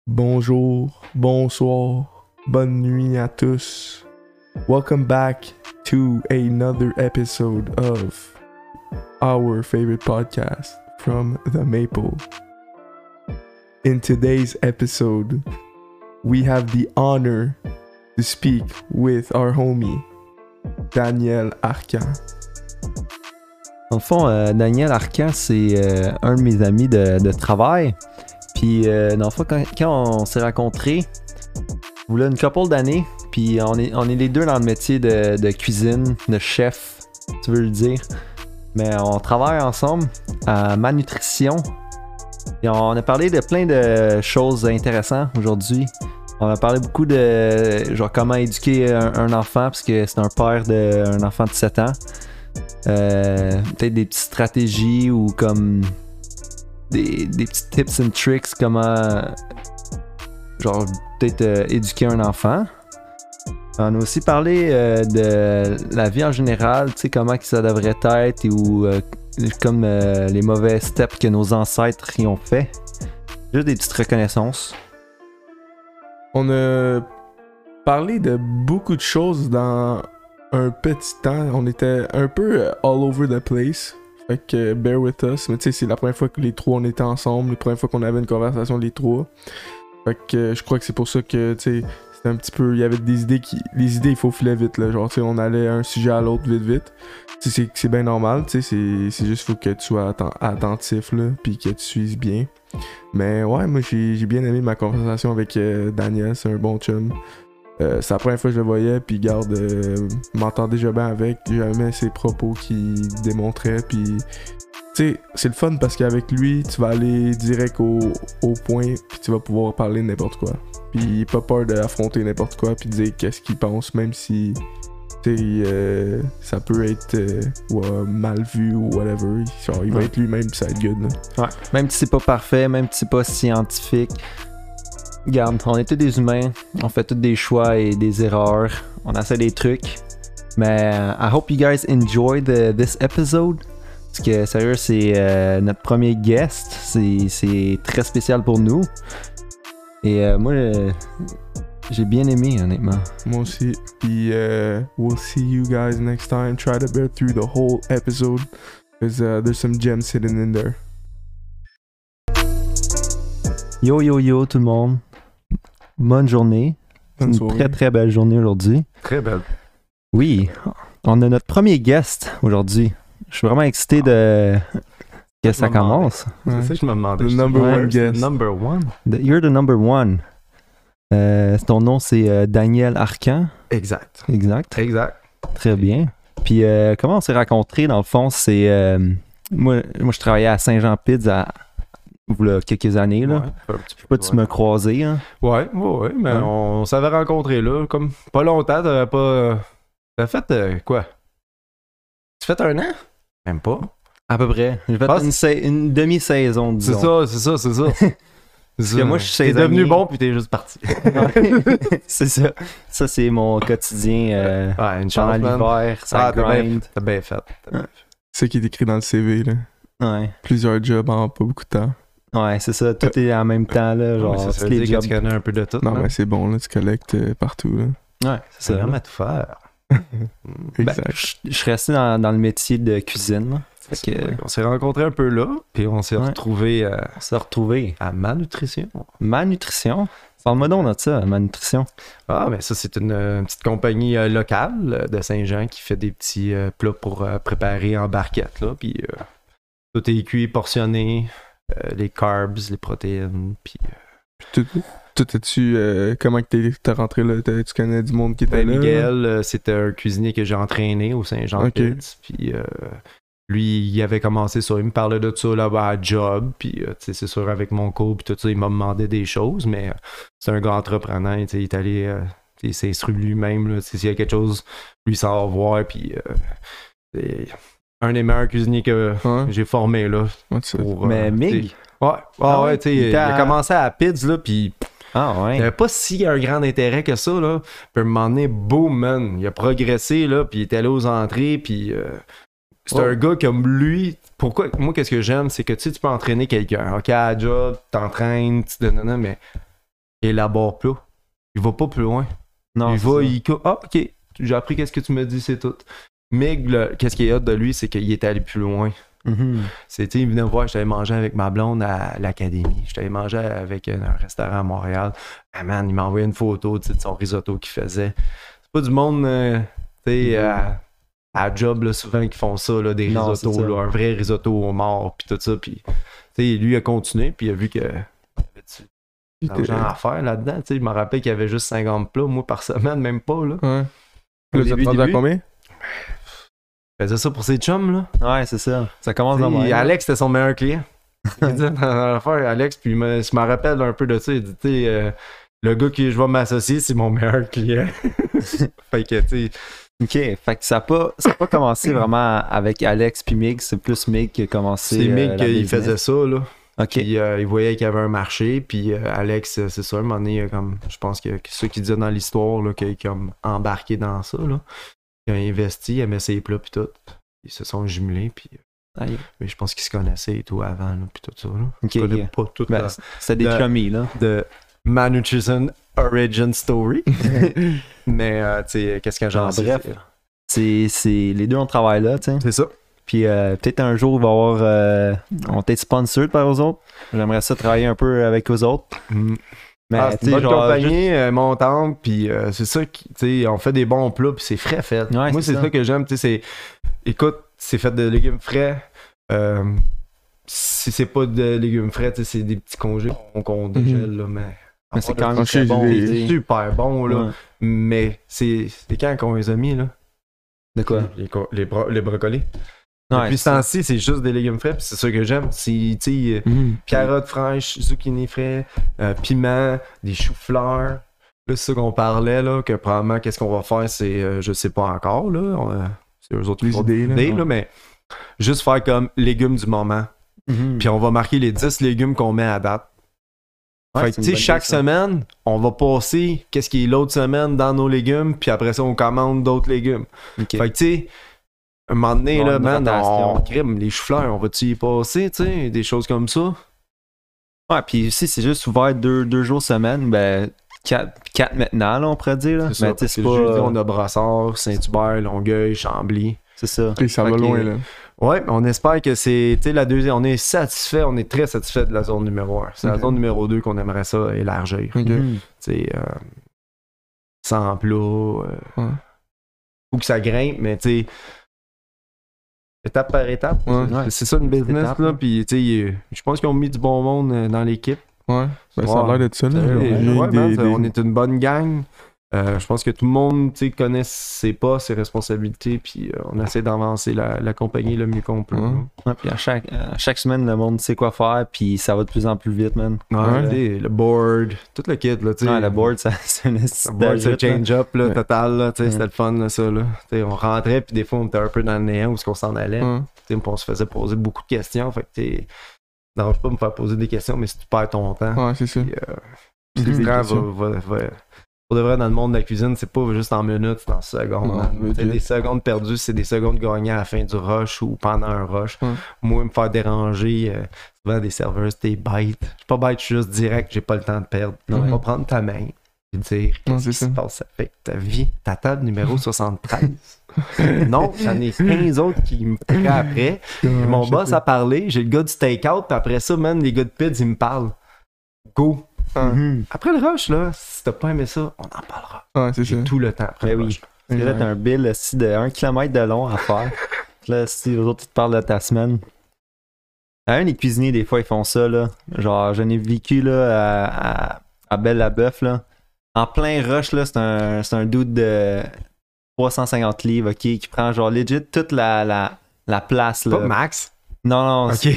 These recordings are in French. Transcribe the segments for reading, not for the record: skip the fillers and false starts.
Bonjour, bonsoir, bonne nuit à tous. Welcome back to another episode of our favorite podcast from the Maple. In today's episode, we have the honor to speak with our homie, Daniel Arcan. Dans le fond, Daniel Arcan, c'est un de mes amis de travail. Puis, dans le fond, quand on s'est rencontrés, il y a une couple d'années, puis on est les deux dans le métier de cuisine, de chef, tu veux le dire. Mais on travaille ensemble à Manutrition. Et on a parlé de plein de choses intéressantes aujourd'hui. On a parlé beaucoup de genre comment éduquer un enfant, parce que c'est un père d'un enfant de 7 ans. Peut-être des petites stratégies ou comme des petits tips and tricks, comment genre peut-être éduquer un enfant. On a aussi parlé de la vie en général, tu sais, comment que ça devrait être ou comme les mauvais steps que nos ancêtres y ont fait. Juste des petites reconnaissances. On a parlé de beaucoup de choses dans un petit temps. On était un peu all over the place. Fait que bear with us. Mais tu sais, c'est la première fois que les trois on était ensemble, la première fois qu'on avait une conversation les trois. Fait que je crois que c'est pour ça que tu sais, c'était un petit peu. Il y avait des idées qui. Les idées il faut filer vite là. Genre tu sais, on allait un sujet à l'autre vite. Tu sais, c'est bien normal, tu sais, c'est juste faut que tu sois attentif là, puis que tu suives bien. Mais ouais, moi j'ai bien aimé ma conversation avec Daniel, c'est un bon chum. C'est la première fois que je le voyais, puis garde, m'entendais déjà bien avec, j'aimais ses propos qu'il démontrait, puis tu sais, c'est le fun parce qu'avec lui, tu vas aller direct au point, puis tu vas pouvoir parler de n'importe quoi. Puis pas peur d'affronter n'importe quoi, puis dire qu'est-ce qu'il pense, même si ça peut être mal vu ou whatever. Genre, il va être lui-même, ça va être good. Là. Ouais. Même si c'est pas parfait, même si c'est pas scientifique. Regarde, on est tous des humains, on fait tous des choix et des erreurs, on essaie des trucs. Mais I hope you guys enjoy this episode. Parce que sérieux, c'est notre premier guest, c'est très spécial pour nous. Et moi, j'ai bien aimé, honnêtement. Moi aussi. Puis, we'll see you guys next time. Try to bear through the whole episode. Because there's some gems hidden in there. Yo tout le monde. Bonne journée. Bonne Une soirée. très très belle journée aujourd'hui. Très belle. Oui, on a notre premier guest aujourd'hui. Je suis vraiment excité que ça commence. Ouais. C'est ça que je me demandais. The number Ouais, one guest. Number one? You're the number one. Ton nom c'est Daniel Arcan. Exact. Exact. Exact. Très bien. Puis comment on s'est rencontrés dans le fond, c'est moi je travaillais à Saint-Jean-Pied il y a quelques années là. Ouais, Je sais pas, tu m'as croisé hein. Ouais, mais Ouais. on s'avait rencontrés là, comme pas longtemps, t'avais pas... T'as fait quoi? Tu fait un an? Même pas. À peu près. J'ai fait une demi-saison, disons. C'est ça. Parce que moi, je suis T'es devenu saisonnier. bon puis t'es juste parti. C'est ça. Ça, c'est mon quotidien Ouais, une pendant chance, man. l'hiver, ça grind. T'as bien fait. C'est ce qui est écrit dans le CV. Là. Ouais. Plusieurs jobs en pas beaucoup de temps. Ouais, c'est ça. Tout est en même temps, là. Genre, Ouais, ça tous veut les dire jobs. que tu connais un peu de tout. Non, hein? mais c'est bon, là, tu collectes partout. Là. Ouais, c'est C'est ça. vraiment à tout faire. Ben, Exact. je suis resté dans le métier de cuisine. Là. Fait que, On s'est rencontrés un peu là, puis on s'est Ouais. retrouvés on s'est retrouvés. à Manutrition. Manutrition. Parle-moi donc de ça, Manutrition. Ah, mais ça, c'est une petite compagnie locale de Saint-Jean qui fait des petits plats pour préparer en barquette, là. Puis tout est cuit, portionné, les carbs, les protéines, puis... Toi, comment que t'es rentré là? Tu connais du monde qui était Ben, là? Miguel, c'était un cuisinier que j'ai entraîné au Saint-Jean-Pied. Puis lui, il avait commencé ça, il me parlait de ça là-bas à job, puis tu sais, c'est sûr, avec mon cours, puis tout ça, il m'a demandé des choses, mais c'est un gars entreprenant, tu sais, il est allé... il s'instruit lui-même, là, s'il y a quelque chose, lui, ça va voir, puis c'est un des meilleurs cuisiniers que Ouais. j'ai formé, là. Ouais, tu sais. Pour, Mais tu Mig? sais, ouais, Ah ouais, ouais, tu sais, il il était a à- commencé à Pids, là, puis Ah il ouais. avait pas si un grand intérêt que ça, là. Puis à un moment donné, boom, man, il a progressé, là, puis il est allé aux entrées, puis c'est un gars comme lui. Pourquoi, moi, qu'est-ce que j'aime, c'est que tu sais, tu peux entraîner quelqu'un. Ok, à la job, t'entraînes, mais élabore pas. Il va pas plus loin. Non, il c'est va, ça. il ah, ok, j'ai appris qu'est-ce que tu me dis, c'est tout. Mig, qu'est-ce qui est hot de lui, c'est qu'il est allé plus loin. Mhm. C'était, il venait me voir, j'étais allé manger avec ma blonde à l'académie. J'étais allé manger avec un restaurant à Montréal. Ah man, il m'a envoyé une photo, tu sais, de son risotto qu'il faisait. C'est pas du monde, tu sais, à job, là, souvent, qui font ça, là, des Non, risottos, c'est ça. là, un vrai risotto au mort, puis tout ça. Puis, tu sais, lui, il a continué, puis il a vu que Puis t'es- l'argent à faire là-dedans. Tu sais, je me rappelle qu'il y avait juste 50 plats, moi, par semaine, même pas, là. Ouais. Au Là, tu as début, rendu à début. combien? Il faisait ça pour ses chums, là. Ouais, c'est ça. Ça commence dans T'sais, même. Alex, c'était son meilleur client. Il dit dans l'affaire, Alex, puis je me rappelle un peu de ça. Il dit, tu sais, le gars qui je vais m'associer, c'est mon meilleur client. Fait que, tu sais, Ok, fait que ça a pas commencé vraiment avec Alex puis Mig, c'est plus Mig qui a commencé. c'est Mick la qui business. faisait ça, là. Ok. Puis il voyait qu'il y avait un marché, puis Alex, c'est ça, un moment donné, comme, je pense que ceux qui disaient dans l'histoire, là, qu'il a comme embarqué dans ça, là. Il a investi, il aimait ses plats, puis tout. Ils se sont jumelés, puis. Aïe. Mais je pense qu'ils se connaissaient et tout avant, là, puis tout ça, là. Ok, Je connais ok. pas toute Ben, la... c'était des de- chummies, là. de Malnutrition Origin Story. Mais, tu sais, qu'est-ce que j'en Ah, sais? bref. C'est les deux on travaille là, tu sais. C'est ça. Puis peut-être un jour, il va y avoir. On va être sponsored par eux autres. J'aimerais ça travailler un peu avec eux autres. Mais Ah, tu c'est une sais, bonne genre. compagnie montante, puis c'est ça qui, tu sais, on fait des bons plats, puis c'est frais fait. Ouais, Moi, c'est c'est ça. ça que j'aime, tu sais, écoute, c'est fait de légumes frais. Si c'est pas de légumes frais, tu sais, c'est des petits congés qu'on dégèle, là, Mais c'est quand même Ah, très j'ai bon. des- tu sais. c'est super bon, là. Ouais. Mais c'est quand qu'on les a mis, là? De quoi? Les brocolis. Ouais, Depuis ce c'est ça. temps-ci, c'est juste des légumes frais, puis c'est ça que j'aime. C'est, tu sais, Mhm. carottes fraîches, zucchini frais, piment, des choux-fleurs. Là, c'est ça qu'on parlait, là, que probablement, qu'est-ce qu'on va faire, c'est, je sais pas encore, là. C'est eux autres qui Des font idées, des là. mais juste faire comme légumes du moment. Mhm. Puis on va marquer les 10 légumes qu'on met à date. Ouais, Fait que, c'est tu une sais, bonne chaque idée, ça. semaine, on va passer qu'est-ce qui est l'autre semaine dans nos légumes, puis après ça, on commande d'autres légumes. Ok. Fait que, tu sais, un moment donné, Avoir là, une man, on rotation. crime les choux-fleurs, on va-tu y passer, tu sais, des choses comme ça? Ouais, puis si c'est juste ouvert deux jours semaine, ben 4 maintenant, là, on pourrait dire. Là. C'est ça. Mais tu sais, c'est Parce que pas. jeudi, on a Brassard, Saint-Hubert, Longueuil, Chambly. C'est ça. Ok, ça va Fait que- loin, là. Ouais, mais on espère que c'est, tu sais, la deuxième, on est satisfait, on est très satisfait de la zone numéro 1. C'est la Ok. zone numéro 2 qu'on aimerait ça élargir. Ok. Mhm. Tu sais, sans plat, Ouais. faut que ça grimpe, mais tu sais, étape par étape. Ouais. C'est ça une business, Étape, là. hein. Puis, tu sais, je pense qu'ils ont mis du bon monde dans l'équipe. Ouais. Ben, ça a l'air d'être ça, là. Ouais, J'ai ouais, des- man, des- on est une bonne gang. Je pense que tout le monde, tu sais, connaît ses pas, ses responsabilités, puis on essaie d'avancer la compagnie le mieux qu'on peut. Ouais. Ouais, puis à chaque semaine, le monde sait quoi faire, puis ça va de plus en plus vite, man. Ouais, Ouais. tu sais, le board, tout le kit, là, tu sais. Ouais, le board, c'est une Le board, c'est le change-up, là, Ouais. total, là, tu sais, Ouais. c'était le fun, là, ça, là. Tu sais, on rentrait, puis des fois, on était un peu dans le néant où est-ce qu'on s'en allait. Ouais. Tu sais, puis on se faisait poser beaucoup de questions, fait que, tu sais, n'arrange pas de me faire poser des questions, mais si tu perds ton temps, Ouais, c'est ça. puis, Mhm. le temps questions. va. Pour de vrai, dans le monde de la cuisine, c'est pas juste en minutes, c'est en secondes. Non, hein. mais Tu sais, ok. des secondes perdues, c'est des secondes gagnées à la fin du rush ou pendant un rush. Ouais. Moi, me faire déranger, souvent des serveurs, t'es bête. Je suis pas bête, je suis juste direct, j'ai pas le temps de perdre. Non, Mhm. on va prendre ta main et dire Non, qu'est-ce c'est qui se ça. passe avec ta vie, ta table numéro 73. Non, j'en ai 15 autres qui me prennent après. J'ai mon Ouais, boss à parler, j'ai le gars du take-out, puis après ça, man, les gars de Pids, ils me parlent. Go. Mhm. Après le rush, là, si t'as pas aimé ça, on en parlera. Ouais, c'est ça. J'ai tout le temps après Ben le oui. rush. Parce que là, t'as un bill aussi de 1 km de long à faire. Là, si les autres, ils te parlent de ta semaine. Les cuisiniers, des fois, ils font ça, là. Genre, j'en ai vécu, là, à Belle-la-Bœuf, là. En plein rush, là, c'est un dude de 350 livres, ok, qui prend, genre, legit toute la place, là. Pas Max. Non, non, Ok.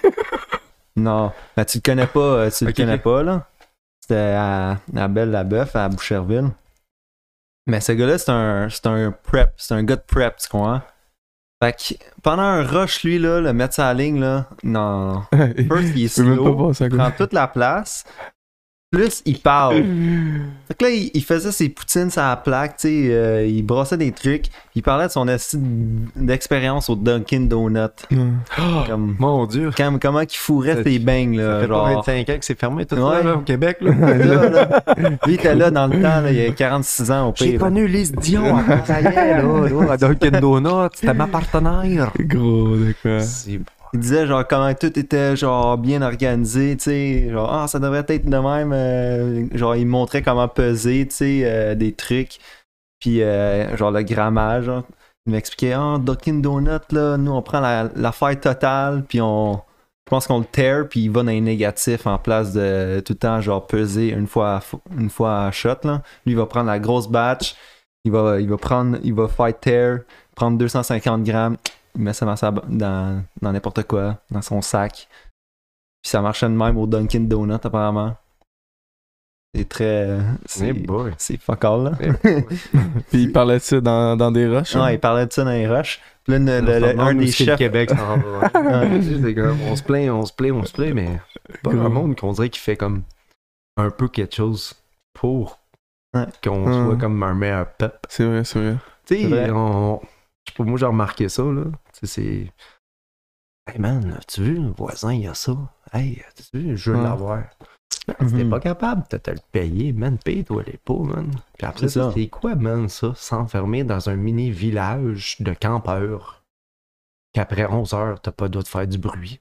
non. Ben, tu le connais pas, tu le Ok, connais ok. pas, là. C'était à Belle-la-Bœuf, à Boucherville. Mais ce gars-là, c'est un prep. C'est un gars de prep, tu comprends? Fait que pendant un rush, lui, là, le mettre sa ligne, là, non. First, il est Je peux même pas slow, passer à il prend côté. toute la place. plus il parle. Fait que là, il faisait ses poutines sur la plaque, tu sais, il brassait des trucs, il parlait de son esti d'expérience au Dunkin' Donut. Comme, Mon Dieu. comment qu'il fourrait ses beignes, Ça là. fait pas Genre, 25 ans que c'est fermé tout Ouais. ça là, au Québec. Là. là. Lui, il était là dans le temps, là, il y a 46 ans au pire. J'ai connu Lise Dion à Paris, là, à Dunkin' Donuts. C'était ma partenaire. Gros, de quoi. C'est Il disait genre comment tout était genre bien organisé, tu sais, genre ça devrait être de même, genre il montrait comment peser, tu sais, des trucs, puis genre le grammage, genre. Il m'expliquait Dunkin' Donut là, nous on prend l'affaire totale, puis je pense qu'on le tear, puis il va dans les négatifs en place de tout le temps genre peser une fois à shot là. Lui il va prendre la grosse batch, il va faire tear, prendre 250 grammes. Il met ça dans n'importe quoi, dans son sac. Puis ça marchait de même au Dunkin' Donut, apparemment. C'est très. C'est fuck all, là. Puis il parlait de ça dans des rushs. Non, il parlait de ça dans les rushs. Puis là, un des chefs. Québec, on se plaint, mais pas un monde qu'on dirait qu'il fait comme un peu quelque chose pour qu'on soit comme un meilleur peuple. C'est vrai, c'est vrai. Tu sais, je sais pas, moi j'ai remarqué ça, là. Tu sais, c'est. Hey man, tu veux, le voisin, il y a ça. Hey, tu veux, je veux l'avoir. Si t'es pas capable de te le payer, man, paye-toi les pots, man. Puis après ça, c'est quoi, man, ça, s'enfermer dans un mini village de campeurs qu'après 11 heures, t'as pas le droit de faire du bruit.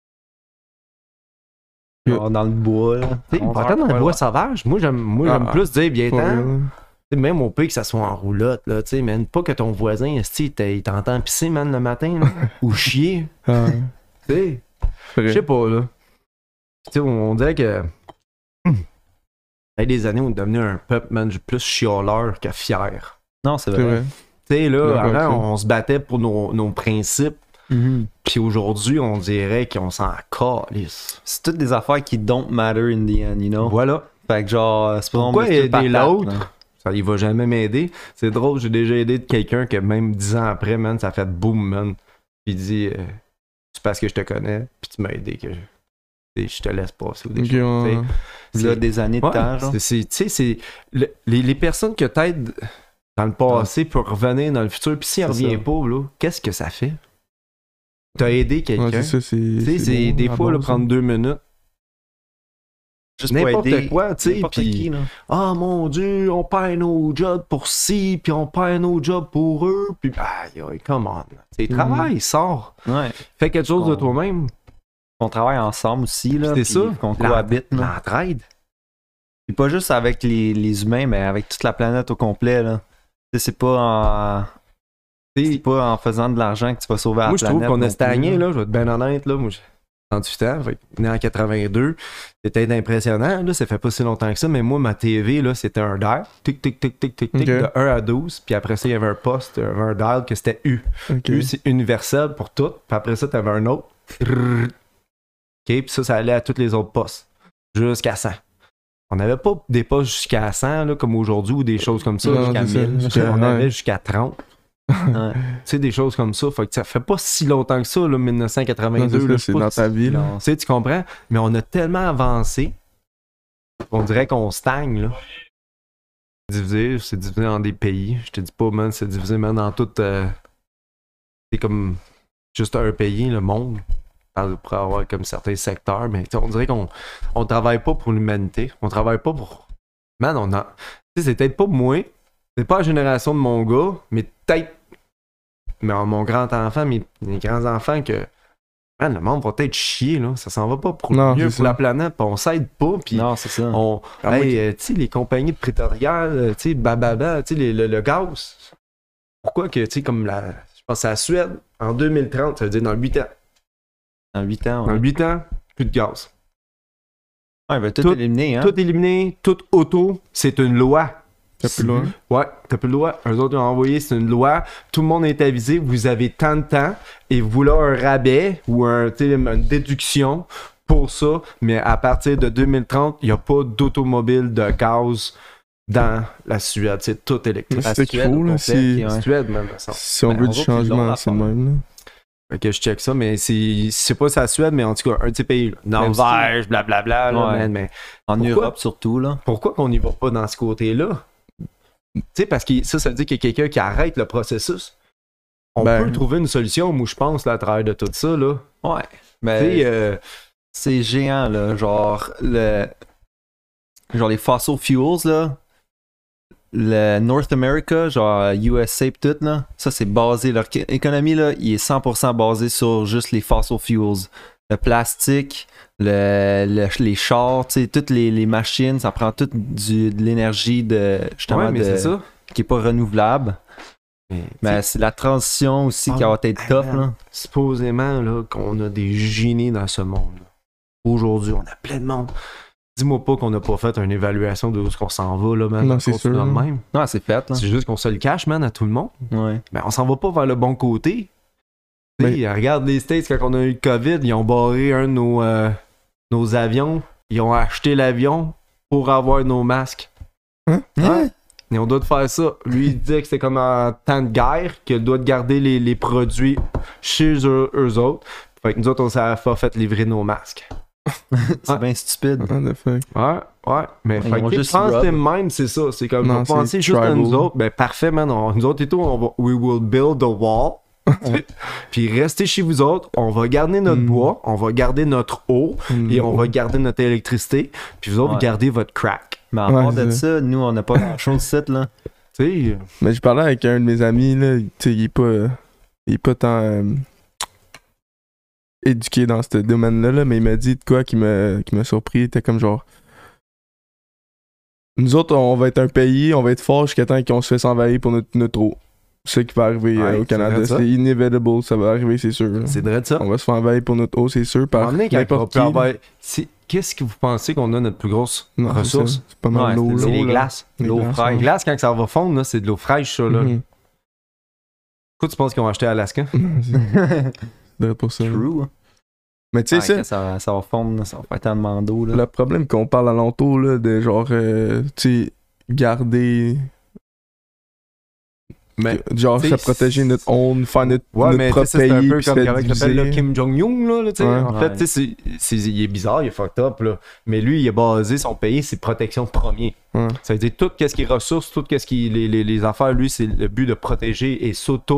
Genre dans le bois, là. Tu sais, pas dans le bois sauvage. Moi, j'aime plus dire, viens-t'en. Même au pays que ça soit en roulotte, là, tu sais, man, pas que ton voisin, il t'entend pisser, man, le matin, là, ou chier. Tu sais, je sais pas, là. Tu sais, on dirait que avec des années, on est devenu un peuple, man, plus chialeur que fier. Non, c'est vrai. Tu sais, là, avant, on se battait pour nos principes. Puis aujourd'hui, on dirait qu'on s'en calisse. C'est toutes des affaires qui don't matter in the end, you know? Voilà. Fait que genre, c'est pas pourquoi aider l'autre? Ça, il va jamais m'aider. C'est drôle, j'ai déjà aidé quelqu'un que même 10 ans après, man, ça fait boum, man. Puis il dit, c'est parce que je te connais, puis tu m'as aidé que je te laisse passer ou des choses. Là, des années de temps, genre. Tu sais, c'est les personnes que t'aides dans le passé pour revenir dans le futur, puis s'il revient pas, là, qu'est-ce que ça fait? T'as aidé quelqu'un. C'est ça, c'est des fois, là, prendre 2 minutes. Juste n'importe quoi, tu sais, puis mon Dieu, on perd nos jobs pour ci, puis on perd nos jobs pour eux, puis aïe, come on. Tu travaille, sors. Ouais. Fais quelque chose de toi-même. On travaille ensemble aussi, là. C'est ça. Qu'on cohabite, là. L'entraide. Puis pas juste avec les humains, mais avec toute la planète au complet, là. C'est pas en faisant de l'argent que tu vas sauver la planète. Moi, je trouve qu'on a stagné, là, je vais être bien honnête, là. Moi, j'ai 38 ans, né en 82. C'était impressionnant, là. Ça fait pas si longtemps que ça, mais moi, ma TV, là, c'était un dial. Tic, tic, tic, tic, tic, tic, de 1 à 12. Puis après ça, il y avait un poste, un dial que c'était U. U, c'est universel pour tout. Puis après ça, t'avais un autre. OK, puis ça allait à tous les autres postes. Jusqu'à 100. On n'avait pas des postes jusqu'à 100, là, comme aujourd'hui, ou des choses comme ça, jusqu'à 1000. On avait jusqu'à 30. Tu sais, des choses comme ça. Fait que ça fait pas si longtemps que ça, là, 1982. Non, c'est dans ta vie, là. Tu sais, tu comprends? Mais on a tellement avancé, on dirait qu'on stagne, là. C'est divisé en des pays. Je te dis pas, man, c'est divisé, man, dans tout. C'est comme juste un pays, le monde. Pour avoir comme certains secteurs, mais on dirait qu'on travaille pas pour l'humanité. On travaille pas pour. Man, on a. Tu sais, c'est peut-être pas moi. C'est pas la génération de mon gars, mais peut-être. Mais mon grand-enfant, mes grands-enfants, que. Man, le monde va peut-être chier, là. Ça s'en va pas pour le mieux pour la planète. Pis on s'aide pas. Pis non, c'est ça. Tu sais, les compagnies de prétoriales, tu sais, bababa, tu sais, le gaz. Pourquoi que, tu sais, comme je pense à la Suède, en 2030, ça veut dire dans 8 ans. Dans 8 ans, ouais. Dans 8 ans, plus de gaz. Ouais, il va tout éliminer, hein. Tout éliminer, tout auto, c'est une loi. T'as plus le droit? Ouais, t'as plus le droit. Eux autres ont envoyé, c'est une loi. Tout le monde est avisé, vous avez tant de temps et vous là un rabais ou une déduction pour ça. Mais à partir de 2030, il n'y a pas d'automobile de gaz dans la Suède. C'est tout électrique. C'est ce qu'il faut, là. Suède, même. Si on veut du changement, c'est le même, là. Fait que je check ça, mais c'est pas sa Suède, mais en tout cas, un de ces pays. Là. Norvège, blablabla, là, Ouais. man, mais En pourquoi? Europe surtout, là. Pourquoi qu'on n'y va pas dans ce côté-là? Tu sais, parce que ça veut dire qu'il y a quelqu'un qui arrête le processus. On peut trouver une solution, moi, je pense, là, à travers de tout ça, là. Ouais. Tu Mais sais, c'est géant, là. Genre les fossil fuels, là. Le North America, genre USA pis tout, là. Ça, c'est basé. Leur économie, là, il est 100% basé sur juste les fossil fuels. Le plastique, les chars, tu sais, toutes les machines, ça prend toute de l'énergie justement mais c'est ça. qui est pas renouvelable. Mais c'est la transition aussi qui va être tough, là. Supposément, là, qu'on a des génies dans ce monde. Aujourd'hui, on a plein de monde. Dis-moi pas qu'on n'a pas fait une évaluation de où est-ce qu'on s'en va, là, man. Non, c'est sûr. Même. Non, c'est fait, là. C'est juste qu'on se le cache, man, à tout le monde. Ouais. Mais on s'en va pas vers le bon côté. Tu sais, regarde les States, quand on a eu le COVID, ils ont barré un de nos avions. Ils ont acheté l'avion pour avoir nos masques. Hein? Ouais. Et on doit faire ça. Lui, il disait que c'était comme en temps de guerre, qu'il doit garder les produits chez eux autres. Fait que nous autres, on s'est fait livrer nos masques. C'est bien stupide. What the fuck? Ouais. Mais Ils fait vont que juste pense rub. même, c'est ça. C'est comme, Non, on va penser c'est juste à tribal. nous autres. Ben, parfait, man. Nous autres et tout, we will build a wall. Puis restez chez vous autres. On va garder notre bois. On va garder notre eau. Et on va garder notre électricité. Puis vous autres, vous gardez votre crack. Mais en Ouais, part de c'est ça, nous, on n'a pas grand-chose ici, là. Tu sais, Mais je parlais avec un de mes amis, là, tu sais, il est pas tant éduqué dans ce domaine-là, là, mais il m'a dit de quoi qui m'a surpris. Il était comme genre, nous autres, on va être un pays, on va être fort jusqu'à temps qu'on se fait s'envahir pour notre eau. C'est ce qui va arriver Ouais, au c'est Canada. vrai, ça. C'est inevitable, ça va arriver, c'est sûr. là. c'est vrai de ça. On va se faire envahir pour notre eau, c'est sûr, À un par moment donné, quand n'importe qui. on peut là. avoir- qu'est-ce que vous pensez qu'on a notre plus grosse Non, c'est ressource? ça. C'est pas mal Ouais, l'eau, c'est l'eau, les là. glaces. Les L'eau glaces, fraîche. Les glaces, quand ça va fondre, là, c'est de l'eau fraîche, ça. Là. Mhm. Pourquoi tu penses qu'ils ont acheté à Alaska? C'est pour ça. là. True. hein. Mais tu sais, Ça va fondre, ça va faire tellement d'eau, là. le problème qu'on parle alentour, là, de genre, tu sais, garder. Mais, Genre, t'sais, ça protéger notre onde, faire notre mais propre c'est un pays, peu puis comme se comment il s'appelle, là, diviser. Kim Jong-un, là, tu sais. Ouais. En fait, Ouais. tu sais, il est bizarre, il est fucked up, là. Mais lui, il a basé son pays, c'est protection premier. Ouais. Ça veut dire tout ce qui est ressources, tout ce qui les affaires, lui, c'est le but de protéger et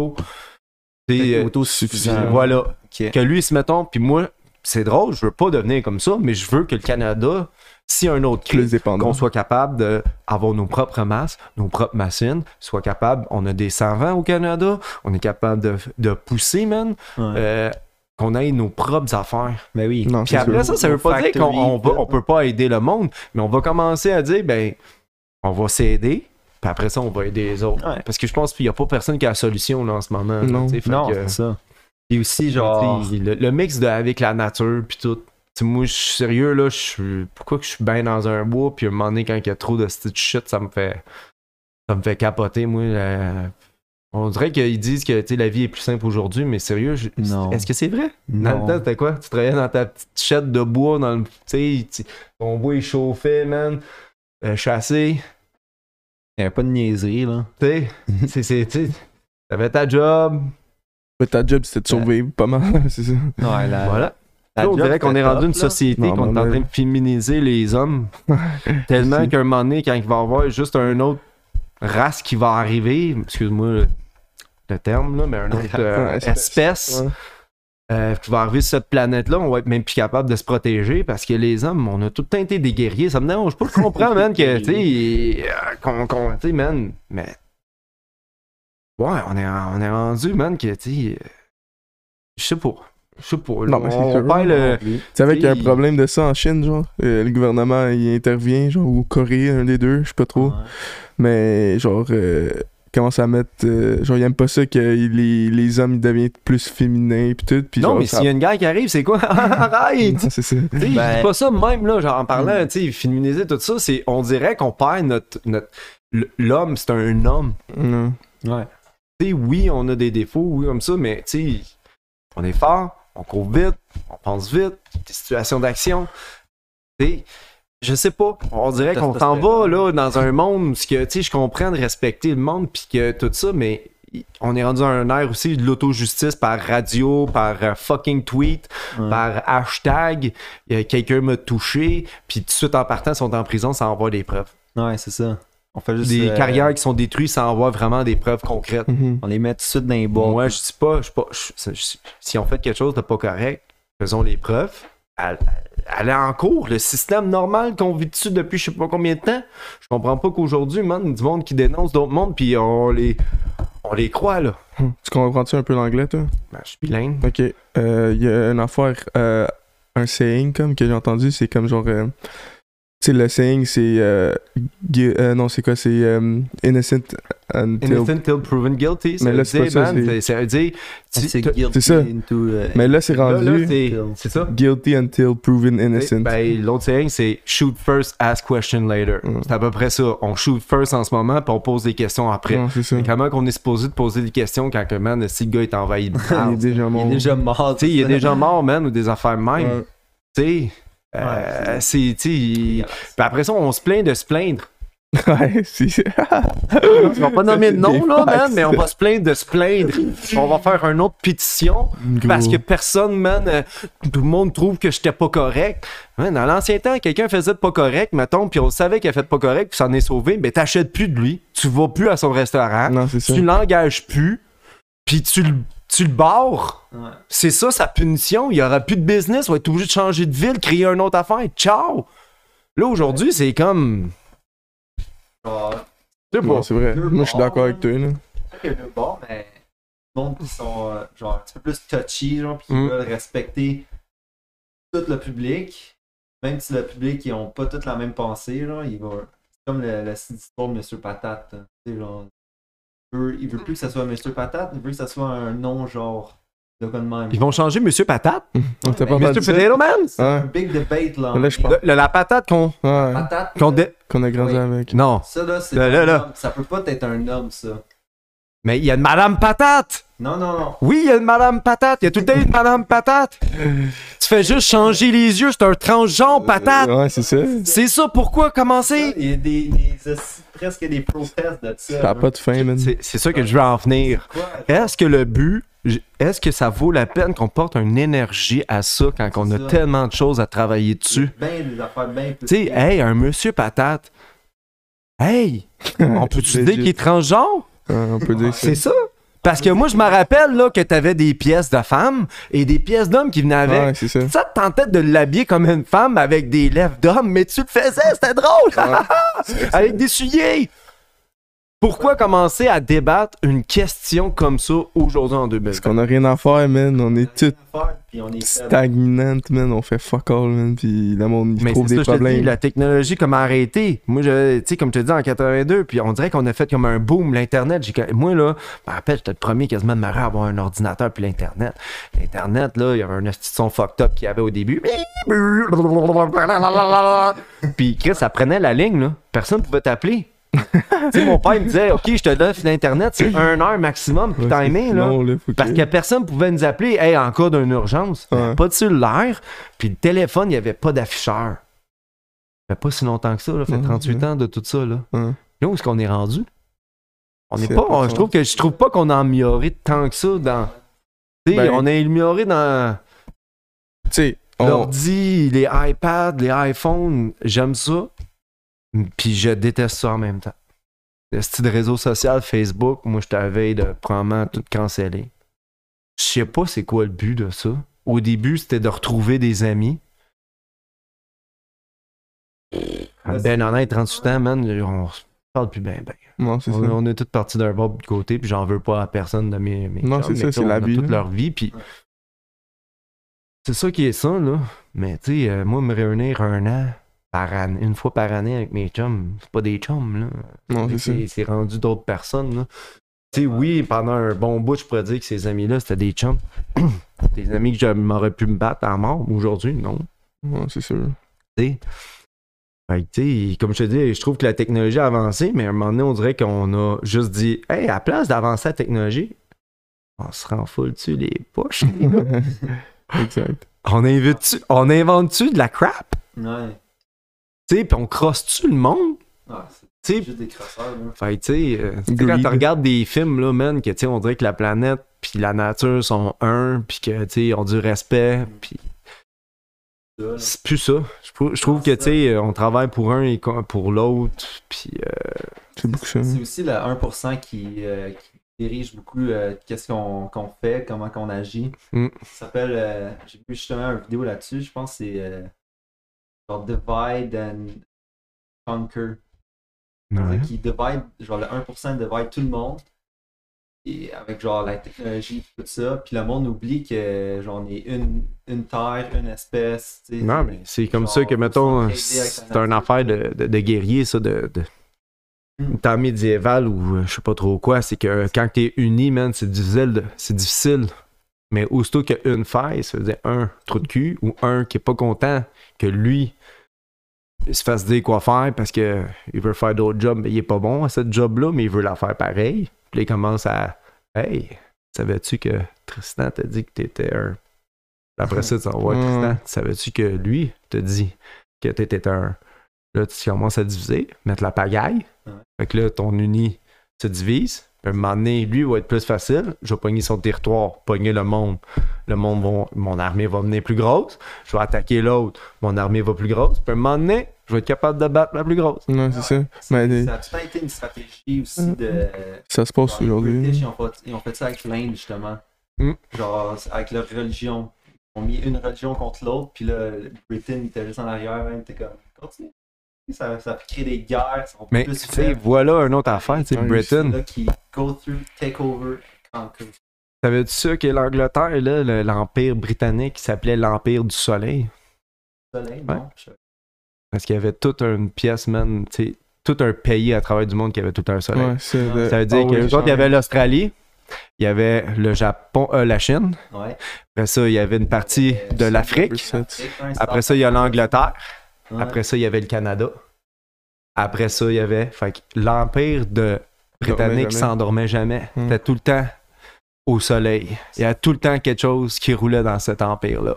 Autosuffisant. voilà. Ok. Que lui, se mettons, puis moi, c'est drôle, je veux pas devenir comme ça, mais je veux que le Canada, si un autre Plus crise, dépendant. qu'on soit capable d'avoir nos propres masses, nos propres machines, soit capable, on a des savants au Canada, on est capable de pousser, man, Ouais. qu'on ait nos propres affaires. Mais oui. Non, Puis c'est après sûr. ça veut Nos pas dire factories, on peut pas aider le monde, mais on va commencer à dire, ben, on va s'aider, puis après ça, on va aider les autres. Ouais. Parce que je pense qu'il y a pas personne qui a la solution, là, en ce moment. là, Non. tu sais, fait Non, que- c'est ça. Et aussi, genre. T'sais, le mix avec la nature puis tout. T'sais, moi, je suis sérieux, là, pourquoi que je suis bien dans un bois, puis à un moment donné, quand il y a trop de cette shit, ça me fait capoter, moi. On dirait qu'ils disent que t'sais, la vie est plus simple aujourd'hui, mais sérieux, Non. est-ce que c'est vrai? Dans Non. le temps, c'était quoi? Tu travaillais dans ta petite chette de bois, dans le. Ton bois, il chauffait, man. Chassé. Il n'y avait pas de niaiserie, là. T'sais, t'avais ta job. Mais ta job, c'était de survivre pas mal, c'est ça. Ouais, Voilà. la Là, on job, dirait qu'on c'était est rendu top, une là. société Non, qu'on est mais en là- train de féminiser les hommes. Tellement Si. qu'à un moment donné, quand il va y avoir juste une autre race qui va arriver, excuse-moi le terme, là, mais une autre espèce qui va arriver sur cette planète-là, on va être même plus capable de se protéger parce que les hommes, on a tout le temps été des guerriers. Ça me dérange pas, je comprends, man, que, tu sais, man, mais. Ouais, on est rendu, man, que, tu sais. Je sais pas. Non, mais c'est on sûr. perd le. Tu savais qu'il y a un T'sais, problème de ça en Chine, genre. Le gouvernement, il intervient, genre, ou Corée, un des deux, je sais pas trop. Ouais. Mais, genre, commence à mettre. Genre, il aime pas ça que les hommes ils deviennent plus féminins, pis tout. Pis Non, genre, mais ça- s'il y a une guerre qui arrive, c'est quoi? Arrête! Non, c'est ça. Tu sais, Ben- c'est pas ça même, là, genre en parlant, tu sais, féminiser tout ça, c'est, on dirait qu'on perd l'homme, c'est un homme. Non. Ouais. Tu sais, oui, on a des défauts, oui, comme ça, mais tu sais, on est fort, on court vite, on pense vite, des situations d'action. Tu sais, je sais pas, on dirait qu'on s'en va, là, dans un monde où, que, tu sais, je comprends de respecter le monde, puis que tout ça, mais on est rendu à un air aussi de l'auto-justice par radio, par fucking tweet, par hashtag. Quelqu'un m'a touché, puis tout de suite en partant, ils sont en prison sans avoir des preuves. Ouais, c'est ça. On fait juste Des carrières qui sont détruites sans avoir vraiment des preuves concrètes. On les met tout de suite dans les boîtes. Moi, je dis pas, si on fait quelque chose de pas correct, faisons les preuves. Elle est en cours. Le système normal qu'on vit dessus depuis je sais pas combien de temps. Je comprends pas qu'aujourd'hui, man, du monde qui dénonce d'autres mondes, puis on les croit, là. Tu comprends-tu un peu l'anglais, toi? Ben, je suis bilingue. Ok. Il y a une affaire, un saying comme que j'ai entendu, c'est comme genre. Tu sais, le saying, c'est. Non, c'est quoi? C'est innocent Innocent till proven guilty. Mais là, c'est pas ça. Ça veut dire. C'est guilty c'est ça. into, Mais là, c'est rendu. Là, c'est ça. Guilty until proven innocent. Ben, l'autre saying, c'est shoot first, ask question later. C'est à peu près ça. On shoot first en ce moment, puis on pose des questions après. Non, c'est ça. Mais comment qu'on est supposé de poser des questions quand man, si le gars est envahi de Il est déjà mort. Il est déjà mort. Tu sais, il est déjà mort, man, ou des affaires même. Tu sais. C'est, puis après ça, on se plaint de se plaindre. Ouais, si. On va pas nommer de nom, là, man, facts. mais on va se plaindre de se plaindre. On va faire une autre pétition parce que personne, man, tout le monde trouve que j'étais pas correct. Man, dans l'ancien temps, quelqu'un faisait pas correct, mettons, puis on savait qu'il a fait pas correct, puis s'en est sauvé, mais t'achètes plus de lui, tu vas plus à son restaurant, Non, c'est ça. tu l'engages plus, puis tu le barres. Ouais. C'est ça sa punition. Il y aura plus de business, on va être obligé de changer de ville, créer une autre affaire. Ciao! Là, aujourd'hui, c'est comme. C'est Non, c'est vrai. Moi, je suis d'accord avec toi, là. C'est deux bords, mais le monde qui sont genre un petit peu plus touchy, genre, puis qui veulent respecter tout le public, même si le public, ils ont pas toute la même pensée, genre, c'est comme la histoire de Monsieur Patate. Tu sais, genre, il veut plus que ça soit Monsieur Patate, il veut que ça soit un nom, genre, de quoi de même. Ils vont changer Monsieur Patate? On t'a pas mais mal Mr. dit ça. Potato Man? C'est un Ouais. big debate, là. Là, je pense. La patate qu'on. Ouais. Patate, qu'on Qu'on a grandi Oui. avec. Non. ça, là, c'est Là, un là. homme. Ça peut pas être un homme, ça. Mais il y a une Madame Patate! Non. Oui, il y a une Madame Patate. Il y a tout le temps une Madame Patate. Tu fais juste changer les yeux, c'est un transgenre patate. Ouais, c'est ça. C'est ça, pourquoi commencer? Il y a presque des protestes de ça. Ça a pas de fin, man. C'est ça que je veux en venir. Quoi? Est-ce que ça vaut la peine qu'on porte une énergie à ça quand on a ça. tellement de choses à travailler dessus? Ben, des affaires bien plus. Tu sais, hey, un monsieur patate. Hey! On peut-tu dire qu'il est transgenre? Ouais, on peut dire ça. C'est ça? Parce que moi, je me rappelle là, que t'avais des pièces de femmes et des pièces d'hommes qui venaient avec. Ouais, c'est ça. Ça te tentait de l'habiller comme une femme avec des lèvres d'homme, mais tu le faisais, c'était drôle! Avec des souliers! Pourquoi commencer à débattre une question comme ça aujourd'hui en 2020? Parce qu'on a rien à faire, man. On est tous Puis on est stagnantes, man. On fait fuck all, man. Puis le monde, il Mais trouve c'est des ça, je te dis, problèmes. la technologie comme arrêté. Moi, tu sais, comme je te dis, en 82, puis on dirait qu'on a fait comme un boom, l'Internet. Moi, là, je me rappelle, j'étais le premier quasiment de ma rue à avoir un ordinateur puis l'Internet. L'Internet, là, il y avait un petit son fucked up qu'il y avait au début. Puis Chris, ça prenait la ligne, là. Personne ne pouvait t'appeler. Tu sais, mon père me disait, OK, je te donne l'Internet, c'est 1 heure maximum, puis Ouais, timé, c'est là. long, là, faut Parce que- que personne pouvait nous appeler, hey, en cas d'une urgence. Ouais. Pas de cellulaire, puis le téléphone, il n'y avait pas d'afficheur. Ça fait pas si longtemps que ça, là, ça fait Ouais, 38 ouais. ans de tout ça, là. Ouais. Là, où est-ce qu'on est rendu? On n'est C'est pas, pas je trouve pas qu'on a amélioré tant que ça dans. Tu sais, Ben- on a amélioré dans Tu sais, on... l'ordi, les iPads, les iPhones. J'aime ça, puis je déteste ça en même temps. Le style réseau social, Facebook, moi, je t'avais de probablement tout canceller. Je sais pas c'est quoi le but de ça. Au début, c'était de retrouver des amis. Ben honnête, 38 ans, man, on se parle plus ben. Non, c'est ça. On est tous partis d'un bord de côté, puis j'en veux pas à personne de mes Non, chums, c'est ça, mais c'est on la a vie, toute là. leur vie, puis c'est ça qui est ça, là. Mais tu sais, moi, me réunir une fois par année avec mes chums, c'est pas des chums, là. Non, c'est ça. C'est rendu d'autres personnes, là. Tu sais, oui, pendant un bon bout, je pourrais dire que ces amis-là, c'était des chums. Des amis que je m'aurais pu me battre à mort. Aujourd'hui, non. Ouais, c'est sûr. Tu sais. Fait que, tu sais, comme je te dis, je trouve que la technologie a avancé, mais à un moment donné, on dirait qu'on a juste dit, hey, à la place d'avancer la technologie, on se rend full dessus les poches, les gars. Exact. On invente-tu de la crap? Ouais. Tu sais, puis on crosse-tu le monde? Ouais, Tu sais, Juste des crosseurs, là. fait tu sais, quand Greed. tu regardes des films, là, man, que tu sais, on dirait que la planète puis la nature sont un, puis que, tu sais, ils ont du respect, puis Ça, là. c'est plus ça. Je trouve que, tu sais, on travaille pour un et pour l'autre, puis C'est beaucoup ça. C'est aussi le 1% qui dirige beaucoup qu'est-ce qu'on fait, comment qu'on agit. Mm. Ça s'appelle, j'ai vu justement une vidéo là-dessus, je pense que c'est genre Divide and Conquer. ouais. Qui divide, genre le 1% divide tout le monde. Et avec genre la technologie tout ça. Puis le monde oublie que genre on est une terre, une espèce. Tu sais, Non, mais c'est comme genre, ça que, mettons, s'entraider avec la c'est une nature. affaire de guerrier, ça, de temps médiéval ou je sais pas trop quoi. C'est que quand t'es uni, man, c'est difficile. Mais aussitôt qu'il y a une faille, ça veut dire un trou de cul ou un qui est pas content que lui se fasse dire quoi faire parce que il veut faire d'autres jobs, mais il est pas bon à cette job-là, mais il veut la faire pareil. Puis là, il commence à Hey, savais-tu que Tristan t'a dit que t'étais un. Après ça, tu vas voir Tristan, savais-tu que lui t'a dit que t'étais un. Là, tu commences à diviser, mettre la pagaille. Ouais. Fait que là, ton uni se divise. Puis à un moment donné, lui va être plus facile. Je vais pogner son territoire, pogner le monde. Mon armée va venir plus grosse. Je vais attaquer l'autre. Mon armée va plus grosse. Puis à un moment donné, je vais être capable de battre la plus grosse. Non, c'est ça. Mais Ça a tout le temps été une stratégie aussi de. ça se passe genre, les British, aujourd'hui. ils ont fait ça avec l'Inde justement. Mm. Genre avec leur religion. Ils ont mis une religion contre l'autre, puis là, le Britain il était juste en arrière, il était comme continue. Ça fait créer des guerres, ça Mais tu sais, voilà une autre affaire, tu sais, Ouais, Britain. là qui go through, take over, conquer. Savais-tu ça que l'Angleterre, là, l'Empire britannique s'appelait l'Empire du Soleil? Soleil, Ouais. non? Parce qu'il y avait toute une pièce, man, tu sais, tout un pays à travers du monde qui avait tout un soleil. Ouais, c'est de- Ça veut dire Ah que ouais, les autres, il y avait l'Australie, il y avait le Japon, la Chine. Ouais. Après ça, il y avait une partie de l'Afrique. Après ça, il y a l'Angleterre. Ouais. Après ça, il y avait le Canada. Après ça, il y avait. Fait que l'Empire de britannique jamais. s'endormait jamais. Hmm. C'était tout le temps au soleil. Il y a tout le temps quelque chose qui roulait dans cet empire-là.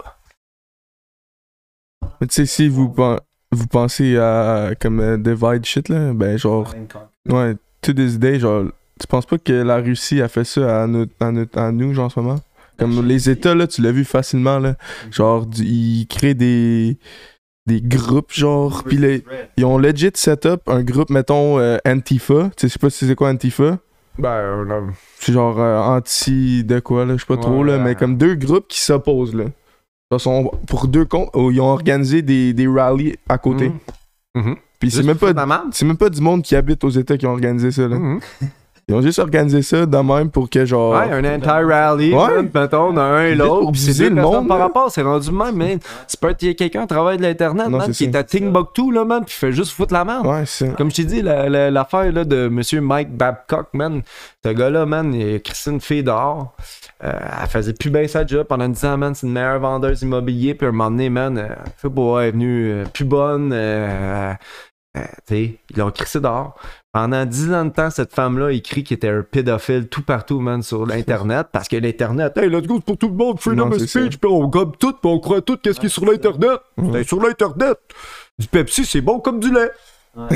Mais tu sais, si vous pensez à comme Divide shit, là, ben genre, ouais, to this day, genre, tu penses pas que la Russie a fait ça à nous, genre, en ce moment? Comme les États, là, tu l'as vu facilement, là. Genre, ils créent des groupes, genre, pis là, ils ont legit set up un groupe, mettons, Antifa. Tu sais, je sais pas si c'est quoi Antifa. Ben, C'est genre anti de quoi, là, je sais pas trop, là, mais comme deux groupes qui s'opposent, là. Ils sont pour deux comptes, ils ont organisé des rallies à côté. Puis c'est même pas du monde qui habite aux États qui ont organisé ça, là. Ils ont juste organisé ça de même pour que genre. Ouais, un anti-rally, Ouais. mettons, d'un et Juste l'autre. pour Puis c'est diviser deux le personnes monde, par là. rapport, c'est rendu de même, man. Tu peux être quelqu'un à travers de l'Internet, Non, man, c'est qui est ça. à Timbuktu, là, man, puis fait juste foutre la merde. Ouais, c'est ça. Comme je t'ai dit, l'affaire là, de M. Mike Babcock, man, ce gars-là, man, il a crissé une fille dehors. Elle faisait plus bien sa job pendant 10 ans, man. C'est une meilleure vendeuse immobilier. Puis à un moment donné, man, elle est venue plus bonne. Tu sais, ils l'ont crissé dehors. Pendant 10 ans de temps, cette femme-là écrit qu'il était un pédophile tout partout, man, sur l'Internet. Parce que l'Internet, hey, let's go, c'est pour tout le monde, freedom Non, of c'est speech, ça. puis on gobe tout, puis on croit tout, qu'est-ce qui est sur l'Internet. Ouais. Sur l'Internet, du Pepsi, c'est bon comme du lait. Ouais.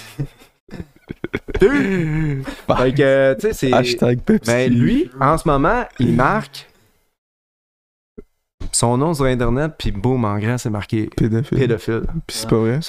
Fait que, tu sais, c'est. Hashtag Pepsi. Ben, lui, en ce moment, il marque son nom sur Internet, puis boum, en grand, c'est marqué Pédophile. pédophile. Pis c'est pas vrai.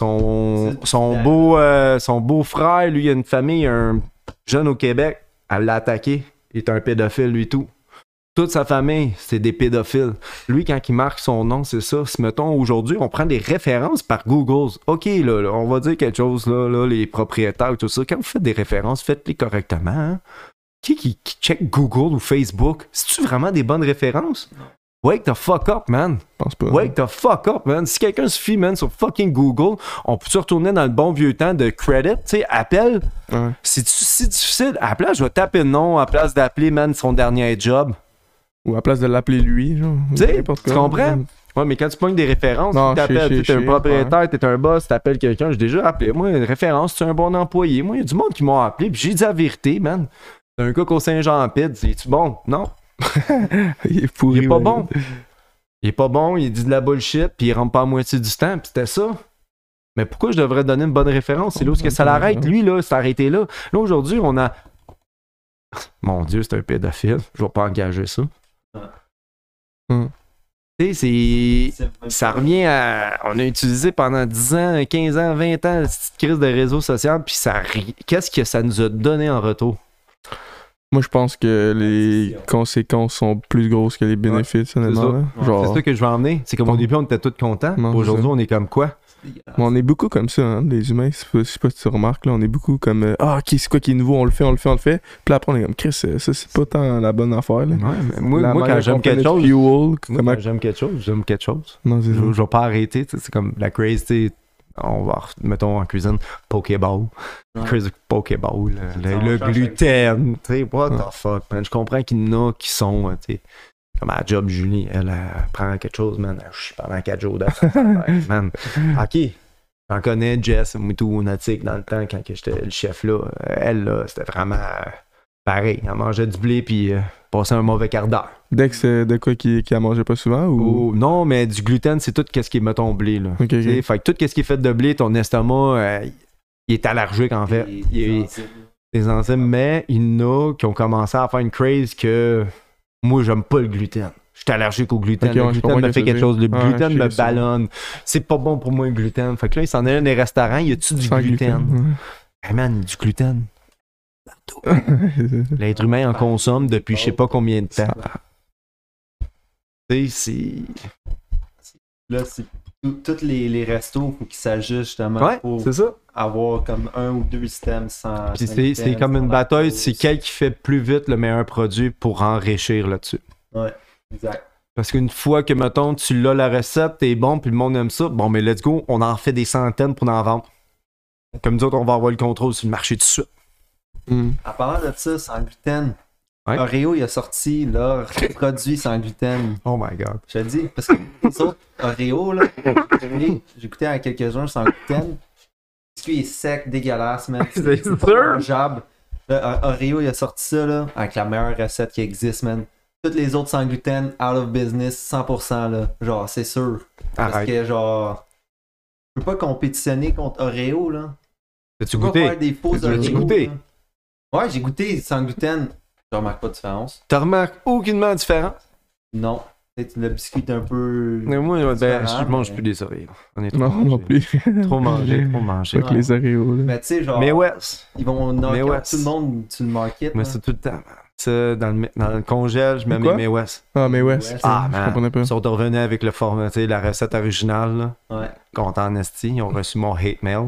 Son beau-frère, lui, il a une famille, un jeune au Québec, elle l'a attaqué. Il est un pédophile, lui, tout. Toute sa famille, c'est des pédophiles. Lui, quand il marque son nom, c'est ça. Si, mettons, aujourd'hui, on prend des références par Google. OK, là, on va dire quelque chose, là, les propriétaires, tout ça. Quand vous faites des références, faites-les correctement. Hein? Qui check Google ou Facebook? C'est-tu vraiment des bonnes références? Wake the fuck up, man. Je pense pas. Wake the fuck up, man. Si quelqu'un se fie, man, sur fucking Google, on peut se retourner dans le bon vieux temps de credit, tu sais, appelle. Ouais. C'est si difficile. À la place, je vais taper le nom, à la place d'appeler, man, son dernier job. Ou à la place de l'appeler lui, genre. Tu sais, n'importe tu quoi. comprends? Ouais, mais quand tu pognes des références, Non, tu t'appelles, t'es un chez, propriétaire, t'es un boss, t'appelles quelqu'un, j'ai déjà appelé. Moi, une référence, tu es un bon employé. Moi, il y a du monde qui m'ont appelé, puis j'ai dit la vérité, man. C'est un gars qu'au Saint-Jean-Pide, es-tu bon? Non. Il est pourri. Il est pas ouais. bon. Il est pas bon, il dit de la bullshit, puis il rentre pas à moitié du temps, puis c'était ça. Mais pourquoi je devrais donner une bonne référence? C'est là où est-ce que ça l'arrête. Lui, là, c'est arrêté là. Là, aujourd'hui, on a... Mon Dieu, c'est un pédophile. Je vais pas engager ça. Tu sais, ça revient à... On a utilisé pendant 10 ans, 15 ans, 20 ans cette crise de réseau social, puis qu'est-ce que ça nous a donné en retour? Moi, je pense que les conséquences sont plus grosses que les bénéfices, honnêtement. Là. Genre... C'est ça que je veux emmener. C'est comme au début, on était tous contents. Aujourd'hui, on est comme quoi? Mais on est beaucoup comme ça, hein, les humains. Je sais pas si tu remarques, là, on est beaucoup comme ok, c'est quoi qui est nouveau, on le fait. Puis après, on est comme Chris, ça, c'est pas tant la bonne affaire. Là. Ouais, mais moi quand j'aime quelque chose, quand j'aime quelque chose. Non, je vais pas arrêter. C'est comme la craze, on va, mettons en cuisine, Pokéball. Craze de Pokéball, le gluten. What the fuck, man. Je comprends qu'il y en a qui sont, comme à la job, Julie, elle prend quelque chose, man, elle chie pendant 4 jours man. OK. J'en connais Jess, Moutou, Nautique, dans le temps, quand j'étais le chef là. Elle, là, c'était vraiment pareil. Elle mangeait du blé puis passait un mauvais quart d'heure. Dex, c'est de quoi qu'il en mangeait pas souvent ou... Non, mais du gluten, c'est tout ce qui est, mettons, blé, là. Okay. Fait que tout ce qui est fait de blé, ton estomac, il est allergique, en fait. Les enzymes, mais il y en a qui ont commencé à faire une craze que... Moi, j'aime pas le gluten. Je suis allergique au gluten. Le gluten me fait quelque chose. Le gluten me ballonne. C'est pas bon pour moi, le gluten. Fait que là, il s'en allait dans les restaurants. Y a-tu du gluten? Hey man, du gluten. L'être humain en consomme depuis je sais pas combien de temps. Tu sais, c'est... Là, c'est... Tous les restos, il faut qu'ils s'ajustent justement pour avoir comme 1 ou 2 systèmes sans. Puis c'est comme une bataille, c'est quel qui fait plus vite le meilleur produit pour enrichir là-dessus. Ouais, exact. Parce qu'une fois que, mettons, tu l'as la recette, t'es bon, puis le monde aime ça, bon, mais let's go, on en fait des centaines pour en vendre. Comme nous autres, on va avoir le contrôle sur le marché tout de suite. En parlant de ça, sans gluten. Oreo, il a sorti leur produit sans gluten. Oh my god. Je te dis, parce que les autres Oreo, là, j'ai goûté à quelques-uns sans gluten. Le biscuit est sec, dégueulasse, man. C'est sûr. Mangeable. Oreo, il a sorti ça, là, avec la meilleure recette qui existe, man. Toutes les autres sans gluten, out of business, 100%, là. Genre, c'est sûr. Parce que, genre, je peux pas compétitionner contre Oreo, là. As-tu goûté? Faire des faux Oreo. As-tu goûté? Ouais, j'ai goûté sans gluten. Je remarque pas de différence. Tu remarques aucunement de différence? Non. Le biscuit est un peu. Mais moi, je mange plus des Oreos. Non plus. Trop mangé. Pas que les Oreos, là. Mais tu sais, genre. Mais ils vont knock out tout le monde sur le market. Mais c'est tout le temps. Ça, dans le congèle, je mets mes May West. Ah, May West. Ah, je comprenais pas. Ils sont revenus avec le format, tu sais, la recette originale, là. Ouais. Content en esti. Ils ont reçu mon hate mail.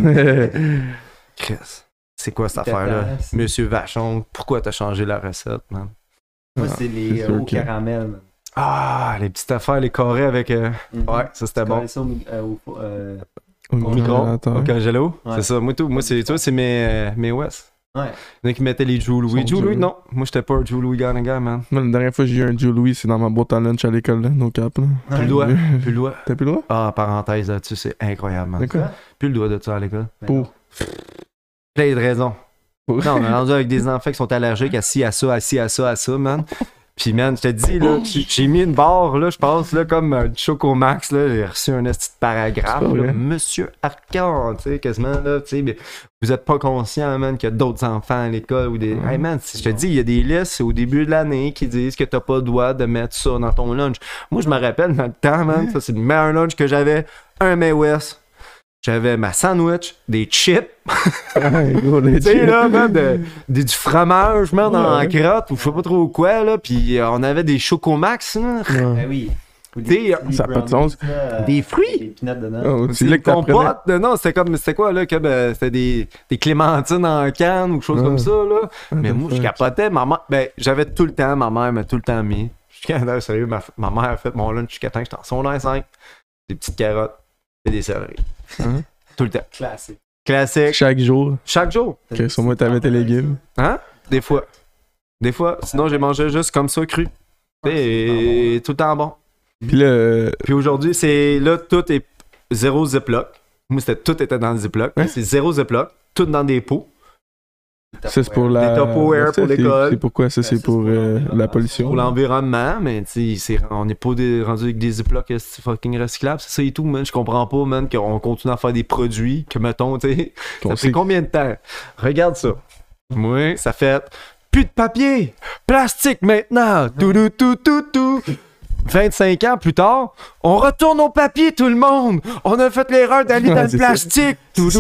Chris. C'est quoi cette affaire-là? Monsieur Vachon, pourquoi t'as changé la recette, man? Moi, c'est les hauts caramel, man. Ah, les petites affaires, les carrés avec... Ouais, ça c'était bon. Ça au micro, au congélo. Ouais. C'est ça, moi tout. Moi, c'est mes West. Ouais. Il y en a qui mettaient les Joe Louis. Joe Louis, non. Moi, j'étais pas un Joe Louis gars, man. Moi, la dernière fois que j'ai eu un Joe Louis, c'est dans ma boîte à lunch à l'école, là, no cap, là. Plus le doigt. Plus le doigt. T'as plus le doigt? Ah, parenthèse là-dessus, c'est incroyable, man. D'accord. Plus le doigt de ça à l'école. Pour. Plein de raisons. Non, on est rendu avec des enfants qui sont allergiques à ça, man. Puis, man, je te dis, là, j'ai mis une barre, là, je pense, là, comme un Choco Max, là, j'ai reçu un petit paragraphe, là, Monsieur Arcand, tu sais, quasiment, là, tu sais, mais vous êtes pas conscient, man, qu'il y a d'autres enfants à l'école ou des... Hey, man, je te dis, il y a des listes au début de l'année qui disent que t'as pas le droit de mettre ça dans ton lunch. Moi, je me rappelle, dans le temps, man, ça, c'est le meilleur lunch que j'avais, un May West. J'avais ma sandwich, des chips. Tu sais, là, man, du fromage, man, en crotte, ou je sais pas trop quoi, là. Puis on avait des Chocomax, là. Ben oui. Ça n'a pas de sens. Des fruits. Des peanuts dedans. C'est là que compote. Non, c'était quoi, là? C'était des clémentines en canne ou quelque chose comme ça, là. Mais moi, je capotais. J'avais tout le temps, ma mère m'a tout le temps mis. Sérieux, ma mère a fait mon lunch jusqu'à temps que j'étais en secondaire 5. Des petites carottes et des céleris. Tout le temps. Classique. Chaque jour. Ok, sur moi, t'avais tes légumes. Hein? Des fois. Sinon, j'ai mangé juste comme ça, cru. Et tout le temps bon. Puis aujourd'hui, c'est là, tout est zéro Ziploc. Moi, tout était dans le Ziploc. C'est zéro Ziploc. Tout dans des pots. Ça, c'est pour la... Des Tupperware ça, pour l'école. C'est pourquoi ça, c'est pour la pollution. Pour l'environnement, mais tu sais, on n'est pas rendu avec des Ziplocs fucking recyclables, c'est ça et tout, man. Je comprends pas, man, qu'on continue à faire des produits que, mettons, tu sais, ça fait combien de temps? Regarde ça. Oui, ça fait plus de papier, plastique maintenant, tout. 25 ans plus tard, on retourne au papier, tout le monde! On a fait l'erreur d'aller dans le plastique!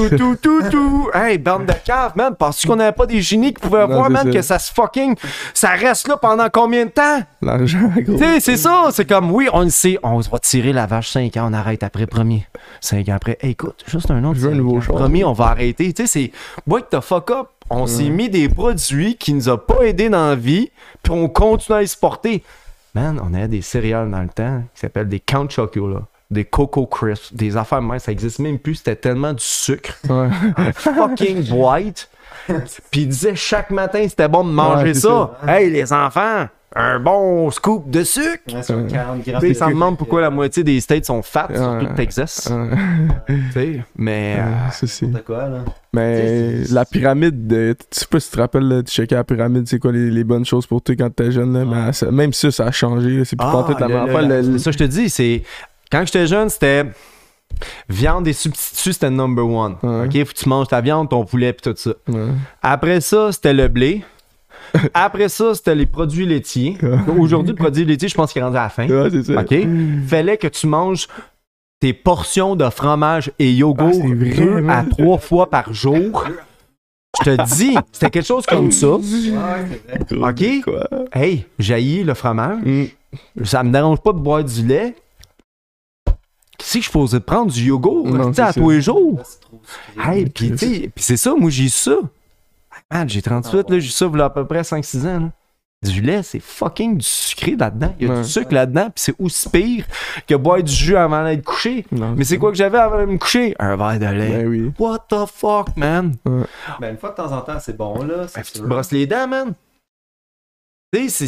Tout! Hey, bande de caves, man! Penses-tu qu'on n'avait pas des génies qui pouvaient voir, man, que ça se fucking... Ça reste là pendant combien de temps? L'argent, gros. Tu sais, c'est ça! C'est comme, oui, on le sait, on va tirer la vache 5 ans, on arrête après premier. 5 ans après, hey, écoute, juste un autre. Je veux un nouveau choix. Premier, on va arrêter. Tu sais, c'est... What the fuck up? On s'est mis des produits qui nous ont pas aidés dans la vie, puis on continue à les supporter. Man, on avait des céréales dans le temps qui s'appellent des Count Chocula, des Coco Crisp, des affaires même, ça existe même plus, c'était tellement du sucre. Ouais. Un fucking white. Puis il disait chaque matin c'était bon de manger ça. Hey les enfants, un bon scoop de sucre. Ouais, sur 40 grammes. T'sais, ça me demande pourquoi la moitié des States sont fat, surtout le Texas. T'sais, mais. Ça, c'est... De quoi, là? Mais la pyramide, tu sais pas si tu te rappelles, là, tu checkais la pyramide, c'est quoi les bonnes choses pour toi quand t'étais jeune, là, mais même ça a changé, là, c'est plus pas toute la même affaire. C'est ça, je te dis, c'est. Quand j'étais jeune, c'était. Viande et substituts, c'était number one. Ouais. Ok, faut que tu manges ta viande, ton poulet, pis tout ça. Ouais. Après ça, c'était le blé. Après ça, c'était les produits laitiers. Aujourd'hui, le produit laitier, je pense qu'il est rendu à la fin. Ouais, c'est ça. OK? Fallait que tu manges tes portions de fromage et yogourt c'est vrai, 2 à man. 3 fois par jour. Je te dis, c'était quelque chose comme ça. Ouais, c'est vrai. OK? Quoi? Hey, j'haïs le fromage. Mm. Ça me dérange pas de boire du lait. Qu'est-ce que je faisais de prendre du yogourt Non, tu sais, à c'est tous ça. les jours? C'est trop sucré. Hey, pis tu sais, pis c'est ça, moi j'ai ça. Man, j'ai 38, là, j'ai ça il y a à peu près 5-6 ans. Là. Du lait, c'est fucking du sucré là-dedans. Il y a Ouais. du sucre là-dedans, pis c'est aussi pire que boire du jus avant d'être couché. Non, Mais c'est quoi que j'avais avant de me coucher? Un verre de lait. Ben oui. What the fuck, man? Ben, une fois de temps en temps, c'est bon, là. Ben, C'est tu te sûr. brosses les dents, man. Tu sais,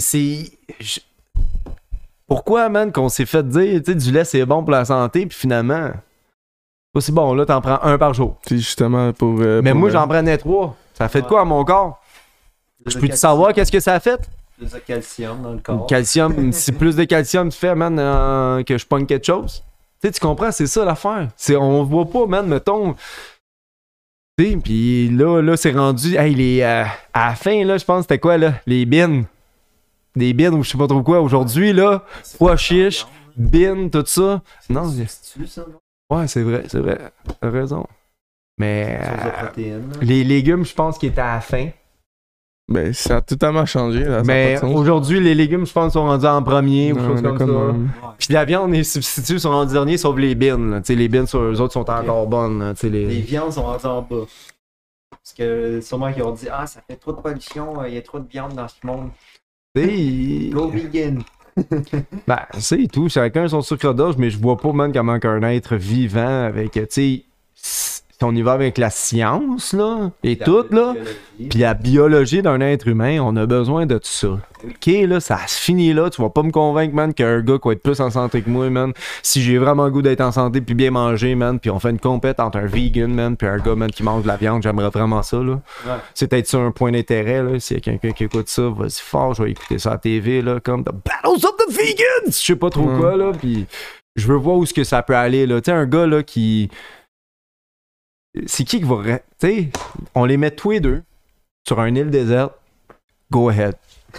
Pourquoi, man, qu'on s'est fait dire, tu sais, du lait c'est bon pour la santé, puis finalement, pas si bon, là, t'en prends un par jour. C'est justement pour. Mais pour moi, le- j'en prenais 3. Ça fait de Ouais. quoi à mon corps? Je peux te savoir qu'est-ce que ça a fait? Plus de calcium dans le corps. Calcium, si plus de calcium tu fais, man, que je pogne quelque chose. Tu sais, tu comprends, c'est ça l'affaire. On voit pas, man, mettons. Tu sais, pis là, c'est rendu. Hey, à la fin, là, je pense, c'était quoi, là? Les bines. Des bines ou je sais pas trop quoi. Aujourd'hui, là, pois chiche, bines, tout ça. Non, C'est ça, non? ouais, c'est vrai. T'as raison. Mais Source de protéines, là. les légumes, je pense qu'ils étaient à la fin. Ben, ça a totalement changé, là. ça a Mais pas de sens. aujourd'hui, les légumes, je pense, sont rendus en premier ou Ouais, chose là, comme ça. Ouais. Puis la viande, les substituts sont rendus derniers, sauf les bines. Là. Tu sais, les bines, sur eux autres, sont encore bonnes. Là. Tu sais, Les viandes sont rendues en bas. Parce que sûrement qu'ils ont dit ah ça fait trop de pollution, il y a trop de viande dans ce monde. Tu sais, Go vegan. ben, c'est tout. Chacun son sucre d'orge, mais je vois pas, man, comment qu'un être vivant avec, tu sais, si on y va avec la science, là, et tout, là, puis la biologie d'un être humain, on a besoin de tout ça. OK, là, ça se finit là. Tu vas pas me convaincre, man, qu'un gars qui va être plus en santé que moi, man, si j'ai vraiment le goût d'être en santé puis bien manger, man, puis on fait une compète entre un vegan, man, puis un gars, man, qui mange de la viande, j'aimerais vraiment ça, là. Ouais. C'est peut-être ça un point d'intérêt, là. S'il y a quelqu'un qui écoute ça, vas-y fort, je vais écouter ça à la TV, là, comme The Battles of the Vegans! Je sais pas trop quoi, là, puis je veux voir où est-ce que ça peut aller, là. Tu sais, un gars, là, qui... C'est qui va... Tu sais, on les met tous les deux sur une île déserte. Go ahead.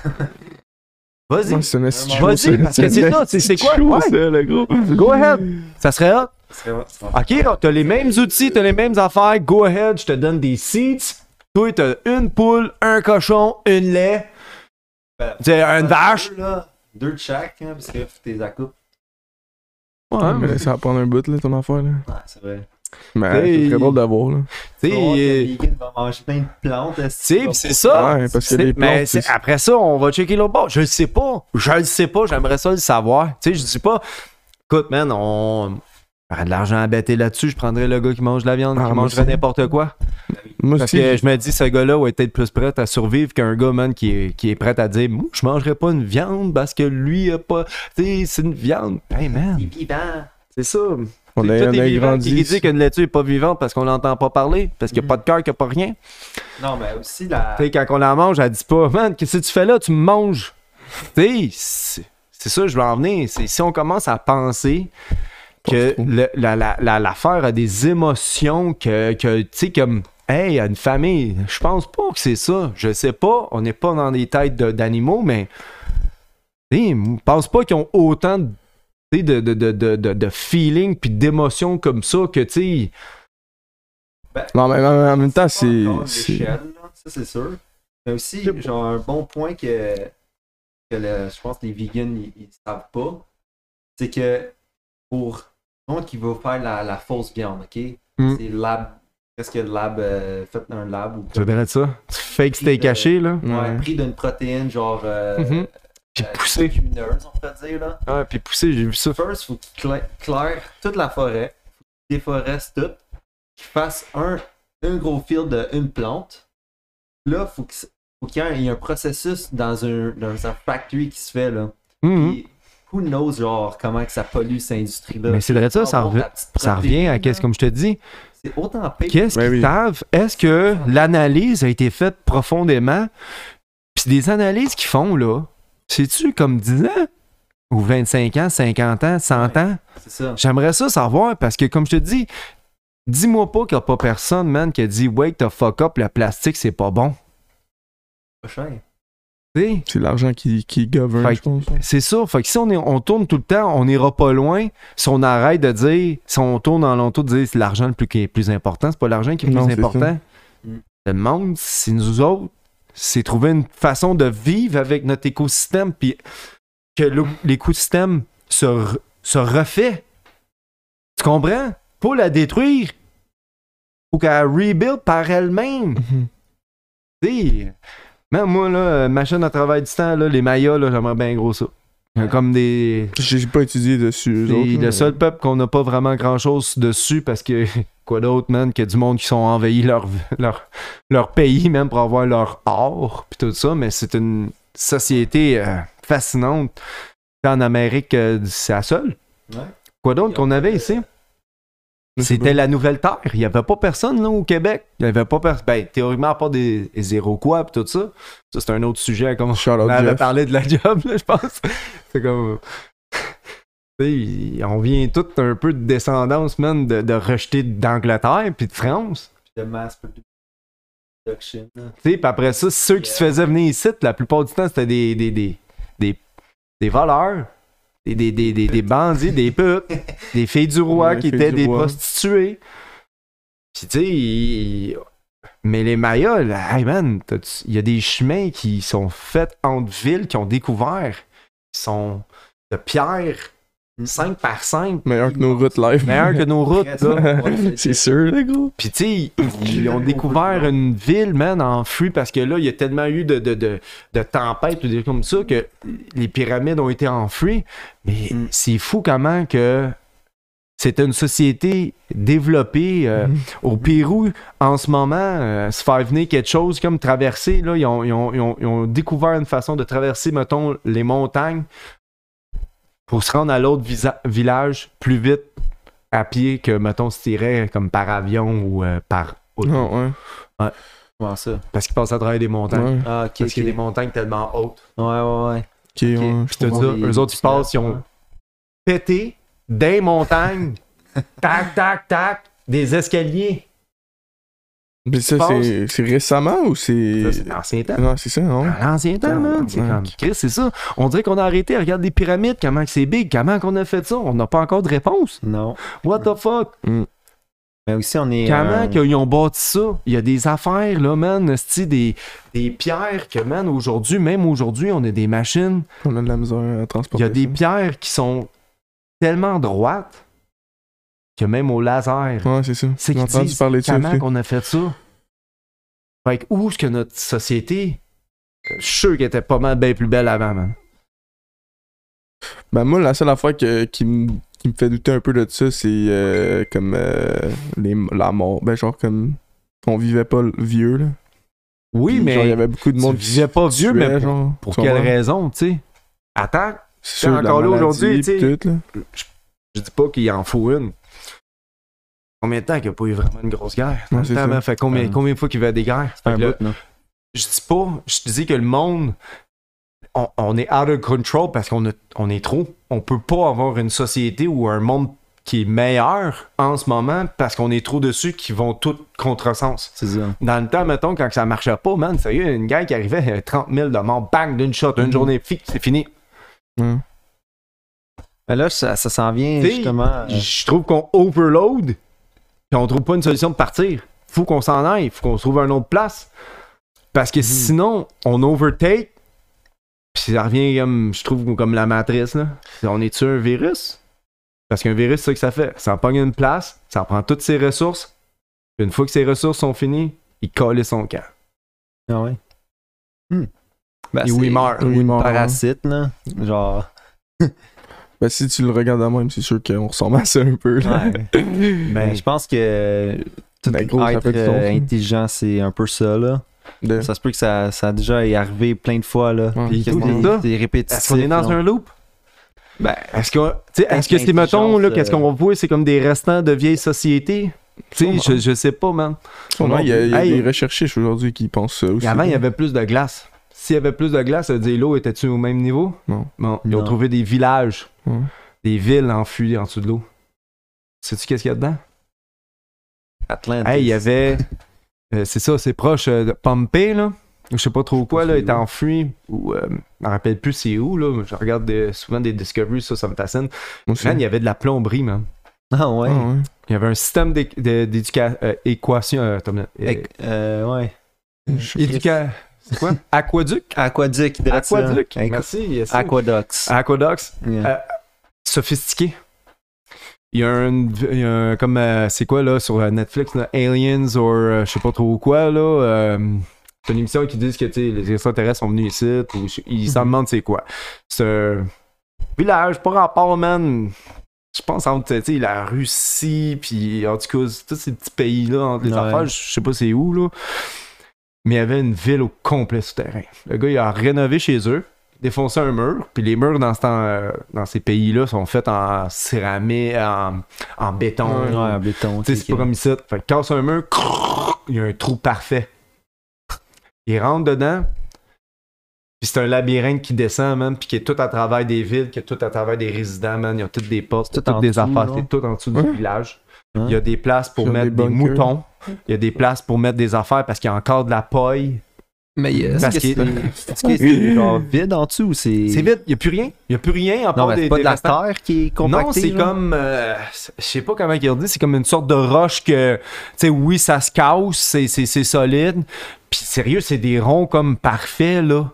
Vas-y. Ouais, c'est un esti Vas-y, chaud, parce ça. que c'est ça, c'est quoi? chaud, Ouais. ça, le gros. Go ahead. Ça serait hot. C'est vrai, c'est vrai. OK, donc t'as les mêmes outils, t'as les mêmes affaires. Go ahead, je te donne des seeds. Toi, t'as une poule, un cochon, une lait. Ben, C'est une vache. Deux de chaque, hein, parce que faut tes accoupes. Ouais, Mais ça va prendre un bout, là, ton affaire, là. Ouais, c'est vrai. Mais T'sais, c'est très drôle d'avoir, là. tu Tu vas voir que le sais, vegan va manger plein de plantes. tu sais, pis c'est ça. Ouais, parce que C'est- les plantes, mais c'est- après ça, on va checker l'autre bord. Je le sais pas. J'aimerais ça le savoir. Tu sais, je dis pas. Écoute, man, on aurait de l'argent à bêter là-dessus. Je prendrais le gars qui mange de la viande, Ah, qui moi mangerait aussi. n'importe quoi. Moi Parce aussi, que je me dis, ce gars-là va être peut-être plus prêt à survivre qu'un gars, man, qui est prêt à dire, moi, je mangerais pas une viande parce que lui a pas. Tu sais, c'est une viande. Hey, man, C'est vivant. c'est ça. On Tout a est vivant. grandi. Qui dit qu'une laitue est pas vivante parce qu'on l'entend pas parler, parce qu'il n'y a pas de cœur, qu'il n'y a pas rien. Non, mais aussi la. Tu sais, quand on la mange, elle dit pas, man, qu'est-ce que tu fais là? Tu me manges. Tu sais, c'est ça, je veux en venir. C'est si on commence à penser que l'affaire a des émotions, que tu sais, comme, hey, une famille, je pense pas que c'est ça. Je sais pas, on n'est pas dans des têtes d'animaux, mais je pense pas qu'ils ont autant de feeling puis d'émotions comme ça que, tu sais. Non, mais en même temps, c'est pas encore c'est. l'échelle, là, ça c'est sûr. Mais aussi, genre, un bon point que je pense que les vegans ils savent pas, c'est que pour donc qui va faire la fausse viande, ok? C'est lab. Qu'est-ce que le lab fait dans un lab ou Tu verrais ça? Tu fake steak caché, là? Ouais, pris d'une protéine genre Puis poussé. légumineuse, on pourrait dire là. Ah, puis poussé, j'ai vu ça. First, faut qu'il claire toute la forêt, faut qu'il déforeste tout, qu'il fasse un gros fil d'une plante. Là, faut qu'il y ait un processus dans un factory qui se fait là. Puis, who knows genre comment que ça pollue cette industrie-là. Mais c'est vrai ça, ça revient à qu'est-ce comme je te dis. C'est autant pire. Qu'est-ce qu'ils savent? Est-ce que l'analyse a été faite profondément? Puis des analyses qu'ils font là, c'est-tu comme 10 ans? Ou 25 ans, 50 ans, 100 ans? C'est ça. J'aimerais ça savoir parce que comme je te dis, dis-moi pas qu'il n'y a pas personne, man, qui a dit wake the fuck up, le plastique c'est pas bon. Pas cher. T'sais? C'est l'argent qui gouverne, je pense. C'est ça. Fait que si on tourne tout le temps, on n'ira pas loin. Si on arrête de dire, si on tourne dans l'entour de dire c'est l'argent qui est plus important, c'est pas l'argent qui est plus important. Le monde, c'est nous autres, c'est trouver une façon de vivre avec notre écosystème, puis que l'écosystème se refait. Tu comprends? Pour la détruire, faut qu'elle rebuild par elle-même. Tu sais, même moi, là, machine à travail du temps, là, les Mayas, là, j'aimerais bien gros ça. Comme des. J'ai pas étudié dessus. Le seul peuple qu'on n'a pas vraiment grand chose dessus parce que quoi d'autre, man, qu'il y a du monde qui sont envahis leur pays, même pour avoir leur or, puis tout ça, mais c'est une société fascinante. En Amérique, c'est la seule. Ouais. Quoi d'autre qu'on avait ici? C'était la Nouvelle Terre. Il n'y avait pas personne là, au Québec. Il n'y avait pas personne. Ben, théoriquement, à part des Iroquois et tout ça. Ça, c'est un autre sujet. Comme on avait parlé de la job, là, je pense. C'est comme. On vient tout un peu de descendance, man, de rejeter d'Angleterre puis de France. De mass production. Puis après ça, ceux qui se faisaient venir ici, la plupart du temps, c'était des voleurs. Des bandits, des putes, des filles du roi qui étaient des prostituées. Puis tu sais, mais les Mayas, là, hey man, il y a des chemins qui sont faits entre villes, qui ont découvert, qui sont de pierre 5 par 5. Meilleur que nos routes live. Meilleur que nos routes, là. C'est sûr, les gros. Puis tu sais, ils ont découvert une ville, man, en fruits parce que là, il y a tellement eu de tempêtes ou des trucs comme ça que les pyramides ont été en fruits. Mais c'est fou comment que c'était une société développée au Pérou. En ce moment, se faire venir quelque chose comme traverser, là, ils ont découvert une façon de traverser, mettons, les montagnes pour se rendre à l'autre village plus vite à pied que, mettons, se tirer comme par avion ou par auto. Non, ouais. Comment ça? Parce qu'ils passent à travers des montagnes. Ouais. Ah, ok. Parce qu'il y a des montagnes tellement hautes. Ouais. Puis je te dis, eux autres, ils passent, ils ont pété des montagnes, tac, tac, tac, des escaliers. Mais ça, c'est récemment ou c'est. Ça, c'est l'ancien temps. Non, c'est ça, non? L'ancien temps, man. C'est comme, Chris, c'est ça. On dirait qu'on a arrêté à regarder les pyramides, comment c'est big, comment qu'on a fait ça. On n'a pas encore de réponse. Non. What the fuck? Mais aussi, on est. Comment qu'ils ont bâti ça? Il y a des affaires, là, man. Des pierres que, man, aujourd'hui, même aujourd'hui, on a des machines. On a de la misère à transporter. Il y a des pierres qui sont tellement droites que même au laser. Ouais, c'est ça. C'est qu'ils disent comment qu'on a fait ça. Fait que où est-ce que notre société, je suis sûr qu'elle était pas mal bien plus belle avant, man. Ben moi, la seule affaire qui me fait douter un peu de ça, c'est comme la mort. Ben genre comme on vivait pas vieux, là. Oui, puis, mais il y avait beaucoup de monde qui vivait pas vieux, tuait, mais genre, pour quelle raison, tu sais? Attends, c'est sûr, encore là aujourd'hui, tu sais, je je dis pas qu'il en faut une. Combien de temps qu'il n'y a pas eu vraiment une grosse guerre? Ouais, c'est ça. Fait combien de fois qu'il y avait des guerres? C'est un Fait que là, bout, là. je dis que le monde, on est out of control parce qu'on est trop. On peut pas avoir une société ou un monde qui est meilleur en ce moment parce qu'on est trop dessus qui vont tout contresens. C'est ça. Dans le temps, mettons, quand ça marchait pas, man, sérieux, une guerre qui arrivait, 30 000 de morts, bang, d'une shot, une journée, c'est fini. Ouais. Mais là, ça s'en vient T'sais, justement. Je trouve qu'on overload, puis on trouve pas une solution de partir. Faut qu'on s'en aille, faut qu'on se trouve une autre place. Parce que sinon, on overtake, puis ça revient comme, je trouve, comme la matrice, là. On est-tu un virus? Parce qu'un virus, c'est ça que ça fait. Ça en pogne une place, ça en prend toutes ses ressources, puis une fois que ses ressources sont finies, il colle son camp. Ah ouais. Ben, Et où il meurt. Oui, mort, Parasite, là. Genre. Ben, si tu le regardes à même, c'est sûr qu'on ressemble à ça un peu. Là. Ouais. Ben, je pense que tout Ben, gros, ça être fait du sens, hein. intelligent, c'est un peu ça, là. De- Ça se peut que ça a déjà est arrivé plein de fois, là. Ouais. Puis Puis que tout ça, c'est répétitif. Est-ce qu'on est dans là. un loop? Ben, Est-ce que c'est, mettons, là, qu'est-ce Intelligence, qu'on va voir, c'est comme des restants de vieilles sociétés? Tu sais, je sais pas, man. Sûrement, il y a Hey. des recherchistes aujourd'hui qui pensent ça aussi. Avant, il y avait plus de glace. S'il y avait plus de glace, ça veut dire l'eau était-tu au même niveau? Non. Bon, ils ont Non. trouvé des villages, Ouais. des villes enfuies en dessous de l'eau. Sais-tu qu'est-ce qu'il y a dedans? Atlantis. Hey, il y avait... c'est ça, c'est proche de Pompey, là. Je sais pas trop quoi, là, C'est était où? enfui. Ou, je me rappelle plus c'est où, là. Je regarde souvent des Discoveries, ça me fascine. Moi aussi. Man, il y avait de la plomberie, man. Ah ouais. Ah, ouais. Il y avait un système d'éducation... équation... Ouais. C'est quoi? Aquaduc? Aquaduc. direct ça. Aquaduc. Aqu- Merci. yes. Aquadox. Aquadox. Yeah. Sophistiqué. Il y a un comme c'est quoi là sur Netflix là, Aliens ou je sais pas trop quoi là. C'est une émission qui dit que tu sais, les extraterrestres sont venus ici ou ils s'en demandent c'est quoi. C'est un village pas rapport man. Je pense entre tu sais, la Russie puis en tout cas tous ces petits pays là entre les Ouais. affaires, je sais pas c'est où là. Mais il y avait une ville au complet souterrain. Le gars il a rénové chez eux. Défoncer un mur, puis les murs dans ces pays-là sont faits en céramique, en béton. Ouais, en béton. Tu sais, c'est pas comme ici. Fait que casse un mur, il y a un trou parfait. Il rentre dedans, puis c'est un labyrinthe qui descend, man, puis qui est tout à travers des villes, qui est tout à travers des résidents, man. Il y a toutes des portes, Tout toutes en des dessous, affaires, genre. c'est tout en dessous du Ouais. village. Hein? Il y a des places pour Sur mettre des des bunkers. moutons. Il y a des places pour mettre des affaires parce qu'il y a encore de la paille. Mais est-ce Parce que qu'il- c'est genre vide en dessous ou c'est. C'est vite, il n'y a plus rien. Il n'y a plus rien à Non, part mais c'est des pas de la restants. terre qui est compactée. Non, c'est genre? comme. Je sais pas comment il dit, c'est comme une sorte de roche que. Tu sais, oui, ça se casse, c'est solide. Puis sérieux, c'est des ronds comme parfaits, là.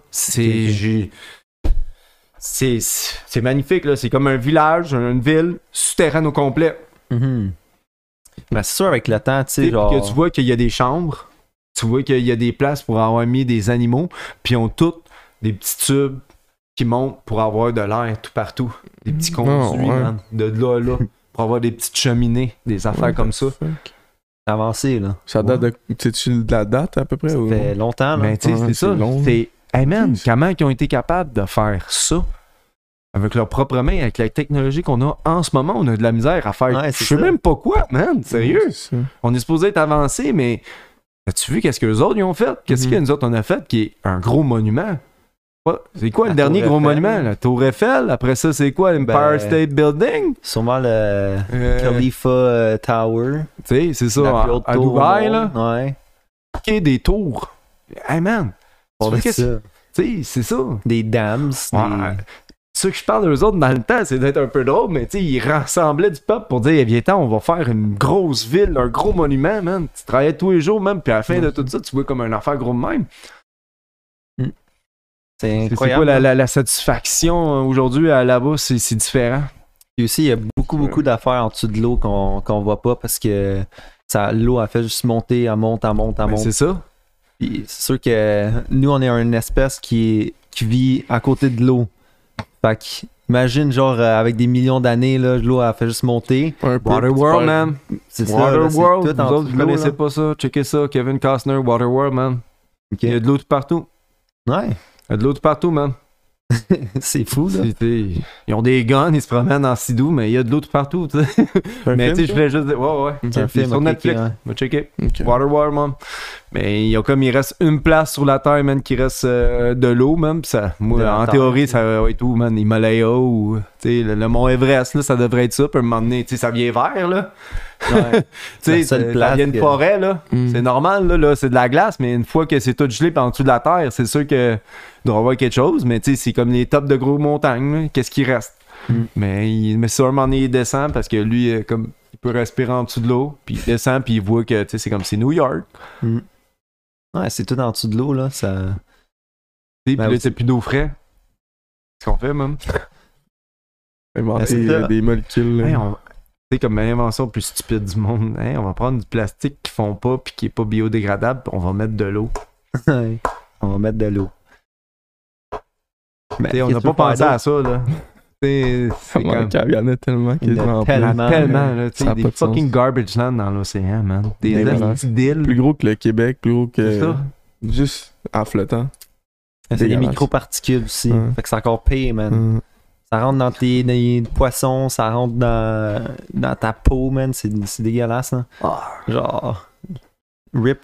C'est magnifique, là. C'est comme un village, une ville, souterraine au complet. Mhm. Ben, c'est sûr, avec le temps, tu Tu sais, sais, genre. que tu vois qu'il y a des chambres, tu vois qu'il y a des places pour avoir mis des animaux, puis ils ont toutes des petits tubes qui montent pour avoir de l'air tout partout. Des petits conduits, ouais. man, de là à là, pour avoir des petites cheminées, des affaires Ouais, comme ça. fuck. C'est avancé, là. Ça date de. Sais-tu de la date à peu près? Ça ou fait non? longtemps, là. Mais tu sais, Ouais, c'est c'est ça. long. C'est. Hey man, Jeez. comment ils ont été capables de faire ça? Avec leurs propres mains, avec la technologie qu'on a en ce moment, on a de la misère à faire. Ouais, Je c'est sais ça. même pas quoi, man. Sérieux? C'est ça. On est supposé être avancé, mais as-tu vu qu'est-ce que les autres ils ont fait? Qu'est-ce Mhm. que nous autres on a fait qui est un gros monument? C'est quoi La le dernier Tour gros Eiffel. monument? La Tour Eiffel? Après ça, c'est quoi? l'Empire Ben, State Building? Sûrement le Tu Khalifa Tower. sais, c'est ça, La plus haute à tour au Dubaï, là. monde. Ouais. Ok, des tours. Hey man, Bon, tu sais, c'est ça. tu sais, c'est ça. Des dams. Ouais. Ceux que je parle d'eux autres dans le temps, c'est d'être un peu drôle, mais tu sais, ils rassemblaient du peuple pour dire, viens on va faire une grosse ville, un gros monument, man. Tu travaillais tous les jours, même, puis à la fin de tout ça, tu vois comme un affaire gros de même. C'est C'est incroyable. quoi la satisfaction aujourd'hui là-bas, c'est différent. Puis aussi, il y a beaucoup d'affaires en dessous de l'eau qu'on voit pas parce que l'eau a fait juste monter, elle monte. Ben, c'est ça. Puis c'est sûr que nous, on est une espèce qui vit à côté de l'eau. Fait que, imagine, genre, avec des millions d'années, là, l'eau a fait juste monter. Un peu. Waterworld, man. C'est ça, là, c'est Waterworld, tout en vous autres, dessous vous de l'eau, connaissez là. pas ça? Checkez ça, Kevin Costner, Waterworld, man. Ok. Il y a de l'eau tout partout. Ouais. Il y a de l'eau tout partout, man. C'est fou, là. Ils ont des guns, ils se promènent en sidou, mais il y a de l'eau tout partout, tu sais. Mais tu sais, je voulais juste dire, ouais. C'est un film, sur ok, Netflix. ouais. Va checker. Ok. Water, man. Mais il reste une place sur la Terre, man, qui reste de l'eau, même. Ça, moi, De la en Terre, théorie, ok. ça va être où, man? Himalaya ou, tu sais, le mont Everest, là, ça devrait être ça. Puis à un moment donné, tu sais, ça vient vert, là. Ouais. Tu sais, La seule ça place vient de que- forêt, là. Mm. C'est normal, là, c'est de la glace, mais une fois que c'est tout gelé par en dessous de la terre, c'est sûr que il doit y avoir quelque chose, mais tu sais, c'est comme les tops de gros montagnes, là. Qu'est-ce qui reste? Mm. Mais ça, un moment donné, il descend parce que lui, comme, il peut respirer en dessous de l'eau, puis il descend, puis il voit que, tu sais, c'est comme c'est New York. Ouais, c'est tout en dessous de l'eau, là. Ça... Tu sais, puis Ben là, oui. t'as plus d'eau frais. Qu'est-ce qu'on fait, même? Inventer c'est ça. des molécules. là. Hey, tu sais, comme l'invention plus stupide du monde, hey, on va prendre du plastique qui font pas, puis qui est pas biodégradable, puis on va mettre de l'eau. Ouais. On va mettre de l'eau. Ben, Tu sais, on qu'est-ce n'a que tu pas veux pensé faire à ça, là. Tu sais, Ça c'est comme... manque, il y en a tellement Il y en a quasiment tellement. plus. Tellement, là, tu Ça sais, a des pas de sens. fucking garbage land dans l'océan, man. Des Dégueulasse. petites îles. Plus gros que le Québec, plus gros C'est que. ça. Juste en flottant. C'est des Dégueulasse. microparticules aussi. Ouais. Fait que c'est encore pire, man. Ça rentre dans tes poissons, ça rentre dans ta peau, man. C'est dégueulasse, là. Genre, rip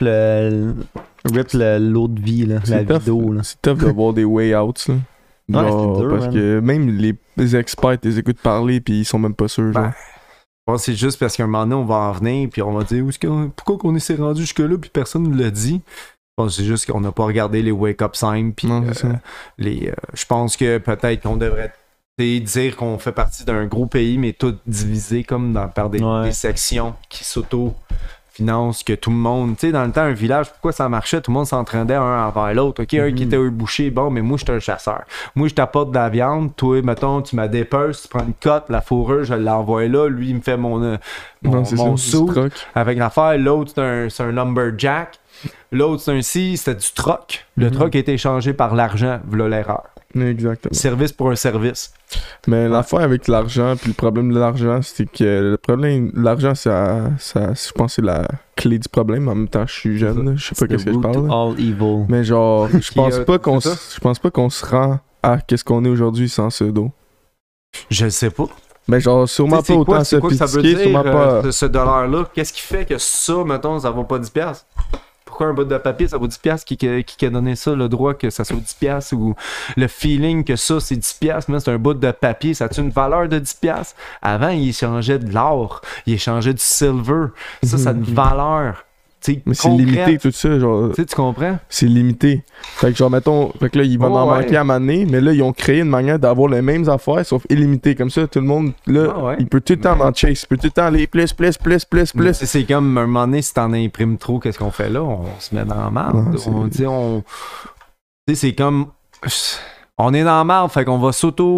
l'eau de vie, là, la vie d'eau, là. C'est tough de voir des way outs, là. Ouais, Genre, c'est dur, parce man. que même les experts, ils écoutent parler, puis ils sont même pas sûrs. Ben, genre. Je pense que c'est juste parce qu'à un moment donné, on va en venir, puis on va dire pourquoi qu'on s'est rendu jusque-là, puis personne ne l'a dit. Je pense que c'est juste qu'on n'a pas regardé les wake-up signs, puis Non, c'est ça. je pense que peut-être qu'on devrait dire qu'on fait partie d'un gros pays, mais tout divisé comme par des sections qui s'auto-financent, que tout le monde, tu sais, dans le temps, un village, pourquoi ça marchait? Tout le monde s'entraînait un envers l'autre. OK, un qui était un boucher, bon, mais moi, je suis un chasseur. Moi, je t'apporte de la viande, toi, mettons, tu m'as dépeces, tu prends une cote, la fourrure, je l'envoie là, lui, il me fait mon Non, c'est ça. sou du troc. avec l'affaire, l'autre, c'est un lumberjack. L'autre, c'était du troc. Le troc a été échangé par l'argent, voilà l'erreur. Exactement. Service pour un service. Mais l'affaire avec l'argent, puis le problème de l'argent, c'est que le problème, l'argent, ça, je pense que c'est la clé du problème. En même temps, je suis jeune, là, je sais pas C'est qu'est-ce que je the root parle. to là. all evil. Mais genre, je pense pas qu'on c'est ça? je pense pas qu'on se rend à qu'est-ce qu'on est aujourd'hui sans ce dos. Je le sais pas. Mais genre, sûrement pas autant c'est quoi que ça veut sophistiqué, dire, sûrement pas. ce dollar-là? Qu'est-ce qui fait que ça, mettons, ça vaut pas 10$? Pourquoi un bout de papier, ça vaut 10$? Qui a donné ça, le droit que ça soit 10$? Ou le feeling que ça, c'est 10$? Mais c'est un bout de papier, ça a une valeur de 10$? Avant, il échangeait de l'or, il échangeait du silver. Ça a une valeur. Mais c'est concrète. limité tout ça, genre. Tu comprends? C'est limité. Fait que genre, mettons, fait que là, ils vont en Ouais. manquer à m'amener, mais là, ils ont créé une manière d'avoir les mêmes affaires, sauf illimité. Comme ça, tout le monde, là, Ouais. il peut tout le temps en chase, il peut tout le temps aller plus. Mais c'est comme un moment donné, si t'en imprimes trop, qu'est-ce qu'on fait là? On se met dans la marde. Ouais, c'est- Tu sais, c'est comme. On est dans la marde, fait qu'on va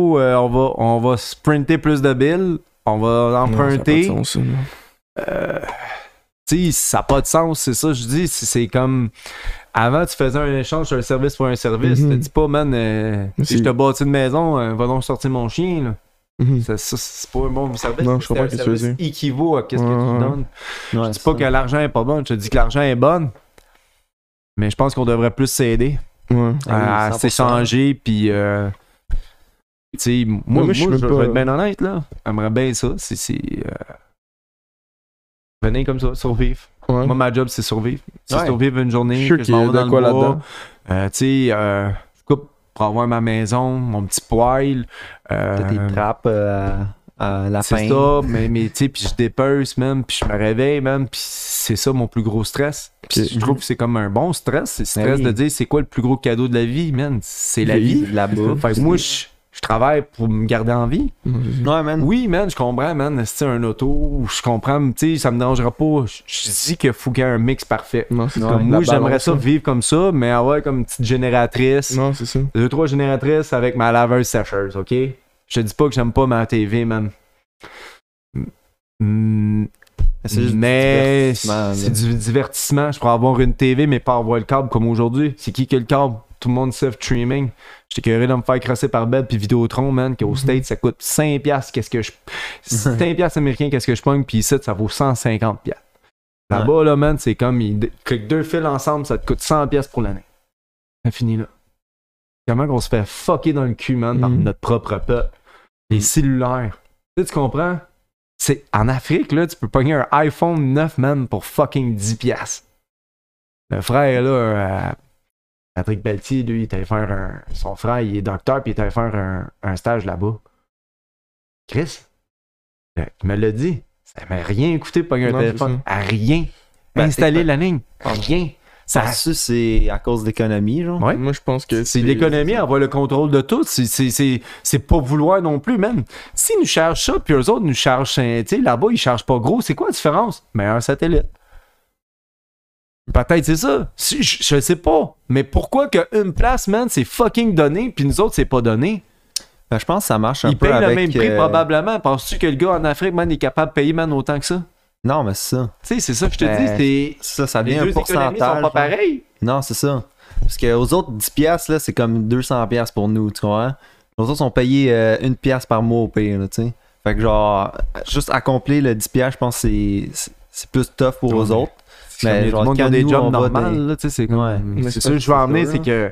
on va sprinter plus de billes, on va emprunter. Non, ça a pas de sens, ça, non. Tu sais, ça n'a pas de sens, c'est ça, je dis. C'est comme. Avant, tu faisais un échange, un service pour un service. Mhm. Tu dis pas, man, si c'est- je te bâtis une maison, va donc sortir mon chien, là. Mhm. Ça, c'est pas un bon service. Non, je comprends C'est ce un que tu veux service dire. équivaut à qu'est-ce que Ouais, tu ouais. donnes. Ouais, Je dis pas que l'argent est pas bon, je te dis que l'argent est bon. Mais je pense qu'on devrait plus s'aider Ouais. à 100%. s'échanger. Puis, tu sais, moi, je suis même je pas- vais être bien honnête, là. J'aimerais bien ça. Venez comme ça, survivre. Ouais. Moi, ma job, c'est survivre. C'est Ouais. survivre une journée. Je suis sûr que je qu'il y m'en a vais de dans le quoi bois. là-dedans. Tu sais, je coupe pour avoir ma maison, mon petit poêle. T'as tes trappes à la fin. C'est ça, mais tu sais, puis je dépece même, puis je me réveille même, puis c'est ça mon plus gros stress. Puis Ok. je trouve que c'est comme un bon stress, c'est le stress oui. de dire c'est quoi le plus gros cadeau de la vie, man, c'est la C'est vie. De la bouffe. Fait que moi, je travaille pour me garder en vie. Ouais, man. Oui, man, je comprends, man, c'est un auto, je comprends, tu sais, ça me dérangera pas. Je dis qu'il faut qu'il y ait un mix parfait. Non, c'est Ouais. ça. Comme La moi, j'aimerais balance, ça vivre comme ça, mais avoir comme une petite génératrice. Non, c'est ça. 2-3 génératrices avec ma laveuse sécheuse, ok? Je te dis pas que j'aime pas ma TV, man. C'est juste du Mais divertissement, là. c'est du divertissement. Je pourrais avoir une TV, mais pas avoir le câble comme aujourd'hui. C'est qui a le câble? Tout le monde sait streaming. J'étais curieux de me faire crosser par belle puis Vidéotron, man, qu'au States, ça coûte 5$. Qu'est-ce que je. 5$ américains, qu'est-ce que je pogne? Puis ici, ça vaut 150$. Là-bas, là, man, c'est comme. Clique 2 fils ensemble, ça te coûte 100$ pour l'année. Ça finit là. comment on se fait fucker dans le cul, man, par notre propre peuple. Les cellulaires. Tu comprends? C'est, en Afrique, là, tu peux pogner un iPhone 9, man, pour fucking 10$. Le frère, là, Patrick Pelletier, lui, il est allé faire son frère, il est docteur, puis il est allé faire un stage là-bas. Chris, il me l'a dit. Ça m'a rien coûté pour pogner un téléphone. À rien. Installer la ligne. Rien. Ça, c'est à cause de l'économie, genre? Ouais. Moi, je pense que c'est l'économie, avoir le contrôle de tout. C'est pas vouloir non plus, même. S'ils nous chargent ça, puis eux autres nous chargent, tu sais, là-bas, ils chargent pas gros, c'est quoi la différence? Mais un satellite. Peut-être c'est ça. Je sais pas. Mais pourquoi qu'une place, man, c'est fucking donné, puis nous autres, c'est pas donné? Ben, je pense que ça marche un peu avec... avec... Ils payent le même prix, probablement. Penses-tu que le gars en Afrique, man, est capable de payer, man, autant que ça? Non, mais c'est ça. Tu sais, c'est ça que je te dis. Ça devient un pourcentage. Les deux sont pas pareils. Non, c'est ça. Parce qu'aux autres, 10$, là, c'est comme 200$ pour nous, tu comprends? Les autres sont payés 1$ par mois au pire, là, tu sais. Fait que genre, juste accomplir le 10$, je pense que c'est plus tough pour eux autres. Mais genre, quand des jobs normaux, là, tu sais, c'est comme... Ouais. C'est ça que je veux emmener, c'est que...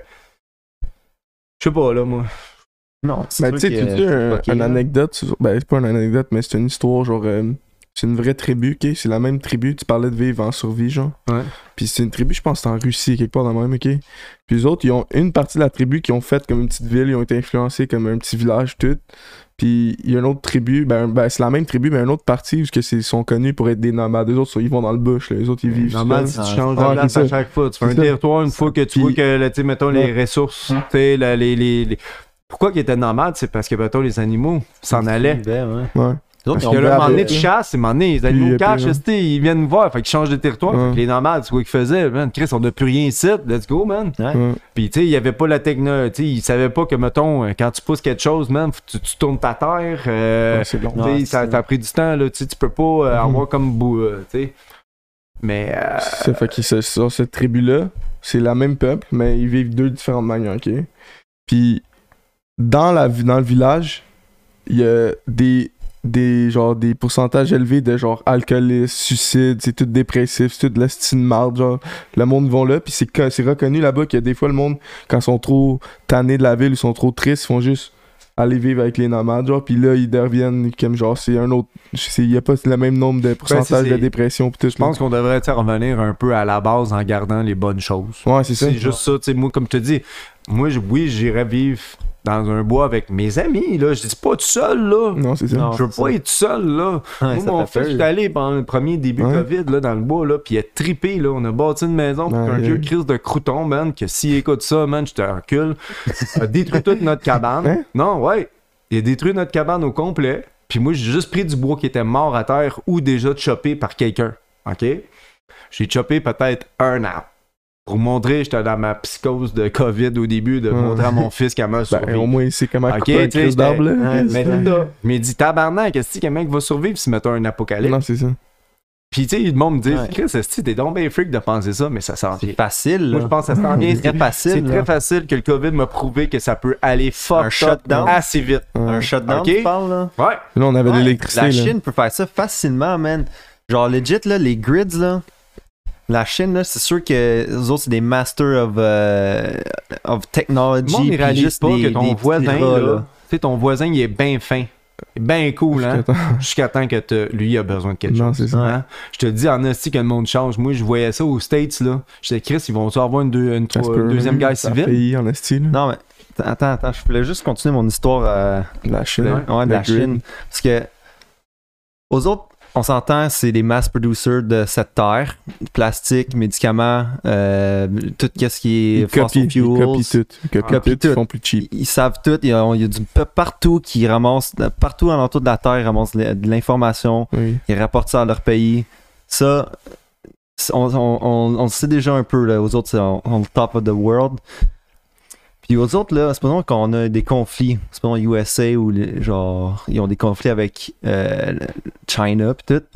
Je sais pas, là, moi... Non, c'est tu sais, tu dis une anecdote, ben c'est pas une anecdote, mais c'est une histoire, genre, c'est une vraie tribu, ok? C'est la même tribu, tu parlais de vivre en survie, genre. Ouais. Puis c'est une tribu, je pense que c'est en Russie, quelque part dans le même, ok? Puis les autres, ils ont une partie de la tribu qui ont fait comme une petite ville, ils ont été influencés comme un petit village, tout. Puis il y a une autre tribu, ben c'est la même tribu, mais une autre partie où ils sont connus pour être des nomades. Les autres, ils vont dans le bush, là. Les autres, ils vivent. Nomades, si tu changes de place à chaque fois. Tu fais un territoire une fois que tu vois que, tu sais, mettons, les ressources, tu sais, les... Pourquoi qu'ils étaient nomades? C'est parce que, mettons, les animaux s'en allaient. Ouais. Parce que là, à un moment donné, tu chasses, à un moment donné, les animaux cachent, ils viennent nous voir, fait qu'ils changent de territoire. Fait que les nomades, c'est quoi qu'ils faisaient? Man, Chris, on n'a plus rien ici, let's go, man. Puis, tu sais, il n'y avait pas la technologie, tu sais, ils savaient pas que, mettons, quand tu pousses quelque chose, man, tu tournes ta terre. C'est long. Ça a pris du temps, là, tu peux pas avoir comme bout, tu sais. Mais. Ça fait que sur cette tribu-là, c'est la même peuple, mais ils vivent deux différentes manières, ok? Puis, dans le village, il y a des pourcentages élevés de genre alcoolisme, suicide, c'est tout dépressif, c'est tout de la style marde, genre le monde vont là, puis c'est reconnu là-bas qu'il y a des fois le monde, quand ils sont trop tannés de la ville, ils sont trop tristes, ils font juste aller vivre avec les nomades, genre, puis là ils reviennent comme genre c'est un autre, il y a pas le même nombre de pourcentage de dépression pis tout. Je pense qu'on devrait revenir un peu à la base en gardant les bonnes choses. Ouais, c'est ça. C'est juste ça, tu sais, moi comme je te dis, moi j'irais vivre dans un bois avec mes amis, là. Je dis pas tout seul, là. Non, c'est ça. Non, je veux pas être tout seul, là. Ouais, moi, mon fils, j'étais allé pendant le premier début COVID, là, dans le bois, là, pis il a trippé, là. On a bâti une maison pour un vieux crise de crouton, man, que s'il écoute ça, man, je te recule. Il a détruit toute notre cabane. Hein? Non, ouais. Il a détruit notre cabane au complet. Puis moi, j'ai juste pris du bois qui était mort à terre ou déjà choppé par quelqu'un. OK? J'ai choppé peut-être un arbre. Pour montrer, j'étais dans ma psychose de COVID au début, de montrer à mon fils qu'elle m'a survécu. Au moins, il sait comment couper un crise d'arbre, là. Mais il dit, tabarnak, qu'est-ce qu'un mec va survivre si mettons un apocalypse? Non, c'est ça. Puis, tu sais, le monde me dit, Chris, est-ce que t'es donc bien freak de penser ça, mais ça s'en vient. C'est facile, là. Moi, je pense que ça s'en vient. C'est très facile. C'est très facile que le COVID m'a prouvé que ça peut aller assez vite. Un shutdown, tu parles, là? Ouais. Là, on avait l'électricité. La Chine peut faire ça facilement, man. Genre, legit, là, les grids, là. La Chine, là, c'est sûr que les autres, c'est des masters of technology. Le monde ne réalise juste pas que ton voisin, là, tu sais, ton voisin, il est bien fin. Bien cool, hein? Jusqu'à temps que lui, il a besoin de quelque chose. Non, c'est ça. Hein? Je te le dis, en esti que le monde change. Moi, je voyais ça aux States, là. Je disais, Chris, ils vont-tu avoir une deuxième guerre civile? En esti, là. Non, mais attends, je voulais juste continuer mon histoire. La Chine. Ouais, de la Chine. Parce que, aux autres, on s'entend, c'est les mass producers de cette terre. Plastique, médicaments, tout ce qui est fossil fuels. Ils copient tout. Ils font plus cheap. Ils savent tout. Il y a du peuple partout qui ramasse, partout alentour de la terre, ils ramassent de l'information. Oui. Ils rapportent ça à leur pays. Ça, on le sait déjà un peu. Là. Aux autres, c'est on top of the world. Puis aux autres, là, supposons qu'on a des conflits. Supposons USA ou genre, ils ont des conflits avec China pis tout.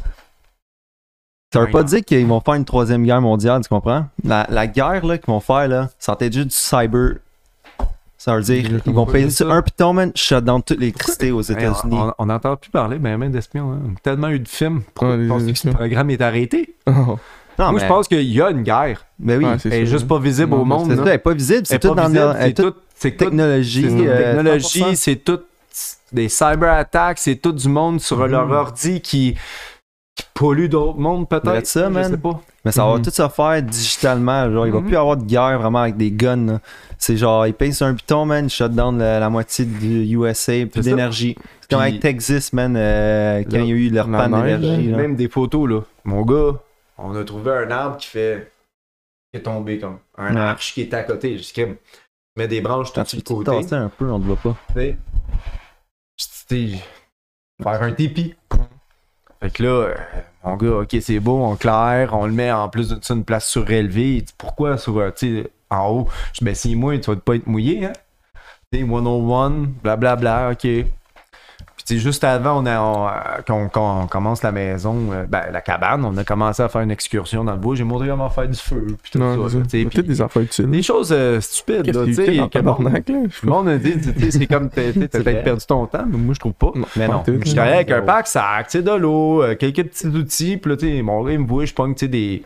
Ça veut pas dire qu'ils vont faire une troisième guerre mondiale, tu comprends? La guerre là, qu'ils vont faire, là, ça va être juste du cyber. Ça veut dire qu'ils vont payer ça. Un piton, man, shut down toute l'électricité aux États-Unis. On n'entend plus parler, ben, même d'espions. Hein. Tellement eu de films. Penses-tu que ce programme est arrêté? Moi, je pense qu'il y a une guerre. Ben oui. Ouais, c'est Elle est ça. juste pas visible Non, au monde. C'est là. ça, elle est pas visible. C'est Elle est tout pas dans visible, le. c'est tout Technologie. technologie, 100%. c'est tout des cyber-attacks, c'est tout du monde sur leur ordi qui pollue d'autres mondes, peut-être. Regarde ça, Je man. sais pas. Mais ça va Mhm. tout se faire digitalement. Genre, il va plus y avoir de guerre vraiment avec des guns. Là. C'est genre, ils payent sur un piton, man, ils shut down la moitié du USA, plus C'est ça. d'énergie. C'est comme Puis- avec Texas, man, quand il y a eu leur la panne neige, d'énergie. là. Même des photos, là. Mon gars, on a trouvé un arbre qui est tombé comme un Ouais. arche qui est à côté. Je mets des branches Quand tout tu sur te le côté. tasses un peu, on te voit pas. Tu sais, faire un tipi. Fait que là, mon gars, ok, c'est beau, on claire, on le met en plus de ça une place surélevée. Il dit, pourquoi sur, tu sais, en haut? Je dis, ben, si moi, tu vas pas être mouillé, hein? Tu sais, 101, blablabla, ok. Puis, tu sais, juste avant qu'on commence la maison, la cabane, on a commencé à faire une excursion dans le bois. J'ai montré comment faire du feu, puis tout Non, ça. c'est tu sais, ça. puis Peut-être des affaires utiles. des choses stupides, Qu'est-ce là, qui tu est utile sais. en tabarnak, là? Le monde a dit, tu sais, c'est comme, t'as peut-être vrai. perdu ton temps, mais moi, je trouve pas. Mais non. Pas tout. Je travaillais avec un pack sac, tu sais, de l'eau, quelques petits outils, puis là, tu sais, mon gars, il me voit, je pogne, tu sais, des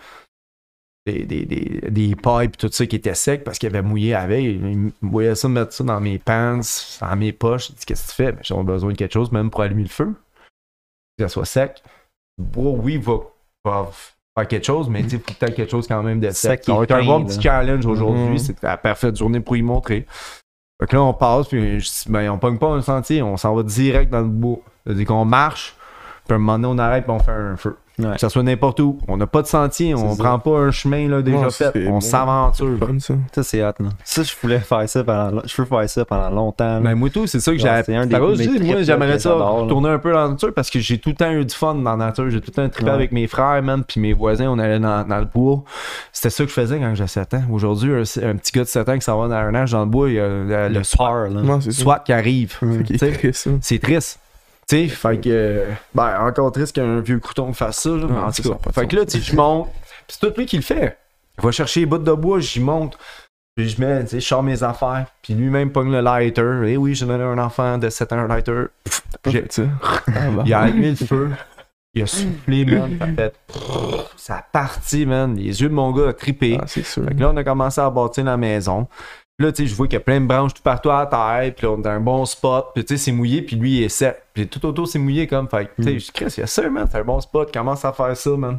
pipes, tout ça qui était sec parce qu'il avait mouillé la veille. Il me voyait ça, mettre ça dans mes pants, dans mes poches. Il dit, qu'est-ce que tu fais? Ben, j'ai besoin de quelque chose, même pour allumer le feu. Que ça soit sec. Le bois, oui, va faire quelque chose, mais tu sais, il faut que tu aies quelque chose quand même de Ça sec. qui Ça va est être un fin, bon là. petit challenge aujourd'hui. Mhm. C'est la parfaite journée pour y montrer. Fait que là, on passe, puis je dis, ben, on pogne pas un sentier, on s'en va direct dans le bois. C'est-à-dire qu'on marche, puis à un moment donné, on arrête, puis on fait un feu. Ouais. Que ça soit n'importe où. On n'a pas de sentier, on C'est ça. prend pas un chemin là, déjà Ouais, fait. c'est On bon. s'aventure. Fun, ça. Ça, c'est hot, là. Ça, je voulais faire ça pendant longtemps. là. Ben, moi, tout, c'est ça que j'ai Ouais, c'est un des- Ça va, je mes dis, moi, trips, j'aimerais là, ça que j'adore, là. tourner un peu dans la nature parce que j'ai tout le temps eu du fun dans la nature. J'ai tout le temps trippé Ouais. avec mes frères, même, puis mes voisins, on allait dans le bois. C'était ça que je faisais quand j'avais 7 ans. Aujourd'hui, un petit gars de 7 ans qui s'en va dans un âge dans le bois, il y a le peur, là. Non, c'est ça. SWAT qui arrive. C'est qui est Tu sais, triste, ça. c'est triste. Tu sais, fait que. Encore triste qu'un vieux crouton fasse ça, là. mais en c'est tout ça, cas. pas de Fait que là, sens. tu sais, je monte. Puis c'est tout lui qui le fait. Il va chercher les bouts de bois, j'y monte. Puis je mets, tu sais, je sors mes affaires. Puis lui-même pogne le lighter. Eh oui, j'ai donné à un enfant de 7 ans un lighter. Pas J'ai- fait ça. Ah, bah. Il a allumé le feu. Il a soufflé, man. Ça a fait. Ça a parti, man. Les yeux de mon gars ont trippé. Ah, c'est sûr. Fait que là, on a commencé à bâtir la maison. Puis là, tu sais, je vois qu'il y a plein de branches tout partout à terre. Puis là, on est dans un bon spot. Puis tu sais, c'est mouillé. Puis lui, il est sec. Puis tout autour, c'est mouillé comme. Fait que, tu sais, je dis, Chris, il y a ça, man. C'est un bon spot. Commence à faire ça, man.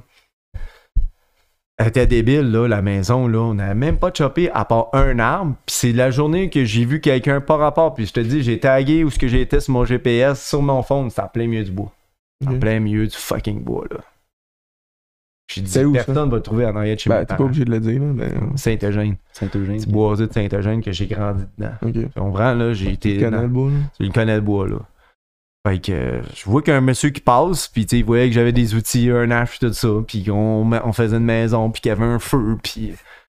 Elle était débile, là, la maison, là. On n'avait même pas chopé à part un arbre. Puis c'est la journée que j'ai vu quelqu'un par rapport. Puis je te dis, j'ai tagué où ce que j'étais sur mon GPS, sur mon phone. C'était en plein milieu du bois. En Ok. plein milieu du fucking bois, là. J'ai dit, C'est où, ça? personne va le trouver en arrière de chez Ben, mes t'es pas parents. obligé de le dire, là. Ben, Saint-Eugène. Saint-Eugène. Petit boisé de Saint-Eugène que j'ai grandi dedans. ok. Tu comprends, là? J'ai été. Tu connais le bois, là? Il connaît le bois, là. Fait que je vois qu'un monsieur qui passe, puis tu sais, il voyait que j'avais des outils, un hache, tout ça, puis on faisait une maison, puis qu'il y avait un feu, puis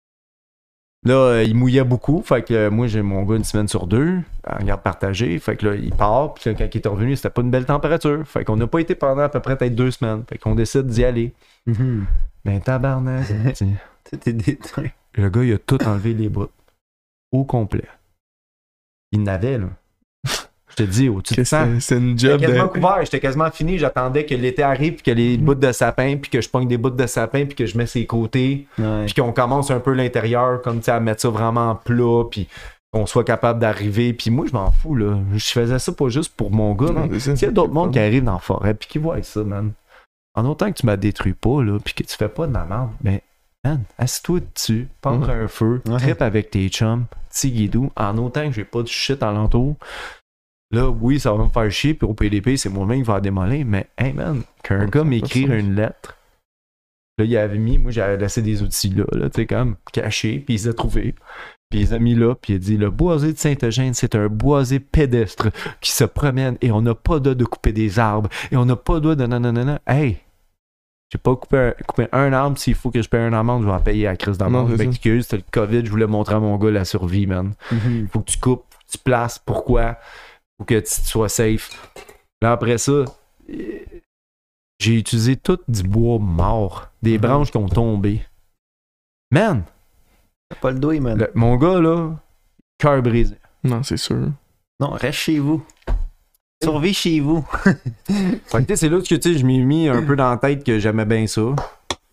là, il mouillait beaucoup, fait que moi, j'ai mon gars une semaine sur 2, en garde partagée, fait que là, il part, puis là, quand il est revenu, c'était pas une belle température, fait qu'on n'a pas été pendant à peu près peut-être 2 semaines, fait qu'on décide d'y aller. Mhm. Ben, tabarnak, tu sais, Tout est détruit. le gars, il a tout enlevé les bras, au complet. Il n'avait, là. Je te dis, au-dessus de Que 100. c'est une J'étais job quasiment de... couvert, j'étais quasiment fini, j'attendais que l'été arrive, puis que les bouts de sapin, puis que je pogne des bouts de sapin, puis que je mets ses côtés, Ouais. puis qu'on commence un peu l'intérieur, comme tu sais, à mettre ça vraiment plat, puis qu'on soit capable d'arriver. Puis moi, je m'en fous, là. Je faisais ça pas juste pour mon gars, Non, mais c'est ça. s'il y a d'autres mondes qui arrivent dans la forêt, puis qui voient ça, man. En autant que tu m'as détruit pas, là, puis que tu fais pas de la merde, ben, man, assis-toi dessus, prendre un feu, Ouais. trippe avec tes chums, petit guidou, en autant que j'ai pas de shit alentour. Là, oui, ça va me faire chier, puis au PDP, c'est moi-même qui va la démolir, mais hey man, qu'un Ouais, gars ça m'écrire fait sens. une lettre, là, il avait mis, moi j'avais laissé des outils là, tu sais, comme cachés, puis il les a trouvés, puis il les a mis là, puis il a dit, le boisé de Saint-Eugène, c'est un boisé pédestre qui se promène, et on n'a pas le droit de couper des arbres, et on n'a pas le droit de nanana. Hey! J'ai pas coupé un arbre, s'il faut que je paye un amende, je vais en payer à la crise d'amende. Non, Je c'est ça. m'excuse, c'était le COVID, je voulais montrer à mon gars la survie, man. Mhm. Faut que tu coupes, tu places, pourquoi? Faut que tu sois safe. Là, après ça, j'ai utilisé tout du bois mort, des branches qui ont tombé. Man, T'as pas le doigt, man. mon gars, là, cœur brisé. Non, c'est sûr. Non, reste chez vous. Survie chez vous. Fait que, tu sais, c'est là que tu sais, je m'ai mis un peu dans la tête que j'aimais bien ça.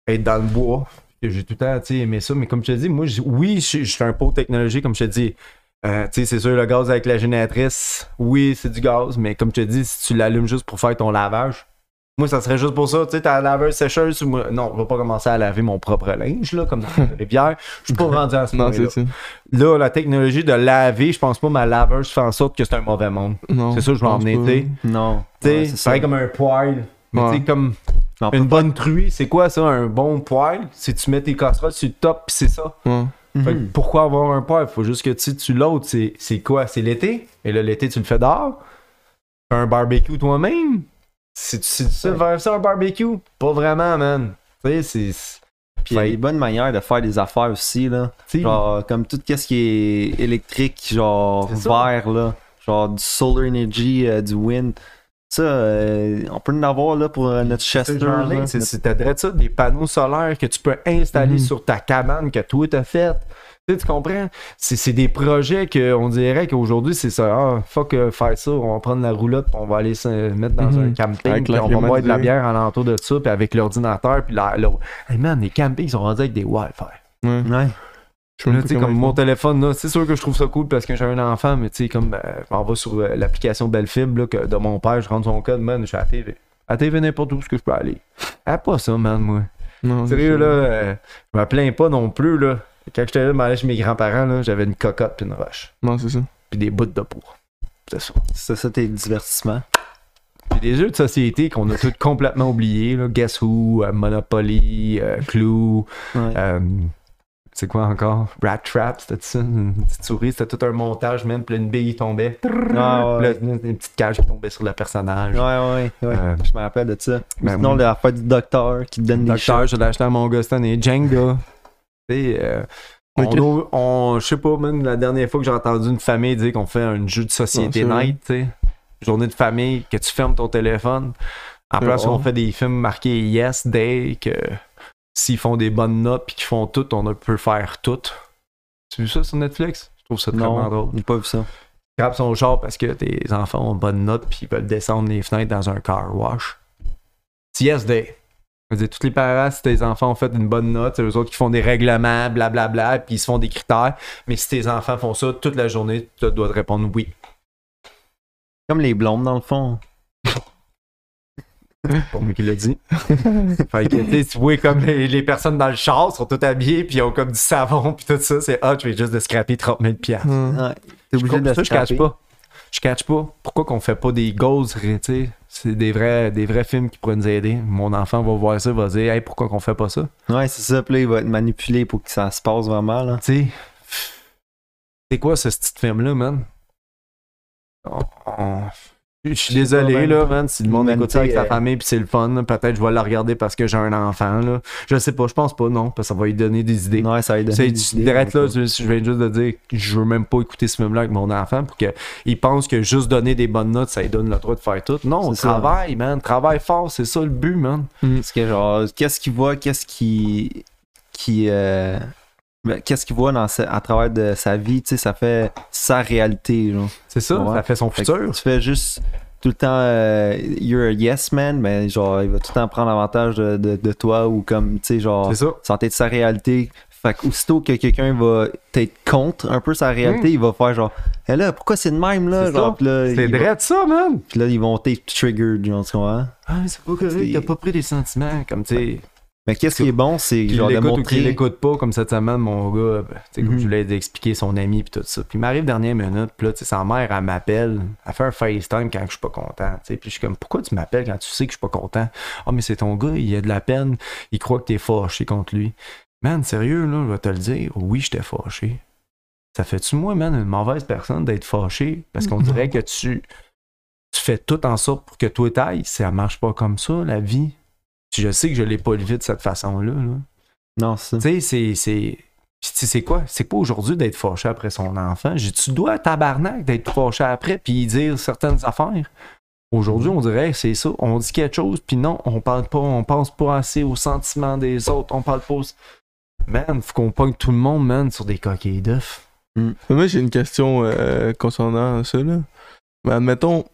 être dans le bois. Que j'ai tout le temps, tu sais, aimé ça. Mais comme je te dis, moi, oui, je suis un pot technologique, comme je te dis. Tu sais, c'est sûr, le gaz avec la génératrice, oui, c'est du gaz. Mais comme je te dis, si tu l'allumes juste pour faire ton lavage, moi, ça serait juste pour ça. Tu sais, t'as la laveuse sécheuse. Non, je vais pas commencer à laver mon propre linge, là, comme dans la rivière. Je suis pas rendu à ce Non, point-là. c'est ça. Là, la technologie de laver, je pense pas ma laveuse fait en sorte que c'est un mauvais monde. Non, C'est ça, je vais en pense venir, pas. tu sais. Non. Tu Ouais, sais, c'est c'est ça. pareil comme un poêle. Mais Ouais. tu sais, comme On peut une pas- bonne truie, c'est quoi ça, un bon poêle? C'est tu mets tes casseroles sur le top, pis c'est ça. Ouais. Fait que Mhm. pourquoi avoir un poêle? Faut juste que tu l'autre, c'est quoi? C'est l'été? Et là, l'été, tu le fais dehors? Fais un barbecue toi-même? C'est ça, faire ça un barbecue? Pas vraiment, man. Tu sais, c'est. Puis il y a des bonnes manières de faire des affaires aussi, là. tu sais, Genre, comme tout ce qui est électrique, genre C'est ça. vert, là. Genre du solar energy, du wind. Ça, on peut en avoir, là, pour notre Chester. là. T'adresses ça, des panneaux solaires que tu peux installer Mhm. sur ta cabane que toi t'as faite. Tu comprends? C'est des projets qu'on dirait qu'aujourd'hui, c'est ça. Ah, fuck faire ça, on va prendre la roulotte, puis on va aller se mettre dans Mhm. un camping, Avec puis la on va boire de la climatisée. bière alentour de ça, puis avec l'ordinateur, puis Hey man, les campings sont rendus avec des Wi-Fi. Ouais. Ouais. Je sais Là, même tu pas sais, comment comme ils mon font. téléphone, là, c'est sûr que je trouve ça cool parce que j'ai un enfant, mais tu sais, comme on va sur l'application Bellefib là, de mon père, je rentre son code, man, je suis à la TV. À la TV n'importe où ce que je peux aller. Ah, pas ça, man, moi. Non, Sérieux, c'est ça. là, je me plains pas non plus, là. Quand j'étais là, m'allais chez mes grands-parents, là, j'avais une cocotte puis une roche. Non, c'est ça. Puis des bouts de peau. C'est ça. C'est ça tes divertissements. Puis des jeux de société qu'on a tous complètement oubliés, là. Guess Who, Monopoly, Clue, Ouais. c'est quoi encore? Rat Trap, c'était ça? Une petite souris, c'était tout un montage même, puis là, une bille tombait. Ah, ouais. Puis là, une petite cage qui tombait sur le personnage. Ouais. Je me rappelle de ça. Ben, Sinon, oui. l'affaire du docteur qui te donne des Docteur, shots. je l'ai acheté à mon gars cette année. Jenga. Tu sais, Ok. je sais pas, même la dernière fois que j'ai entendu une famille dire qu'on fait un jeu de société Ouais, c'est night, tu sais. Journée de famille, que tu fermes ton téléphone. En C'est place, bon. on fait des films marqués Yes Day, que s'ils font des bonnes notes puis qu'ils font tout, on peut faire tout. Tu as vu ça sur Netflix? Je trouve ça très Non, drôle. j'ai pas vu ça. Grappe son char parce que tes enfants ont bonne note puis ils veulent descendre les fenêtres dans un car wash. C'est Yes Day. Je veux dire, tous les parents, si tes enfants ont fait une bonne note, c'est eux autres qui font des règlements, blablabla, puis ils se font des critères. Mais si tes enfants font ça toute la journée, tu dois te répondre oui. Comme les blondes, dans le fond. Pas moi qui l'a dit. Fait que, tu sais, tu vois comme les personnes dans le char sont toutes habillées, puis ils ont comme du savon, puis tout ça. C'est je vais juste de scraper 30 000 piastres. Ouais. T'es obligé de Ça, je catch scraper. pas. Je catch pas. Pourquoi qu'on fait pas des goals, tu sais? C'est des vrais films qui pourraient nous aider. Mon enfant va voir ça, va dire, hey, pourquoi qu'on fait pas ça? Ouais, c'est ça. Puis là, il va être manipulé pour que ça se passe vraiment, là. Tu sais, c'est quoi ce petit film-là, man? Je suis désolé, là, man, si le monde écoute ça avec sa famille puis c'est le fun, là, peut-être je vais le regarder parce que j'ai un enfant, là. Je sais pas, je pense pas, non, parce que ça va lui donner des idées. Ouais, ça va lui donner C'est des idées, direct là, donc, je viens juste de dire que je veux même pas écouter ce film-là avec mon enfant pour qu'il pense que juste donner des bonnes notes, ça lui donne le droit de faire tout. Non, C'est ça. travaille, man, travaille fort, c'est ça le but, man. Parce que genre, qu'est-ce qu'il voit, qu'est-ce qu'il voit à travers de sa vie, tu sais, ça fait sa réalité, genre. C'est ça, Ouais. ça fait son Fait que futur. tu fais juste tout le temps you're a yes man, mais genre il va tout le temps prendre avantage de toi ou comme tu sais genre C'est ça. santé de sa réalité. Fait que aussitôt que quelqu'un va être contre un peu sa réalité, il va faire genre hé là, pourquoi c'est de même là? C'est Genre, ça. pis là, C'est il va- vrai de ça, man. pis là, ils vont être triggered, genre, tu vois. Ah, mais c'est pas correct, C'est- t'as pas pris des sentiments, comme tu sais. Mais qu'est-ce qui est bon, c'est Qu'il genre de l'écoute ou qu'il montrer. l'écoute pas, comme cette semaine, mon gars, tu sais, comme Mhm. je voulais expliquer son ami puis tout ça. Puis il m'arrive dernière minute, puis là, tu sais, sa mère, elle m'appelle, elle fait un FaceTime quand je suis pas content, tu sais. Puis je suis comme, pourquoi tu m'appelles quand tu sais que je suis pas content? Ah, mais c'est ton gars, il a de la peine, il croit que t'es fâché contre lui. Man, sérieux, là, je vais te le dire, oui, j'étais fâché. Ça fait-tu, moi, man, une mauvaise personne d'être fâché? Parce qu'on dirait que tu fais tout en sorte pour que toi t'ailles. Ça marche pas comme ça, la vie. Puis je sais que je l'ai pas élevé de cette façon-là, là. Non, c'est ça. Tu sais, c'est quoi? C'est pas aujourd'hui d'être fâché après son enfant. Tu dois, tabarnak, d'être fâché après puis dire certaines affaires. Aujourd'hui, on dirait que c'est ça. On dit quelque chose, puis non, on parle pas, on pense pas assez aux sentiments des autres. On parle pas aux... Man, faut qu'on pogne tout le monde, man, sur des coquilles d'œufs. Moi, j'ai une question concernant ça, là. Mais admettons,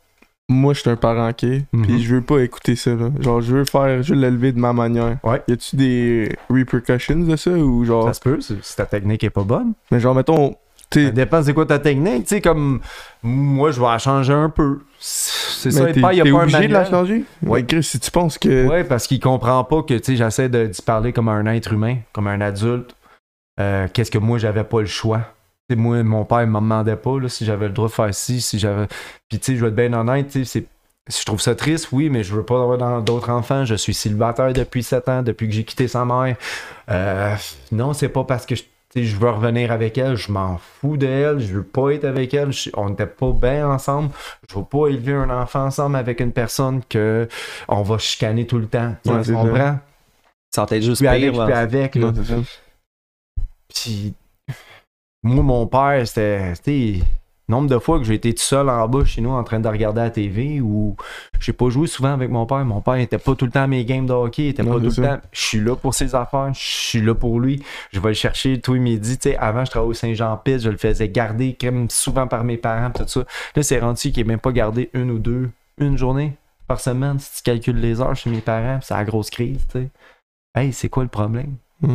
moi, je suis un parent gay, pis je veux pas écouter ça, là. Genre, je veux l'élever de ma manière. Ouais. Y a-tu des repercussions de ça, ou genre... Ça se peut, si ta technique est pas bonne. Mais genre, mettons, Ça dépend c'est quoi ta technique, tu sais, comme... Moi, je vais la changer un peu. C'est ça, t'es il y a pas un obligé de la manuel. changer? Ouais. Chris, si tu penses que... Ouais, parce qu'il comprend pas que, tu sais, j'essaie d'y parler comme un être humain, comme un adulte. Qu'est-ce que moi, j'avais pas le choix. T'sais, moi, mon père, il me demandait pas là, si j'avais le droit de faire ci, si j'avais... Puis, tu sais, je vais être bien honnête, tu sais, je trouve ça triste, oui, mais je veux pas avoir d'autres enfants. Je suis célibataire depuis 7 ans, depuis que j'ai quitté sa mère. Non, c'est pas parce que je veux revenir avec elle, je m'en fous d'elle, je veux pas être avec elle, on n'était pas bien ensemble. Je veux pas élever un enfant ensemble avec une personne que on va chicaner tout le temps. Ouais, Tu comprends? Ça va être juste Puis pire. avec, puis avec, là. Non, c'est ça. Puis, moi, mon père, c'était nombre de fois que j'ai été tout seul en bas chez nous en train de regarder la TV ou j'ai pas joué souvent avec mon père. Mon père était pas tout le temps à mes games de hockey, il était Non, pas tout c'est le ça. temps. Je suis là pour ses affaires, je suis là pour lui. Je vais le chercher tous les midis. Tu sais, avant, je travaillais au Saint-Jean-Piste, je le faisais garder comme souvent par mes parents, tout ça. Là, c'est rendu qu'il est même pas gardé une journée par semaine. Si tu calcules les heures chez mes parents, c'est la grosse crise, tu sais. Hey, c'est quoi le problème?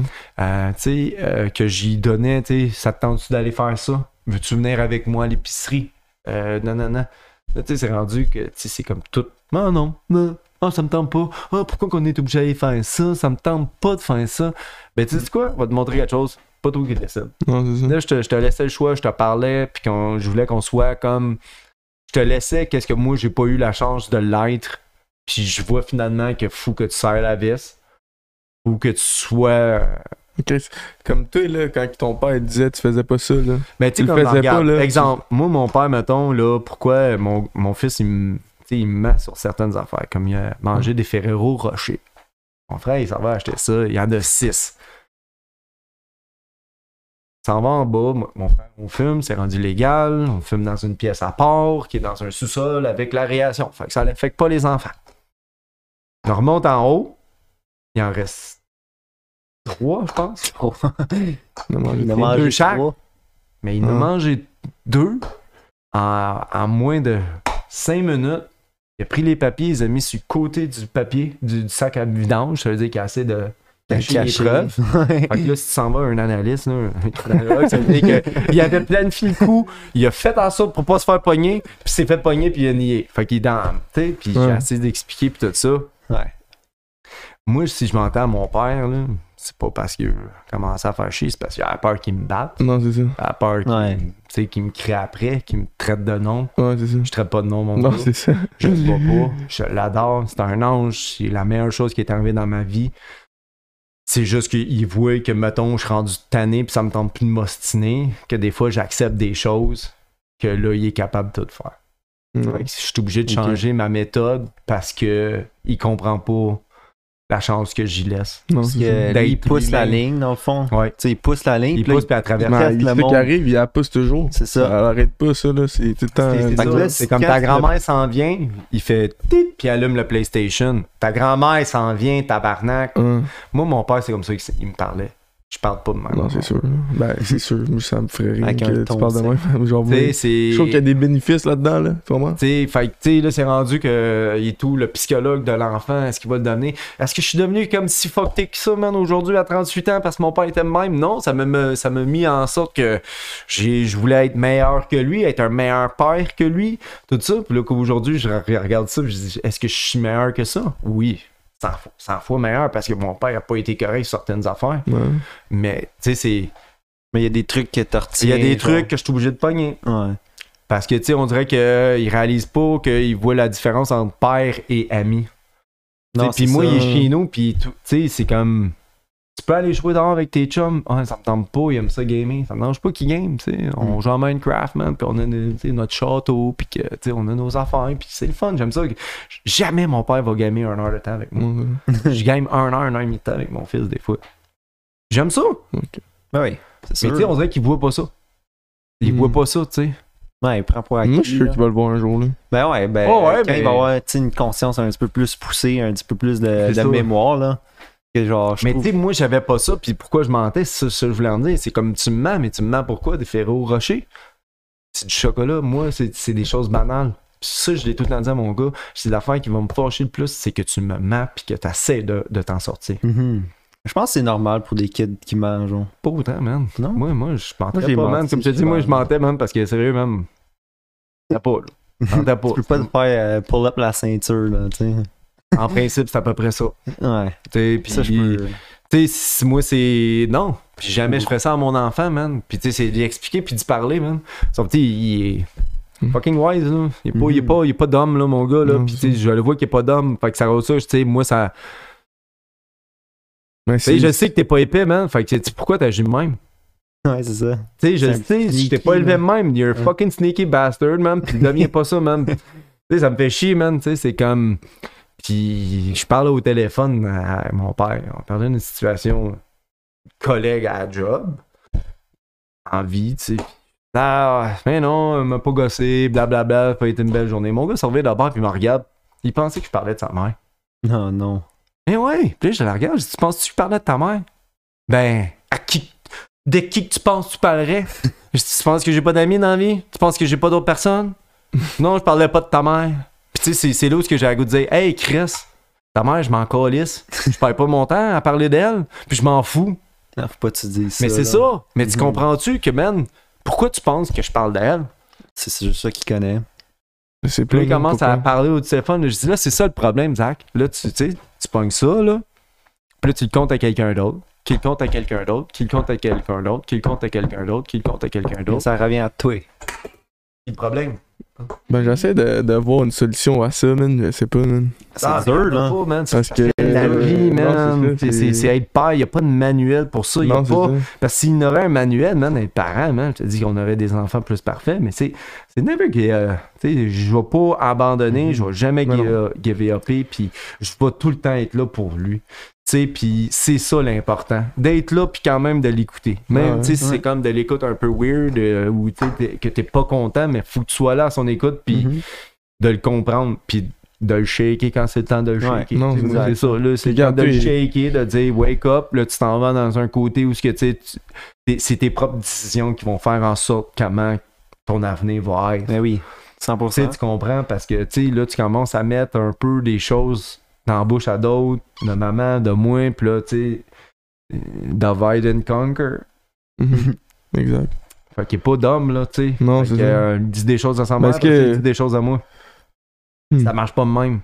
Que j'y donnais, tu sais, ça te tente-tu d'aller faire ça? Veux-tu venir avec moi à l'épicerie? Non. Là, tu sais, c'est rendu que, tu sais, c'est comme tout. Non. Ah, ça me tente pas. Ah, pourquoi qu'on est obligé d'aller faire ça? Ça me tente pas de faire ça. Ben, tu sais quoi? On va te montrer quelque chose. Pas toi qui décide. Non, c'est ça. Là, je te laissais le choix, je te parlais, puis je voulais qu'on soit comme. Je te laissais, qu'est-ce que moi, j'ai pas eu la chance de l'être. Puis je vois finalement que faut que tu serres la vis. Ou que tu sois. Chris, comme toi, là, quand ton père disait tu faisais pas ça, là. Mais tu sais, Tu le comme faisais regarde, pas, là, exemple, moi, mon père, mettons, là, pourquoi mon fils, il me ment sur certaines affaires, comme il a mangé des Ferrero Rocher. Mon frère, il s'en va acheter ça, il y en a 6. Il s'en va en bas, mon frère, on fume, c'est rendu légal, on fume dans une pièce à part, qui est dans un sous-sol avec l'aération, fait que ça n'affecte pas les enfants. On remonte en haut, il en reste 3, je pense. Il a mangé Il a trop. mangé deux chaque. 3. Mais il en a mangé 2 en moins de 5 minutes. Il a pris les papiers, il les a mis sur le côté du papier, du sac à vidange. Ça veut dire qu'il a assez de cacher les preuves. Fait que là, si tu s'en vas à un analyste, là, ça veut dire qu'il avait planifié le coup, il a fait en sorte pour pas se faire pogner, puis il s'est fait pogner, puis il a nié. Fait qu'il est dans. Tu sais, puis j'ai essayé d'expliquer, puis tout ça. Ouais. Moi, si je m'entends à mon père, là, c'est pas parce qu'il a commencé à faire chier, c'est parce qu'il a peur qu'il me batte. Non, c'est ça. Il a peur Ouais. qu'il me crie après, qu'il me traite de nom. Ouais, c'est ça. Je traite pas de nom, mon Non, gars. c'est ça. Je le vois pas. Je l'adore. C'est un ange. C'est la meilleure chose qui est arrivée dans ma vie. C'est juste qu'il voit que, mettons, je suis rendu tanné puis ça me tente plus de m'ostiner, que des fois, j'accepte des choses que là, il est capable de tout faire. Ouais. Fait que je suis obligé de Ok. changer ma méthode parce que il comprend pas la chance que j'y laisse. Non, Parce c'est que ça. lui, il D'être pousse la lui-même. ligne, dans le fond. Tu Ouais. sais, il pousse la ligne. Il puis là, pousse puis à travers. il Mais teste il le fait monde. qu'il arrive, il la pousse toujours. C'est ça. Elle arrête pas ça, là. C'est tout le temps. C'est Fait que ça. là, C'est si comme quand ta tu- grand-mère s'en vient, il fait tit puis allume le PlayStation. Ta grand-mère s'en vient, tabarnak. Hein. Moi, mon père, c'est comme ça qu'il me parlait. Je parle pas de même. Non, c'est sûr. Ben, c'est sûr. Moi, ça me ferait rien Avec un que tu ton parles de même. Genre, Tu moi, sais, c'est. je trouve qu'il y a des bénéfices là-dedans, là. Tu comprends? Tu sais, fait que, tu sais, là, c'est rendu que il est tout le psychologue de l'enfant. Est-ce qu'il va le donner? Est-ce que je suis devenu comme si fucké que ça, man, aujourd'hui, à 38 ans, parce que mon père était le même? Non, ça m'a mis en sorte que je voulais être meilleur que lui, être un meilleur père que lui, tout ça. Puis là, qu'aujourd'hui, je regarde ça, puis je dis, est-ce que je suis meilleur que ça? Oui. 100 fois meilleur, parce que mon père n'a pas été correct sur certaines affaires. Ouais. Mais, tu sais, c'est. Mais il y a des trucs que tu retiens. Il y a des genre. trucs que je suis obligé de pogner. Ouais. Parce que, tu sais, on dirait qu'il réalise pas qu'il voit la différence entre père et ami. Non, Puis c'est moi, ça. il est chez nous, puis tu sais, c'est comme. Tu peux aller jouer dehors avec tes chums. Ah, ça me tente pas, il aime ça gamer. Ça me dérange pas qu'il game, tu sais. On joue à Minecraft, man, puis on a tu sais, notre château, puis que, tu sais, on a nos affaires, puis c'est le fun. J'aime ça. Jamais mon père va gamer 1 heure de temps avec moi. Ouais. Je game 1 heure et demie de temps avec mon fils, des fois. J'aime ça. Ben oui, c'est Mais tu sais, sûr. on dirait qu'il voit pas ça. Il Mm. voit pas ça, tu sais. Ouais, il prend pour acquis. Moi, je suis sûr là. qu'il va le voir un jour, là. Ben ouais, ben Oh ouais, quand mais- il va avoir tu sais, une conscience un petit peu plus poussée, un petit peu plus C'est de ça. mémoire, là. Que genre, je Mais trouve... tu sais, moi, j'avais pas ça, puis pourquoi je mentais, c'est ça que je voulais en dire. C'est comme tu me mens, mais tu me mens pourquoi? Des Ferrero Rocher? C'est du chocolat. Moi, c'est des choses banales. Puis ça, je l'ai tout le temps dit à mon gars. C'est l'affaire qui va me fâcher le plus, c'est que tu me mens puis que tu essaies de t'en sortir. Je pense que c'est normal pour des kids qui mangent. Pas autant, man. Non? Moi, je mentais Moi, j'ai pas, man. menti, Comme je te dis, moi, je mentais, man, parce que sérieux, man. T'as pas, là. Mentais pas. Tu peux pas te faire pull up la ceinture, là, tu sais. En principe, c'est à peu près ça. Ouais. Puis Ça, je peux. tu sais, moi, c'est. Non. Puis jamais je ferais ça à mon enfant, man. Puis tu sais, c'est d'y expliquer puis d'y parler, man. Son petit, il est fucking wise, là. Il est pas d'homme, là, mon gars, là. Puis tu sais, je le vois qu'il est pas d'homme. Fait que ça rend ça, tu sais, moi, ça. Mais Tu sais, je sais que t'es pas épais, man. Fait que pourquoi t'agis de même? Ouais, c'est ça. Tu sais, je C'est un sais, je t'ai sneaky, pas élevé de man. même. You're a fucking sneaky bastard, man. Puis deviens pas ça, man. Tu sais, ça me fait chier, man. Tu sais, c'est comme. Puis je parlais au téléphone à mon père. On parlait d'une situation collègue à la job. En vie, tu sais. Ah, mais non, elle m'a pas gossé, blablabla, ça a pas été une belle journée. Mon gars se revient d'abord puis il me regarde. Il pensait que je parlais de sa mère. Non, non. Mais ouais, puis là, je la regarde, je dis, tu penses que je parlais de ta mère? Ben, à qui? De qui que tu penses que tu parlerais? Je dis, tu penses que j'ai pas d'amis dans la vie? Tu penses que j'ai pas d'autres personnes? Non, je parlais pas de ta mère. Puis tu sais, c'est là où j'ai le goût de dire, hey Chris, ta mère, je m'en calisse. Je perds pas mon temps à parler d'elle, puis je m'en fous. Non, faut pas que tu dises ça. Mais c'est là. ça. Mais tu comprends-tu que, man, pourquoi tu penses que je parle d'elle? C'est juste ça qu'il connaît. C'est Puis là, plus il commence à parler au téléphone. Je dis, là, c'est ça le problème, Zach. Là, tu sais, tu pognes ça, là. Puis là, tu le comptes à quelqu'un d'autre. Qui le compte à quelqu'un d'autre. Qui le compte à quelqu'un d'autre. Qui le compte à quelqu'un d'autre. Qui le compte à quelqu'un d'autre. Ça revient à toi. Le problème. Ben, j'essaie de voir une solution à ça, man. Je sais pas, man. C'est dur, là. Pas, man. Parce que. La vie, non, man. c'est ça, C'est être père. Il n'y a pas de manuel pour ça. Il y a Non, c'est pas. ça. Parce que s'il y en aurait un manuel, man, être parent, man, je te dis qu'on aurait des enfants plus parfaits, mais c'est never give. Tu sais, je vais pas abandonner, je vais jamais give up, puis je vais tout le temps être là pour lui. Tu sais, puis c'est ça l'important. D'être là, puis quand même de l'écouter. Même, tu sais, si c'est comme de l'écoute un peu weird, ou tu sais, que t'es pas content, mais faut que tu sois là à son écoute, puis de le comprendre, puis de le shaker quand c'est le temps de le shaker. non, Tu sais, c'est c'est ça, là, c'est le temps de le shaker, de dire wake up, là tu t'en vas dans un côté où ce que tu sais, c'est tes propres décisions qui vont faire en sorte comment ton avenir va être. Ben oui, 100%. Tu sais, tu comprends, parce que tu sais, là tu commences à mettre un peu des choses dans la bouche à d'autres, de maman, de moi, puis là, tu sais, divide and conquer. Exact. Fait qu'il n'y a pas d'homme, là, tu sais. Non, Fait c'est que, ça. il dit des choses à sa mère, Parce puis que- il dit des choses à moi. Ça marche pas de même.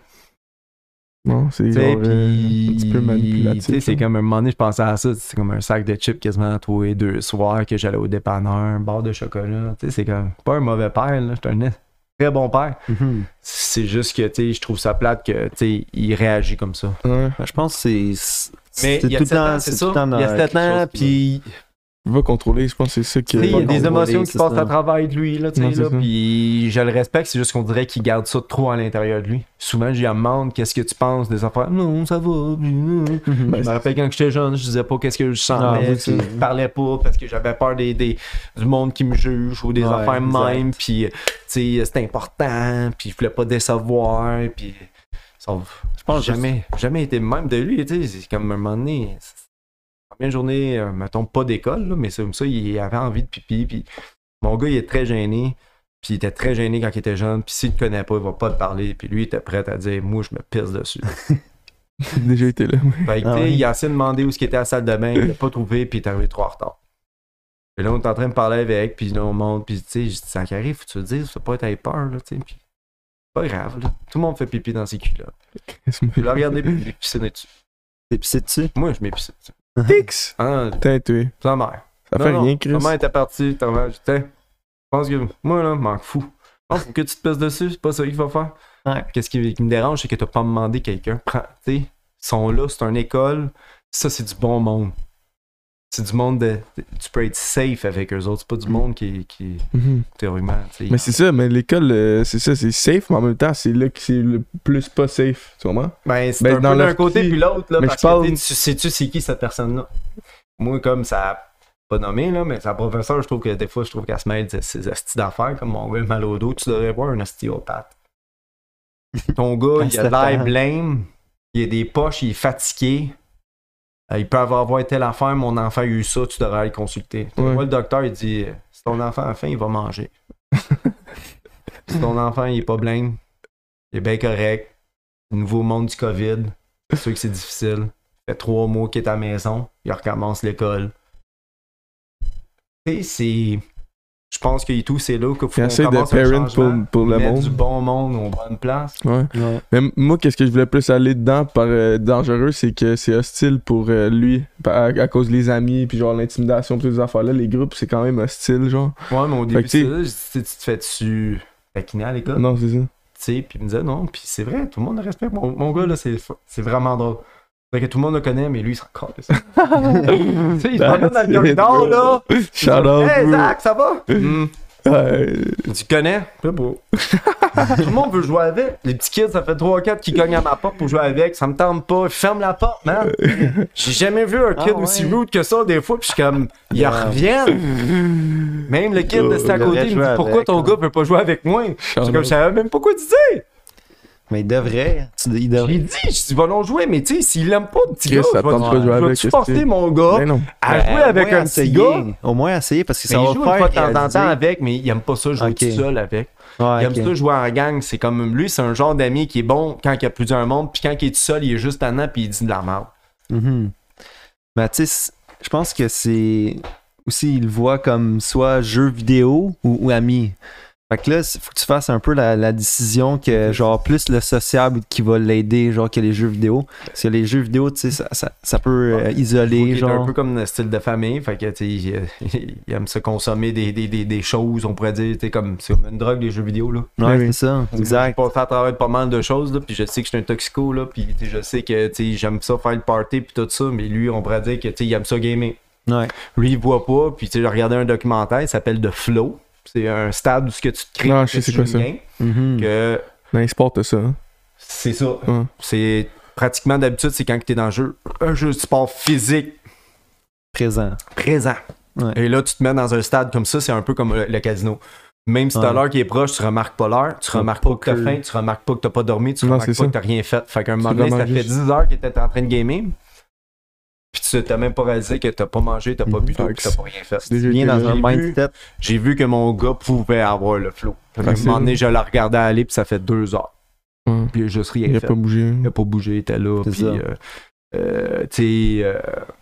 Non, c'est Tu sais, genre, un puis petit peu manipulatif. tu sais, c'est là. comme un moment donné, je pensais à ça, c'est comme un sac de chips quasiment tous les 2 soirs que j'allais au dépanneur, un bar de chocolat. Tu sais, c'est comme pas un mauvais père, là, je suis un très bon père. C'est juste que, tu sais, je trouve ça plate que, tu sais, il réagit comme ça. Ouais. Ben, je pense que c'est. Mais il y a tout le 7 ans, temps, c'est tout ça. le temps dans Il y a 7 quelque ans, chose puis Il va contrôler, je pense que c'est ça tu sais, il y a que. des contrôler, émotions qui c'est passent ça. à travers de lui, là, tu Non, sais, c'est là, ça. puis je le respecte, c'est juste qu'on dirait qu'il garde ça trop à l'intérieur de lui. Souvent, je lui demande qu'est-ce que tu penses des affaires. Non, ça va. Puis, je me rappelle quand j'étais jeune, je disais pas qu'est-ce que je sentais, oui, tu sais, je parlais pas parce que j'avais peur du monde qui me juge ou des Ouais, affaires exact. même, puis tu sais, c'était important, puis je voulais pas décevoir, puis ça, je pense que j'ai jamais été même de lui, tu sais, c'est comme un moment donné. Première journée, mettons pas d'école, là, mais c'est comme ça, il avait envie de pipi. Puis mon gars, il est très gêné. Puis il était très gêné quand il était jeune. Puis s'il te connaît pas, il va pas te parler. Puis lui, il était prêt à dire, moi, je me pisse dessus. J'ai déjà été là. Ouais. Fait que, Ah tu sais, ouais. il a essayé de demander où ce qui était à la salle de bain. Il l'a pas trouvé. Puis il est arrivé trop en retard. Et là, on est en train de parler avec. Puis là, on monte. Puis tu sais, je dis, ça qui arrive, faut que tu le dises. Faut pas être peur, là, tu sais. Puis c'est pas grave, là. Tout le monde fait pipi dans ses culottes. Puis là, regardez, puis il pissait dessus. T'es pissé dessus? Moi, je m'épissais dessus. Fix! Ah, Putain, tué. sa mère. Ça fait rien, Chris. Maman était partie, je pense que moi là, m'en fous. Je pense que tu te pèses dessus, c'est pas ça qu'il va faire. Ouais. Qu'est-ce qui me dérange, c'est que t'as pas demandé quelqu'un. Tu sais, ils sont là, c'est une école. Ça, c'est du bon monde. C'est du monde tu peux être safe avec eux autres. C'est pas du monde qui Mhm. théoriquement. tu sais. Mais c'est ça, mais l'école, c'est ça, c'est safe, mais en même temps, c'est là que c'est le plus pas safe, tu comprends? Ben, c'est Ben, un dans peu d'un leur côté petit- puis l'autre, là, Mais parce je parle- que tu sais-tu c'est qui cette personne-là? Moi, comme ça pas nommé, là, mais sa professeure, je trouve que des fois, je trouve qu'elle se mêle de ses astis d'affaires, comme mon gars, le mal au dos, tu devrais voir un ostéopathe. Ton gars, il a de l'air blême, il a des poches, il est fatigué. Il peut avoir telle affaire, mon enfant a eu ça, tu devrais aller consulter. Ouais. Moi, le docteur, il dit si ton enfant a faim, il va manger. Si ton enfant, il est pas blême, il est bien correct. Nouveau monde du COVID. C'est sûr que c'est difficile. Il fait 3 mois qu'il est à la maison. Il recommence l'école. Tu sais, c'est... Je pense que tout, c'est là qu'il faut qu'on Essaye de commence un parent changement, pour le mettre monde. du bon monde aux bonnes places. Ouais. Ouais. Mais moi, qu'est-ce que je voulais plus aller dedans par dangereux, c'est que c'est hostile pour lui, à cause des amis, puis genre l'intimidation, toutes ces affaires-là. Les groupes, c'est quand même hostile, genre. Ouais, mais au début, que, c'est ça. Je dis, tu te fais-tu taquiner à l'école? Non, c'est ça. Tu sais, puis il me disait non, puis c'est vrai, tout le monde le respecte. Mon gars, là, c'est vraiment drôle. Fait que tout le monde le connaît, mais lui, il s'en calme. Tu sais, il va dans le corridor, là. Shout out, Hey, bro. Zach, ça va? Ouais. Tu connais? Pas beau. Tout le monde veut jouer avec. Les petits kids, ça fait 3-4 qui cognent à ma porte pour jouer avec. Ça me tente pas. Ferme la porte, man. J'ai jamais vu un kid aussi rude que ça des fois. Puis je suis comme, ils reviennent. Même le kid de cet à côté, il me dit pourquoi ton gars peut pas jouer avec moi? Je suis comme, je savais même pas quoi dire. Mais il devrait. Il devrait. J'ai dit, je dis, va l'on jouer, mais tu sais, s'il l'aime pas, le petit gars, Chris, ça tente pas de jouer je vais avec, supporter qu'est-ce que mon gars Ben non. à jouer avec un petit gars. Au moins essayer parce que Mais ça il va joue faire une fois de temps en réaliser. temps avec, mais il aime pas ça jouer Ok. tout seul avec. Ouais, Il aime ok. ça jouer en gang. C'est comme lui, c'est un genre d'ami qui est bon quand il y a plusieurs monde, puis quand il est tout seul, il est juste tannant, puis il dit de la merde. Mhm. Mais tu sais, je pense que c'est aussi, il le voit comme soit jeu vidéo ou ami. Fait que là, il faut que tu fasses un peu la décision que, genre, plus le sociable qui va l'aider, genre, que les jeux vidéo. Parce que les jeux vidéo, tu sais, ça peut isoler, Il est un genre. peu comme le style de famille, fait que, tu sais, il aime se consommer des choses, on pourrait dire, tu sais, comme, c'est comme une drogue, les jeux vidéo, là. Ouais, Oui. c'est ça, J'ai exact. passé à travers pas mal de choses, là, puis je sais que je suis un toxico, là, puis tu sais, je sais que, tu sais, j'aime ça faire le party, puis tout ça, mais lui, on pourrait dire que, tu sais, il aime ça gamer. Ouais. Lui, il voit pas, puis tu sais, j'ai regardé un documentaire, il s'appelle The Flow. C'est un stade où ce que tu te crées, Ah, que je sais tu c'est quoi joues une ça. game, Mhm. que Dans les sports, t'as ça. Hein. c'est ça. Ouais. C'est pratiquement d'habitude, c'est quand tu es dans un jeu de sport physique Présent. présent. Ouais. Et là, tu te mets dans un stade comme ça, c'est un peu comme le casino. Même si t'as Ouais. l'heure qui est proche, tu remarques pas l'heure, tu remarques pas que t'as faim, tu remarques pas que t'as pas dormi, tu Non, remarques c'est pas ça. que t'as rien fait. Fait qu'à un moment C'est donné, ça vraiment fait juste. 10 heures que t'es en train de gamer, puis tu t'as même pas réalisé que t'as pas mangé, t'as pas bu d'eau, Fait que que t'as pas rien fait. Déjà, Bien dans j'ai un vu- mindset. J'ai vu que mon gars pouvait avoir le flow. À un Facile. moment donné, je le regardais aller, puis ça fait 2 heures. Ouais. Puis il a juste rien Il a fait. pas bougé. Il a pas bougé, il était là. C'est Puis, ça. tu sais,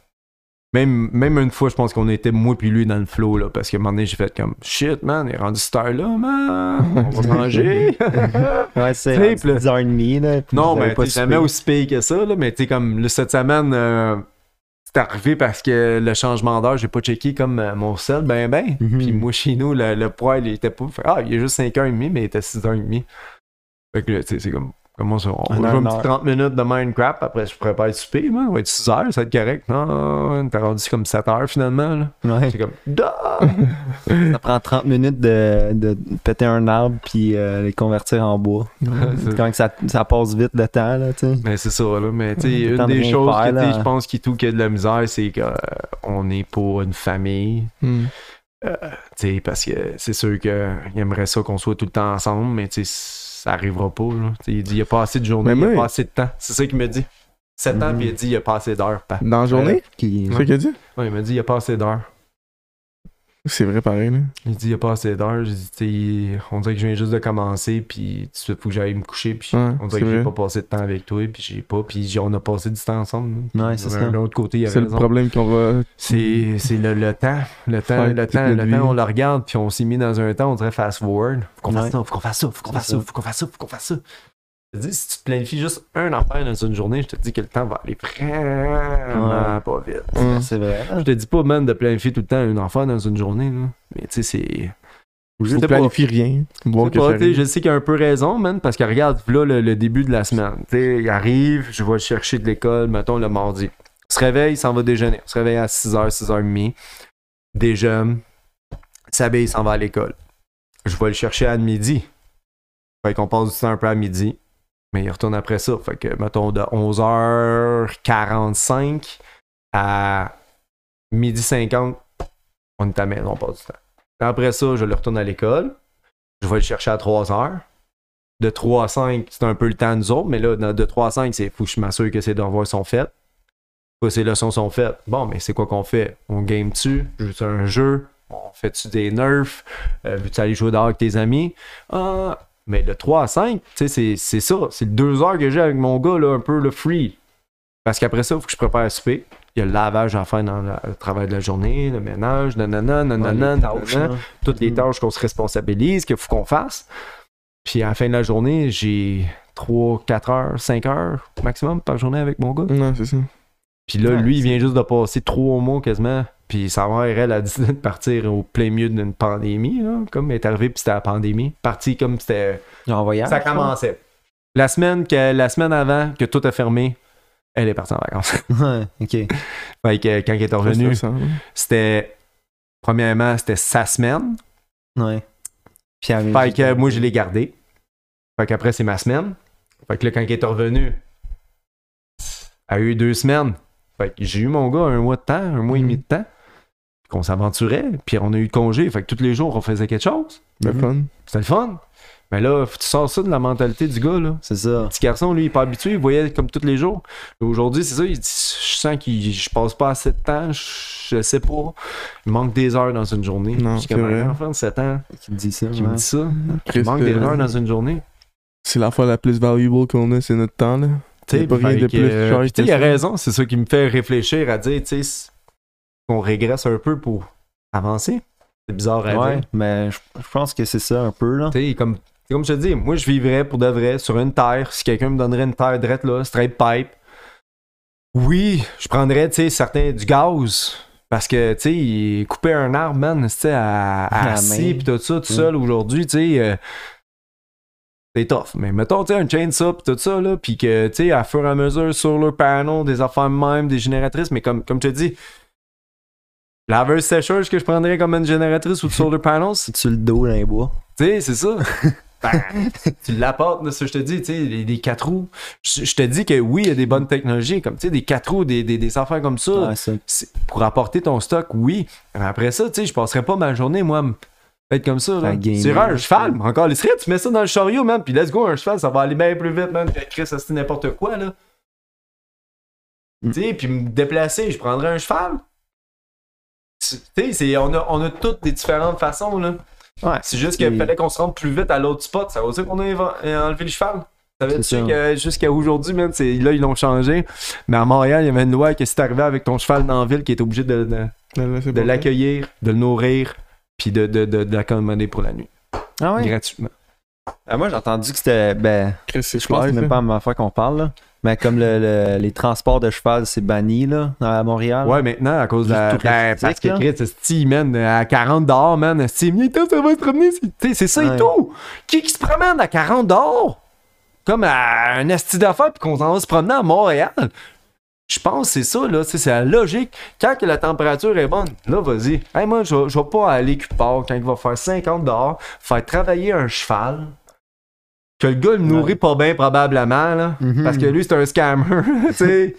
même une fois, je pense qu'on était moi puis lui dans le flow, là, parce qu'à un moment donné, j'ai fait comme shit, man, il est rendu cette heure-là, man. On va manger. Ouais, c'est Tu sais, puis là- 10h30, là. puis non, vous avez mais pas t'es jamais soupé. aussi payé que ça, là, mais tu sais, comme là, cette semaine, c'est arrivé parce que le changement d'heure, j'ai pas checké comme mon sel, ben. Mhm. Puis moi, chez nous, le poêle, il était pas. Il est juste 5h30, mais il était 6h30. Fait que là, tu sais, c'est comme. Comment ça? On va jouer une petite 30 minutes de Minecraft, après je prépare le souper, man. On va être 6h, ça va être correct. Non, t'as rendu comme 7h finalement, là. Ouais. C'est comme. Dah! Ça prend 30 minutes de péter un arbre puis les convertir en bois. Quand que ça passe vite le temps, là, tu sais. Mais c'est ça, là. Mais tu sais, Le une temps de des rien choses faire, que tu sais, là. je pense qui a de la misère, c'est qu'on est pour une famille. Hmm. Tu sais, parce que c'est sûr qu'il aimerait ça qu'on soit tout le temps ensemble, mais tu sais, ça arrivera pas. Là. Tu sais, il dit il n'y a pas assez de journée, Mais il n'y a moi- pas assez de temps. C'est ça qu'il me dit. 7 ans, Mhm. puis il a dit il n'y a pas assez d'heures. Dans la journée? Qui... C'est ça qu'il a dit? Ouais, il m'a dit il n'y a pas assez d'heures. C'est vrai, pareil, là. Il dit il n'y a pas assez d'heures. J'ai dit, tu sais, on dirait que je viens juste de commencer, puis tout de suite, il faut que j'aille me coucher, puis Ouais, on dirait c'est que j'ai vrai. pas passé de temps avec toi, puis j'ai pas, puis on a passé du temps ensemble. Ouais, c'est ça. De l'autre côté, il y a C'est le raison. problème qu'on va. C'est le temps. Le temps, Faire le toute temps, notre le temps, vie. on le regarde, puis on s'est mis dans un temps, on dirait fast forward. Faut qu'on Ouais. fasse ça, faut qu'on fasse ça, faut qu'on C'est fasse ça, ça. faut qu'on fasse ça, faut qu'on fasse ça. Je te dis, si tu te planifies juste un affaire dans une journée, je te dis que le temps va aller vraiment pas vite. Ouais. C'est vrai. Je te dis pas, man, de planifier tout le temps une affaire dans une journée, là. Mais tu sais, c'est. Je Faut sais pas. planifier rien. Voir Je sais que pas, ça tu sais, arrive. je sais qu'il a un peu raison, man, parce que regarde, là, le début de la semaine. Tu sais, il arrive, je vais le chercher de l'école, mettons, le mardi. Il se réveille, il s'en va déjeuner. Il se réveille à 6h, 6h30. Déjeune. Il s'habille, il s'en va à l'école. Je vais le chercher à midi. Fait qu'on passe du temps un peu à midi. Mais il retourne après ça. Fait que, mettons, de 11h45 à midi 50, on est à la maison, on passe du temps. Après ça, je le retourne à l'école. Je vais le chercher à 3h. De 3 à 5, c'est un peu le temps de nous autres, mais là, de 3 à 5, c'est faut que je m'assure que ses devoirs sont faits. Que ses leçons sont faites. Bon, mais c'est quoi qu'on fait? On game dessus, joue un jeu, On fait-tu des nerfs? Veux-tu aller jouer dehors avec tes amis? Ah, mais le 3 à 5, tu sais, c'est ça. C'est le 2 heures que j'ai avec mon gars, là, un peu le free. Parce qu'après ça, il faut que je prépare à souper. Il y a le lavage à faire dans le travail de la journée, le ménage, toutes les tâches qu'on se responsabilise, qu'il faut qu'on fasse. Puis à la fin de la journée, j'ai 3, 4 heures, 5 heures maximum par journée avec mon gars. Non, c'est ça. Puis là, lui, il vient juste de passer 3 mois quasiment. Puis sa mère, elle a décidé de partir au plein milieu d'une pandémie, là, comme elle est arrivée, puis c'était la pandémie. Parti comme c'était. En voyage. Ça commençait. La semaine avant que tout a fermé, elle est partie en vacances. Ouais, ok. Fait que quand elle est revenue, c'était. Premièrement, c'était sa semaine. Ouais. Puis fait que moi, je l'ai gardé. Fait qu'après, c'est ma semaine. Fait que là, quand elle est revenue, elle a eu 2 semaines. Fait que j'ai eu mon gars un mois de temps, un mois et demi de temps. Qu'on s'aventurait, puis on a eu de congé. Fait que tous les jours, on faisait quelque chose. Le fun. C'était le fun. Mais là, tu sors ça de la mentalité du gars, là. C'est ça. Le petit garçon, lui, il est pas habitué, il voyait comme tous les jours. Aujourd'hui, c'est ça, il dit, je sens que je passe pas assez de temps, je sais pas. Il manque des heures dans une journée. Non, c'est comme un enfant de 7 ans Qui me dit ça. qui me dit ça. Il manque des heures dans une journée. C'est la fois la plus valuable qu'on a, c'est notre temps, là. Tu sais, pas rien de plus cher que il a ça. raison, c'est ça qui me fait réfléchir à dire, tu sais, qu'on régresse un peu pour avancer. C'est bizarre à Ouais, dire. mais je pense que c'est ça un peu, là. Tu sais, comme je te dis, moi, je vivrais pour de vrai sur une terre. Si quelqu'un me donnerait une terre drette là, straight pipe, oui, je prendrais, tu sais, du gaz. Parce que, tu sais, couper un arbre, man, tu sais, à scie pis tout ça, tout seul aujourd'hui, tu sais, c'est tough. Mais mettons, tu sais, un chainsaw pis tout ça, là, pis que, tu sais, à fur et à mesure, sur le panel, des affaires même, des génératrices, mais comme je te dis, laveuse sécheuse que je prendrais comme une génératrice ou de solar panels, Tu le dos dans les bois. tu sais, c'est ça. Ben, tu l'apportes, là, ça, je te dis, tu sais, des 4 roues. Je te dis que oui, il y a des bonnes technologies, comme, tu sais, des 4 roues, des affaires comme ça. Ouais, ça. Pour apporter ton stock, oui. Mais après ça, tu sais, je passerais pas ma journée, moi, être comme ça, là. Sur un cheval, encore les serait, tu mets ça dans le chariot, man, puis let's go, un cheval, ça va aller bien plus vite, man, que Chris, ça c'est n'importe quoi, là. Tu sais, puis me déplacer, je prendrais un cheval. Tu sais, on a toutes des différentes façons, là. Ouais. C'est juste qu'il fallait qu'on se rende plus vite à l'autre spot. Ça veut dire qu'on a enlevé le cheval. Savais-tu que jusqu'à aujourd'hui, même, là, ils l'ont changé. Mais à Montréal, il y avait une loi que si t'arrivais avec ton cheval dans la ville, qui était obligé de l'accueillir, de le nourrir, puis de l'accommoder pour la nuit. Ah ouais? Gratuitement. Moi, j'ai entendu que c'était. Ben, je pense que c'est même live, pas la même fois qu'on parle, là. Mais comme les transports de cheval, c'est banni, là, à Montréal. Ouais, maintenant, à cause de la. Juste tout Parce que là. Chris, esti, man, à 40 $, man, esti, ça va se promener. Tu sais, c'est ça Ouais. et tout. Qui se promène à 40 $? Comme à un esti d'affaires, puis qu'on s'en va se promener à Montréal. Je pense que c'est ça, là. C'est la logique. Quand que la température est bonne, là, vas-y. Hey, moi, je vais pas aller quelque part quand il va faire 50 $, faire travailler un cheval. Que le gars le nourrit pas bien, probablement, là. Mhm. Parce que lui, c'est un scammer, tu sais.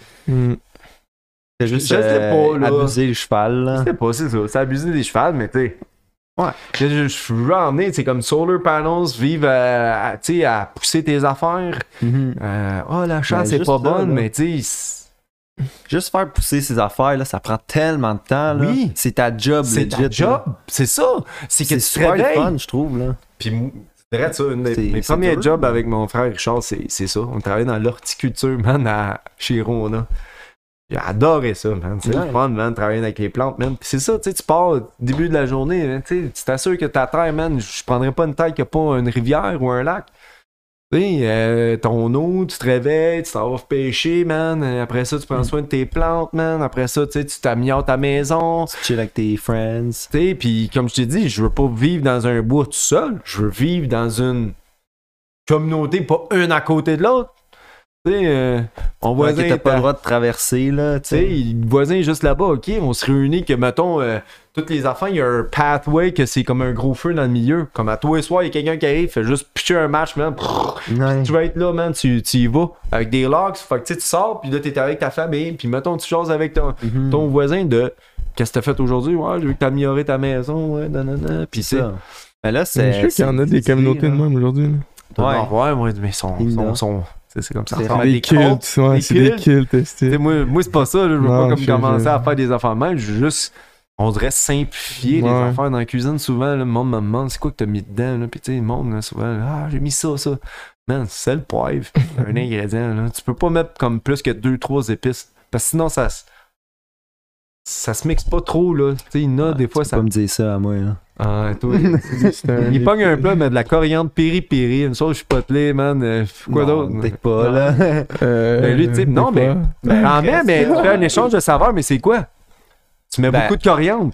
C'est juste Je sais pas, là. abuser le cheval, là. C'est pas, c'est ça. C'est abuser des chevals, mais tu sais. Ouais. Je veux emmener, c'est comme solar panels, vivre tu sais, à pousser tes affaires. Mhm. La chasse, c'est juste pas ça, bonne, là. mais tu sais. Juste faire pousser ses affaires, là, ça prend tellement de temps, là. Oui. C'est ta job, C'est ta legit, job. là. C'est ça. C'est que C'est tu te super réveilles. fun, je trouve, là. Puis, c'est vrai, ça, mes C'est premiers dur, jobs là. avec mon frère Richard, c'est ça. On travaillait dans l'horticulture, man, chez Rona. J'ai adoré ça, man. C'est le fun, man, travailler avec les plantes, man. Puis c'est ça, tu sais, tu pars au début de la journée, hein, tu t'assures que ta terre, man, je prendrais pas une terre qui a pas une rivière ou un lac. Tu sais, ton eau, tu te réveilles, tu t'en vas pêcher, man. Après ça, tu prends soin de tes plantes, man. Après ça, tu sais, tu t'améliores ta maison. Tu chill avec tes friends. Tu sais, puis comme je t'ai dit, je veux pas vivre dans un bois tout seul. Je veux vivre dans une communauté, pas une à côté de l'autre. Tu sais, mon voisin. Ouais, que t'as pas le droit de traverser, là, tu Tu sais, sais. le voisin est juste là-bas, ok, on se réunit, que mettons, toutes les enfants, il y a un pathway que c'est comme un gros feu dans le milieu. Comme à tous les soirs, il y a quelqu'un qui arrive, fait juste pitcher un match, man. Ouais. Tu vas être là, man, tu y vas. Avec des logs, fait que tu sais, tu sors, puis là, t'es avec ta famille, puis mettons, tu choses avec ton voisin de qu'est-ce que t'as fait aujourd'hui? Ouais, j'ai vu que t'as amélioré ta maison, ouais, nanana. Puis c'est. ça. Mais là, Je suis sûr qu'il y en a des communautés de même aujourd'hui. Ouais, mais sont c'est comme ça. C'est Ça Des des cultes, ouais, c'est des cultes. Tu sais, moi c'est pas ça, là, je veux Non, pas comme je- commencer à faire des affaires même, je veux juste on dirait simplifier les affaires dans la cuisine. Souvent, là, le monde me demande c'est quoi que t'as mis dedans. Là? Puis tu sais, le monde, là, souvent, ah, j'ai mis ça. Man, c'est le poivre. C'est un ingrédient. Là. Tu peux pas mettre comme plus que 2-3 épices. Parce que sinon, ça se mixe pas trop. Là. Tu sais, il y en a des fois. Tu peux pas me dire ça à moi. Là. Ah, toi, il pogne un plat, mais de la coriandre piri-piri, une sauce chipotelée, man. Quoi d'autre? Peut-être pas, là. Lui, tu sais, non, mais. Quand même, mais tu fais un échange de saveurs, mais c'est quoi? Tu mets beaucoup de coriandre.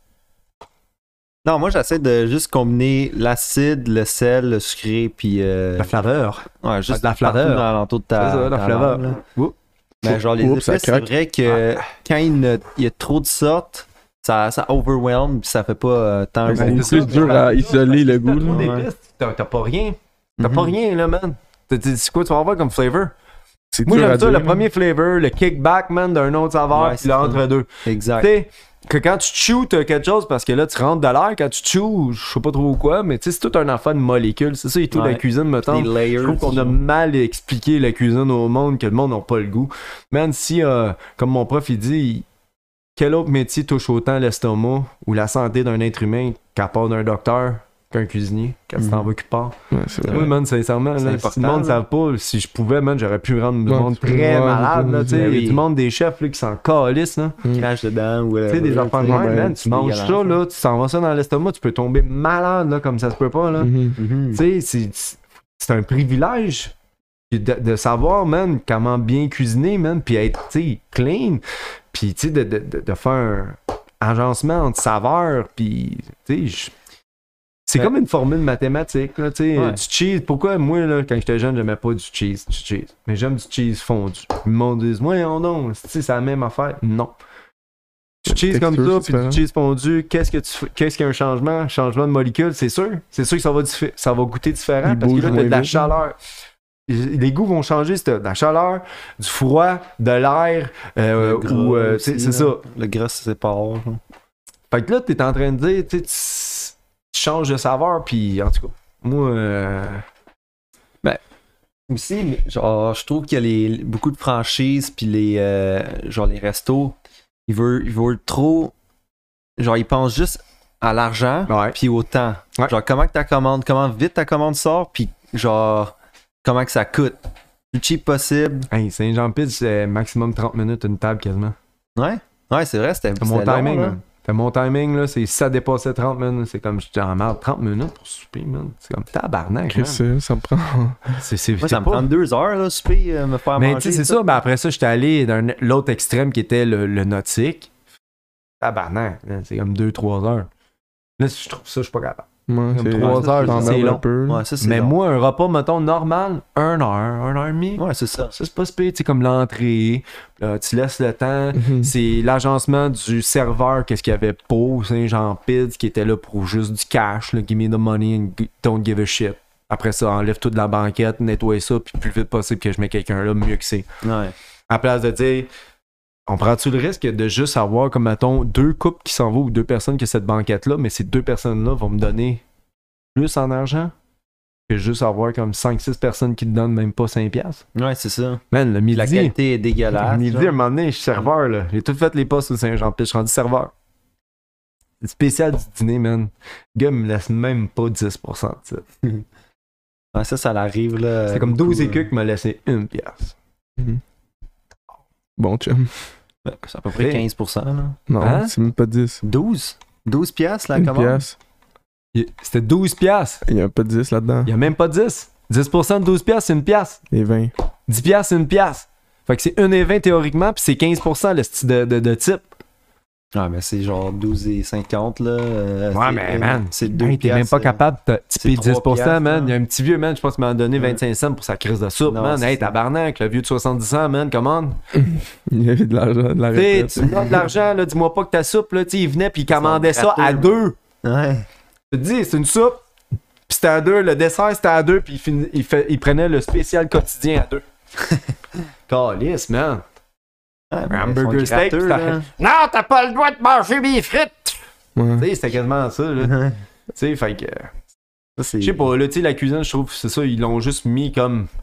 Non, moi, j'essaie de juste combiner l'acide, le sel, le sucré, puis. La flaveur. Ouais, juste la flaveur. Dans l'entour de ta. C'est ça, la flaveur. Mais genre, les épices, c'est vrai que quand il y a trop de sortes, ça overwhelm, puis ça fait pas tant. C'est plus dur à isoler le goût. T'as pas rien. T'as pas rien, là, man. C'est quoi tu vas avoir comme flavor? Moi, j'aime ça, le premier flavor, le kickback, man, d'un autre saveur, puis l'entre-deux. Exact. Tu sais, que quand tu chews, t'as quelque chose, parce que là, tu rentres de l'air, quand tu chews, je sais pas trop quoi, mais tu sais, c'est tout un enfant de molécules. C'est ça et tout, la cuisine, mettons. Je trouve qu'on a mal expliqué la cuisine au monde, que le monde n'a pas le goût. Man, si, comme mon prof, il dit, quel autre métier touche autant l'estomac ou la santé d'un être humain qu'à part d'un docteur, qu'un cuisinier, quand tu t'en vas quelque part. Ouais, c'est vrai. Oui, man, sincèrement, là, si le monde ne savent pas, si je pouvais, man, j'aurais pu rendre le monde très malade. Là, il y a du monde des chefs là, qui s'en calissent. Crache dedans. Ou tu sais, des enfants de même, man, tu manges ça, là, tu s'en vas ça dans l'estomac, tu peux tomber malade, là, comme ça se peut pas. Là. Tu sais, c'est un privilège de savoir, man, comment bien cuisiner, man, puis être, tu sais, clean. Puis, tu sais, de faire un agencement entre saveurs, puis, tu sais, c'est comme une formule mathématique, là, tu sais, du cheese. Pourquoi, moi, là, quand j'étais jeune, j'aimais pas du cheese. Mais j'aime du cheese fondu. Le monde dit, voyons donc, c'est la même affaire. Non. Du cheese comme ça, puis du cheese fondu, qu'est-ce qu'un changement? Changement de molécule, c'est sûr. C'est sûr que ça va goûter différent, parce que là, t'as de la chaleur. Les goûts vont changer, c'est de la chaleur, du froid, de l'air, ou c'est ça. Le gras se sépare. Fait que là, t'es en train de dire, tu changes de saveur, puis en tout cas, moi... Ben, aussi, genre, je trouve qu'il y a beaucoup de franchises, puis les restos, ils veulent trop... Genre, ils pensent juste à l'argent, puis au temps. Ouais. Genre, comment vite ta commande sort, puis genre... Comment que ça coûte? Le cheap possible. Hey, Saint-Jean-Pied, c'est maximum 30 minutes une table quasiment. Ouais, c'est vrai, c'était mon timing, long, là. Mon timing, là, si ça dépassait 30 minutes, c'est comme, j'étais en merde, 30 minutes pour souper, man. C'est comme tabarnak, ça me prend... Moi, ça me prend 2 heures, là, souper, me faire manger. Mais tu sais, c'est ça, ben après ça, j'étais allé dans l'autre extrême qui était le nautique. Tabarnak, là, c'est comme 2-3 heures. Là, je trouve ça, je suis pas capable. Ouais, comme 3 heures, c'est long. Ouais, ça, mais long. Moi, un repas, mettons, normal, 1 heure et demie. Ouais, c'est ça. Ça, c'est pas spé, tu sais, comme l'entrée. Là, tu laisses le temps. C'est l'agencement du serveur, qu'est-ce qu'il y avait pour Saint-Jean-Pied, qui était là pour juste du cash, là, give me the money and don't give a shit. Après ça, enlève toute la banquette, nettoie ça, puis plus vite possible que je mets quelqu'un là, mieux que c'est. Ouais. À place de dire, on prend-tu le risque de juste avoir, comme mettons, 2 couples qui s'en vont ou 2 personnes qui ont cette banquette-là, mais ces 2 personnes-là vont me donner plus en argent que juste avoir comme 5-6 personnes qui te donnent même pas 5$. Ouais, c'est ça. Man, le midi. La qualité est dégueulasse. Le midi, à un moment donné, je suis serveur, là. J'ai tout fait les postes au Saint-Jean-Pied, je suis rendu serveur. C'est spécial du dîner, man. Le gars me laisse même pas 10% de ça. Ouais, ça l'arrive, là. C'est comme 12 écus qui m'a laissé 1$. Bon, chum. C'est à peu près 15%, là. Non, hein? c'est même pas 10. 12 piastres, la Une commande? pièce. C'était 12$. Il y a pas de 10 là-dedans. Il y a même pas 10. 10% de 12$, c'est 1$. Et 20. 10$, c'est 1$. Fait que c'est 1,20 théoriquement, puis c'est 15% le style de type. Ah, mais c'est genre 12,50 là. Ouais, mais man, c'est 2 hey, t'es même pas capable de tiper 10%, man. Il y a un petit vieux, man, je pense qu'il m'a donné 25 cents pour sa crise de soupe, non, man. Hey, tabarnak, le vieux de 70 ans, man, commande. Il y avait de l'argent, de la retraite. Tu me donnes de l'argent, là, dis-moi pas que ta soupe, là, il venait puis il commandait ça à 2. Ouais. Je te dis, c'est une soupe, puis c'était à 2, le dessert c'était à 2, puis il prenait le spécial quotidien à 2. Calice, man. Ah, un hamburger steak. Non, t'as pas le droit de manger mes frites! Ouais. Tu sais, c'était quasiment ça, là. Tu sais, fait que. Je sais pas, là, tu sais, la cuisine, je trouve, c'est ça, ils l'ont juste mis comme.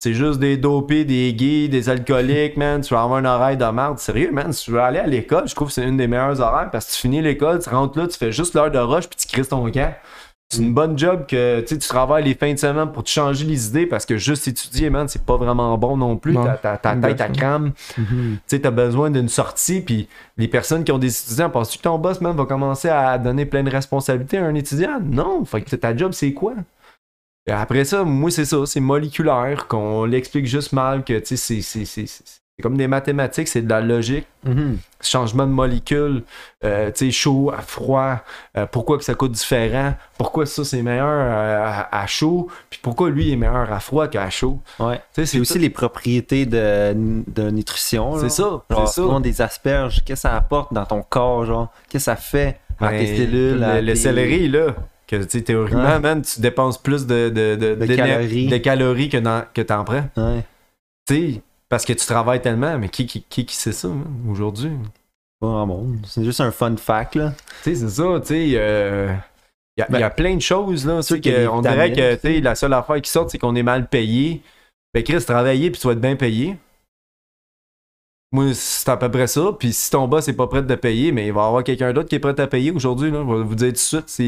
c'est juste des dopés, des gays, des alcooliques, man. Tu vas avoir un horaire de merde. Sérieux, man, si tu veux aller à l'école, je trouve que c'est une des meilleures horaires parce que tu finis l'école, tu rentres là, tu fais juste l'heure de rush puis tu crisses ton camp. C'est une bonne job que tu travailles les fins de semaine pour te changer les idées parce que juste étudier, man, c'est pas vraiment bon non plus. Non. Ta tête à crame. Tu sais, t'as besoin d'une sortie. Puis les personnes qui ont des étudiants, penses-tu que ton boss, man, va commencer à donner plein de responsabilités à un étudiant? Non. Fait que ta job, c'est quoi? Et après ça, moi, c'est ça. C'est moléculaire, qu'on l'explique juste mal, que tu sais, c'est comme des mathématiques, c'est de la logique. Changement de molécules, tu sais, chaud, à froid, pourquoi que ça coûte différent, pourquoi ça c'est meilleur à chaud, puis pourquoi lui est meilleur à froid qu'à chaud. Ouais. C'est aussi les propriétés de nutrition. C'est ça, genre, c'est ça. souvent des asperges, qu'est-ce que ça apporte dans ton corps, genre, qu'est-ce que ça fait à tes cellules. Le céleri, là, que tu sais, théoriquement, man, tu dépenses plus de calories que t'en prends. Ouais. Tu sais, parce que tu travailles tellement, mais qui sait ça, man, aujourd'hui? Pas bon. C'est juste un fun fact, là. Tu sais, c'est ça, tu sais. Il y a plein de choses, là. Sûr qu'il y a des On dirait que, vitamines, tu sais, la seule affaire qui sort, c'est qu'on est mal payé. Ben, Chris, travailler puis tu vas être bien payé. Moi, c'est à peu près ça. Puis si ton boss est pas prêt de te payer, mais il va y avoir quelqu'un d'autre qui est prêt à payer aujourd'hui, là. Je vais vous dire tout de suite, c'est.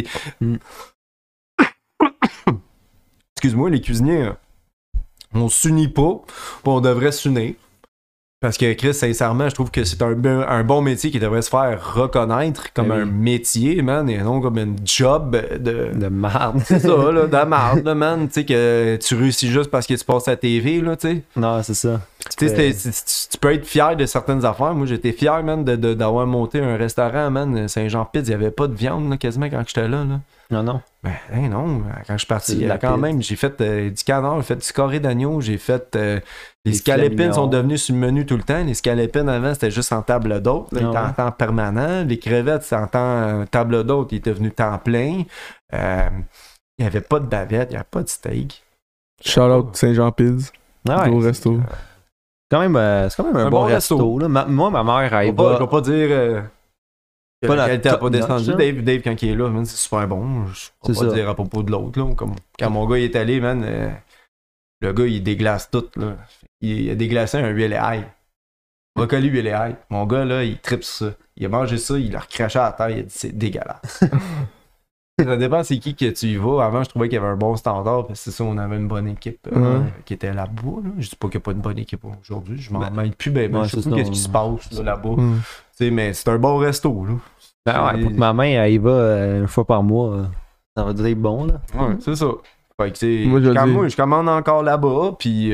Excuse-moi, les cuisiniers, on s'unit pas, puis on devrait s'unir. Parce que Chris, sincèrement, je trouve que c'est un bon métier qui devrait se faire reconnaître comme un métier, man, et non comme un job de merde. C'est ça, là, de merde, man. Tu sais, que tu réussis juste parce que tu passes à la TV, là, tu sais. Non, c'est ça. Tu sais, tu peux être fier de certaines affaires. Moi, j'étais fier, man, d'avoir monté un restaurant, man, Saint-Jean-Pied. Il n'y avait pas de viande, là, quasiment, quand j'étais là. Non. Ben, non. Quand je suis parti, quand même, j'ai fait du canard, j'ai fait du carré d'agneau, j'ai fait... les scalépines sont devenues sur le menu tout le temps. Les scalépines, avant, c'était juste en table d'hôte. Là, ils étaient en temps permanent. Les crevettes, c'était en temps table d'hôte. Ils étaient venus temps plein. Il n'y avait pas de bavette, il n'y avait pas de steak. Shout out Saint-Jean-Pied. Gros resto. C'est quand même un bon resto. Là. Moi, ma mère, elle va... Je vais pas dire que la qualité n'a pas descendu. Notch, Dave, quand il est là, man, c'est super bon. Je vais pas dire à propos de l'autre. Là, comme quand mon gars il est allé, man, le gars, il déglace tout. Là. Il a déglacé un huile et ail. Brocoli, huile et ail. Mon gars, là, il tripe sur ça. Il a mangé ça, il l'a recraché à la terre, il a dit c'est dégueulasse. Ça dépend c'est qui que tu y vas. Avant, je trouvais qu'il y avait un bon standard, parce que c'est ça, on avait une bonne équipe qui était là-bas. Là. Je dis pas qu'il n'y a pas une bonne équipe aujourd'hui. Je m'en mêle plus, ben, je sais plus qu'est-ce qui se passe là-bas. Mais c'est un bon resto. Là. Ben ouais, pour que ma main, elle y va une fois par mois. Ça va être bon, là. Ouais, c'est ça. Fait que moi, je commande encore là-bas, puis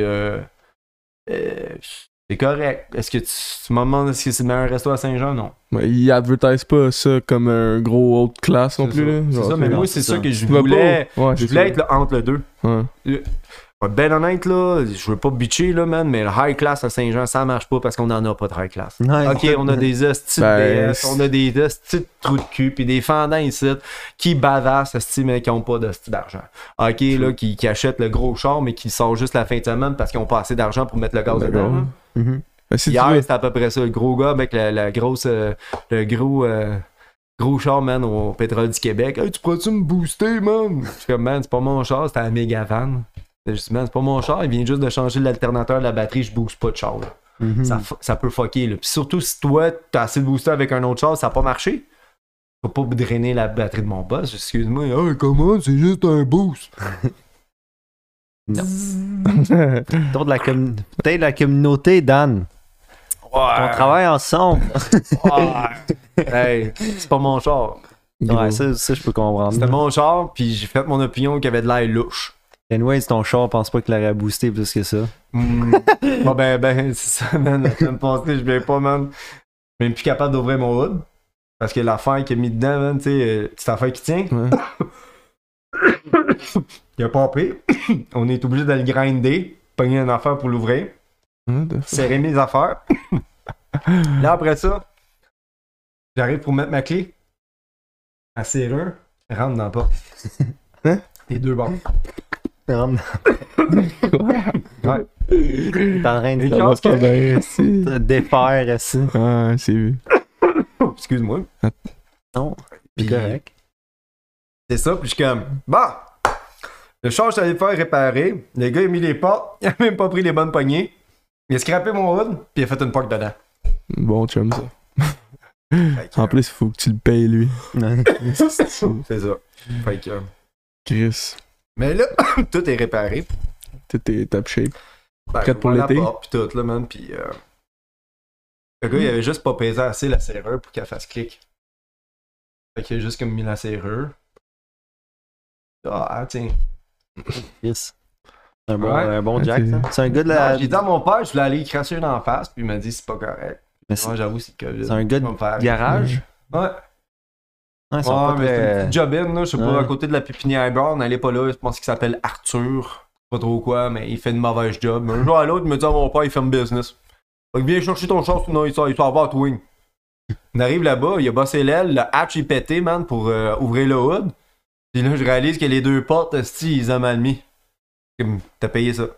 c'est correct. Est-ce que tu me demandes est-ce que c'est le meilleur resto à Saint-Jean? Non. Ouais, ils advertisent pas ça comme un gros haute classe non plus. Là. C'est ça, mais moi, c'est ça que je Tu vas voulais. pas. Ouais, Je voulais être là, entre les deux. Ouais. Pour être ben honnête, là, je veux pas bitcher, là, man, mais le high class à Saint-Jean, ça marche pas parce qu'on en a pas de high class. Ouais, Ok, on a des hosties de BS, on a des hosties de trous de cul, pis des fendants ici qui bavassent, hosties, mais qui ont pas d'hosties d'argent. Ok, là, qui achètent le gros char, mais qui sortent juste la fin de semaine parce qu'ils ont pas assez d'argent pour mettre le gaz dedans. Ben, si Hier, c'était à peu près ça, le gros gars avec la grosse, le gros char, man, au pétrole du Québec. Hey, tu pourrais-tu me booster, man? Je suis comme, man, c'est pas mon char, c'était un méga van. C'est juste, man, c'est pas mon char, il vient juste de changer l'alternateur de la batterie, je booste pas de char. Ça peut fucker, là. Puis surtout, si toi, t'as assez de booster avec un autre char, ça a pas marché. Faut pas drainer la batterie de mon boss, excuse-moi. Hey, comment? C'est juste un boost. Non. Peut-être la communauté, Dan. On travaille ensemble. Hey, c'est pas mon char. Ouais, ça, je peux comprendre. C'était mon char, puis j'ai fait mon opinion qu'il avait de l'air louche. Anyways, ton char, pense pas qu'il l'aurait boosté plus que ça. Bon, ben, c'est ça, man. La semaine passée, je viens pas, man. Je suis même plus capable d'ouvrir mon hood. Parce que l'affaire qu'il a mis dedans, man, tu sais, petite affaire qui tient. Il a pas pris. On est obligé d'aller grinder, pogner une affaire pour l'ouvrir. Serrer mes affaires. Là, après ça, j'arrive pour mettre ma clé. La serrure rentre dans la porte. Les deux bords. Ouais. T'es en train de te défaire ici. Ah, c'est vu. Excuse-moi. Non, c'est correct. C'est ça, puis je suis comme, bah! Le char, je suis allé le faire réparer. Le gars, il a mis les portes. Il a même pas pris les bonnes poignées. Il a scrappé mon hood, puis il a fait une porte dedans. Bon chum, ça. En plus, il faut que tu le payes, lui. C'est ça. Fait que... Chris, Mais là, tout est réparé. tout est top shape. Ben, Prête pour j'ouvre l'été? la porte, puis tout, là, man. Puis le gars, il avait juste pas pesé assez la serrure pour qu'elle fasse clic. Fait qu'il a juste comme mis la serrure. Ah, tiens. Yes. Un Ouais. bon Jack, c'est- ça. C'est un gars de la. Non, j'ai dit à mon père, je voulais aller y cracher dans la face, puis il m'a dit c'est pas correct. Mais Moi, j'avoue, c'est que. c'est un gars de garage. Ouais. Ouais, ils sont Ouais, pas mais c'est une très- petite job-in, là. Je sais pas, Ouais. à côté de la pépinière bar, n'allez pas là. Je pense qu'il s'appelle Arthur. Pas trop quoi, mais il fait une mauvaise job. Un jour à l'autre, il me dit à mon père, il ferme business. Fait que viens chercher ton char, sinon il s'en va à Twing. On arrive là-bas, il a bossé l'aile, le hatch est pété, man, pour ouvrir le hood. Puis là, je réalise que les deux portes, esti, ils ont mal mis. Comme, t'as payé ça.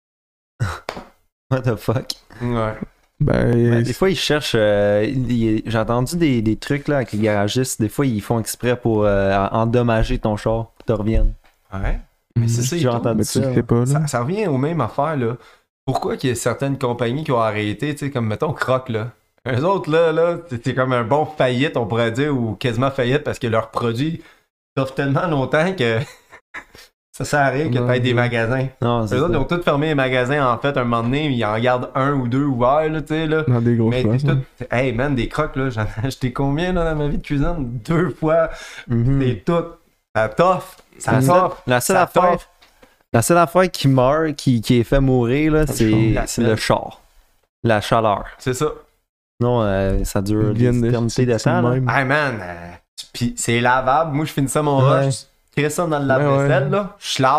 What the fuck? Ouais. Ben, des fois, ils cherchent. J'ai entendu des trucs là, avec les garagistes. Des fois, ils font exprès pour endommager ton char pour que tu reviennes. Ouais. Mais c'est ça, J'ai il tombe. entendu Mais tu le ça. sais pas, là. Ça revient aux mêmes affaires, là. Pourquoi qu'il y a certaines compagnies qui ont arrêté, tu sais, comme mettons Croc, là. Eux autres, là, c'est comme un bon faillite, on pourrait dire, ou quasiment faillite, parce que leurs produits offrent tellement longtemps que ça sert à rien que Non, tu aies des non. magasins. Non, c'est Eux autres, ils ça. ont tous fermé les magasins, en fait, un moment donné, ils en gardent un ou deux ouverts, là, tu sais, là. Dans des grosses Mais places. tout... Hey, man, des crocs, là, j'en ai acheté combien, là, dans ma vie de cuisine? 2 fois. Mhm. C'est tout. Ça toffe. Ça La seule- toffe. La seule Ça affaire. toffe. La seule affaire qui meurt, qui est fait mourir, là, La c'est le semaine. char. La chaleur. C'est ça. Non, ça dure Ils des viennent de- éternités de c'est temps. le là. même. Hey man, pis c'est lavable. Moi, je finissais mon Ouais. rush, je crée ça dans le Ouais, lave-vaisselle, ouais. là.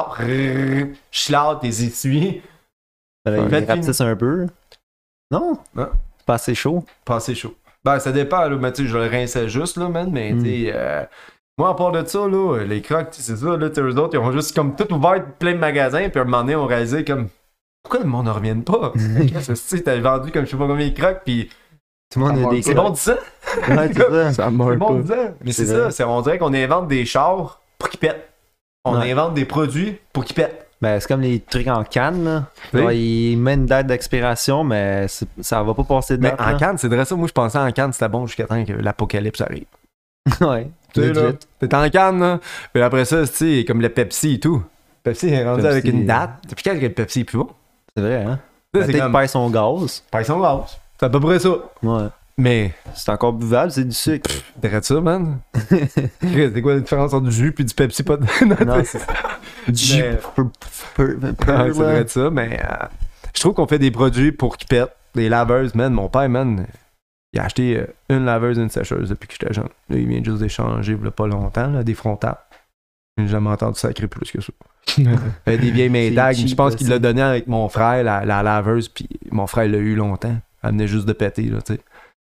Je lave tes essuies. Ils Faites rapetissent un peu. Non? Non. C'est pas assez chaud. Passez chaud. Ben, ça dépend, là. Mais tu sais, je le rinçais juste, là, man. Mais, tu sais, moi, à part de ça, là, les crocs, tu sais, c'est ça, là. Tu sais, eux autres, ils ont juste comme tout ouvert plein de magasins. Puis à un moment donné, on réalisait comme, pourquoi le monde ne revient pas? Tu sais, t'as vendu comme je sais pas combien de crocs, puis Tout le monde a des c'est bon, dis ça. Ouais, c'est ça. Ça C'est meurt bon, pas. dis ça. Mais c'est C'est ça, vrai. c'est, on dirait qu'on invente des chars pour qu'ils pètent. On Ouais. invente des produits pour qu'ils pètent. Ben, c'est comme les trucs en canne, là. Oui. Genre, ils mettent une date d'expiration, mais ça va pas passer de Mais date. en là. canne, c'est vrai ça. Moi, je pensais en canne, c'était bon jusqu'à temps que l'apocalypse arrive. Ouais. Tu sais, là, Legit. t'es en canne, là. Puis après ça, tu sais, comme le Pepsi et tout. Pepsi est rendu Pepsi, avec une date. Depuis quand que le Pepsi est plus bon? C'est vrai, hein? Ça, c'est Peut-être comme... qu'il perd son gaz. Par exemple, gaz. C'est à peu près ça. Ouais. Mais, C'est encore buvable, c'est du sucre. t'arrêtes ça, man? C'est quoi la différence entre du jus et du Pepsi pas de... Non, c'est du Mais- Ouais, c'est vrai de ça, mais je trouve qu'on fait des produits pour qu'ils pètent. Des laveuses, man. Mon père, man, il a acheté une laveuse et une sécheuse depuis que j'étais jeune. Là, il vient juste d'échanger, il y a pas longtemps, là, des frontales. J'ai jamais entendu sacrer plus que ça. Des vieilles Maytag. cheap, Je pense là, qu'il ça. l'a donné avec mon frère, la laveuse, puis mon frère l'a eu longtemps. Elle venait juste de péter, là, tu sais.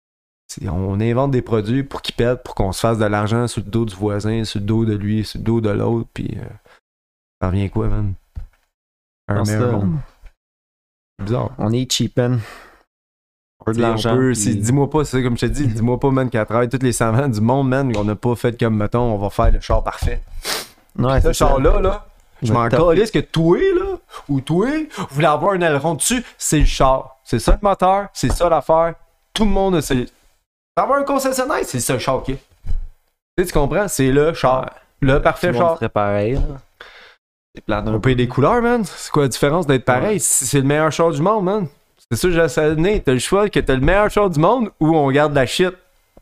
On invente des produits pour qu'ils pètent, pour qu'on se fasse de l'argent sur le dos du voisin, sur le dos de lui, sur le dos de l'autre, puis ça revient quoi, man? Un Non, meilleur ça, monde. C'est bizarre. On est cheapen. On veut de T'sais, l'argent. on peut- puis- Dis-moi pas, c'est ça, comme je te dis, dis-moi pas, man, qu'à travers toutes les savants du monde, man, qu'on n'a pas fait comme, mettons, on va faire le char parfait. Ouais, Ce c'est ça. char-là, là, je Ouais, m'en t'as- calisse que toi, là, ou toi, vous voulez avoir un aileron dessus, c'est le char. C'est ça le moteur, c'est ça l'affaire. Tout le monde a c'est. Avoir un concessionnaire, c'est ça le char qui est. Tu comprends? C'est le char. Le Tout parfait le monde char. ferait pareil. là. C'est plate un On paye des couleurs, man. C'est quoi la différence d'être pareil? C'est le meilleur char du monde, man. C'est ça que j'ai assassiné. T'as le choix que t'as le meilleur char du monde ou on garde la shit.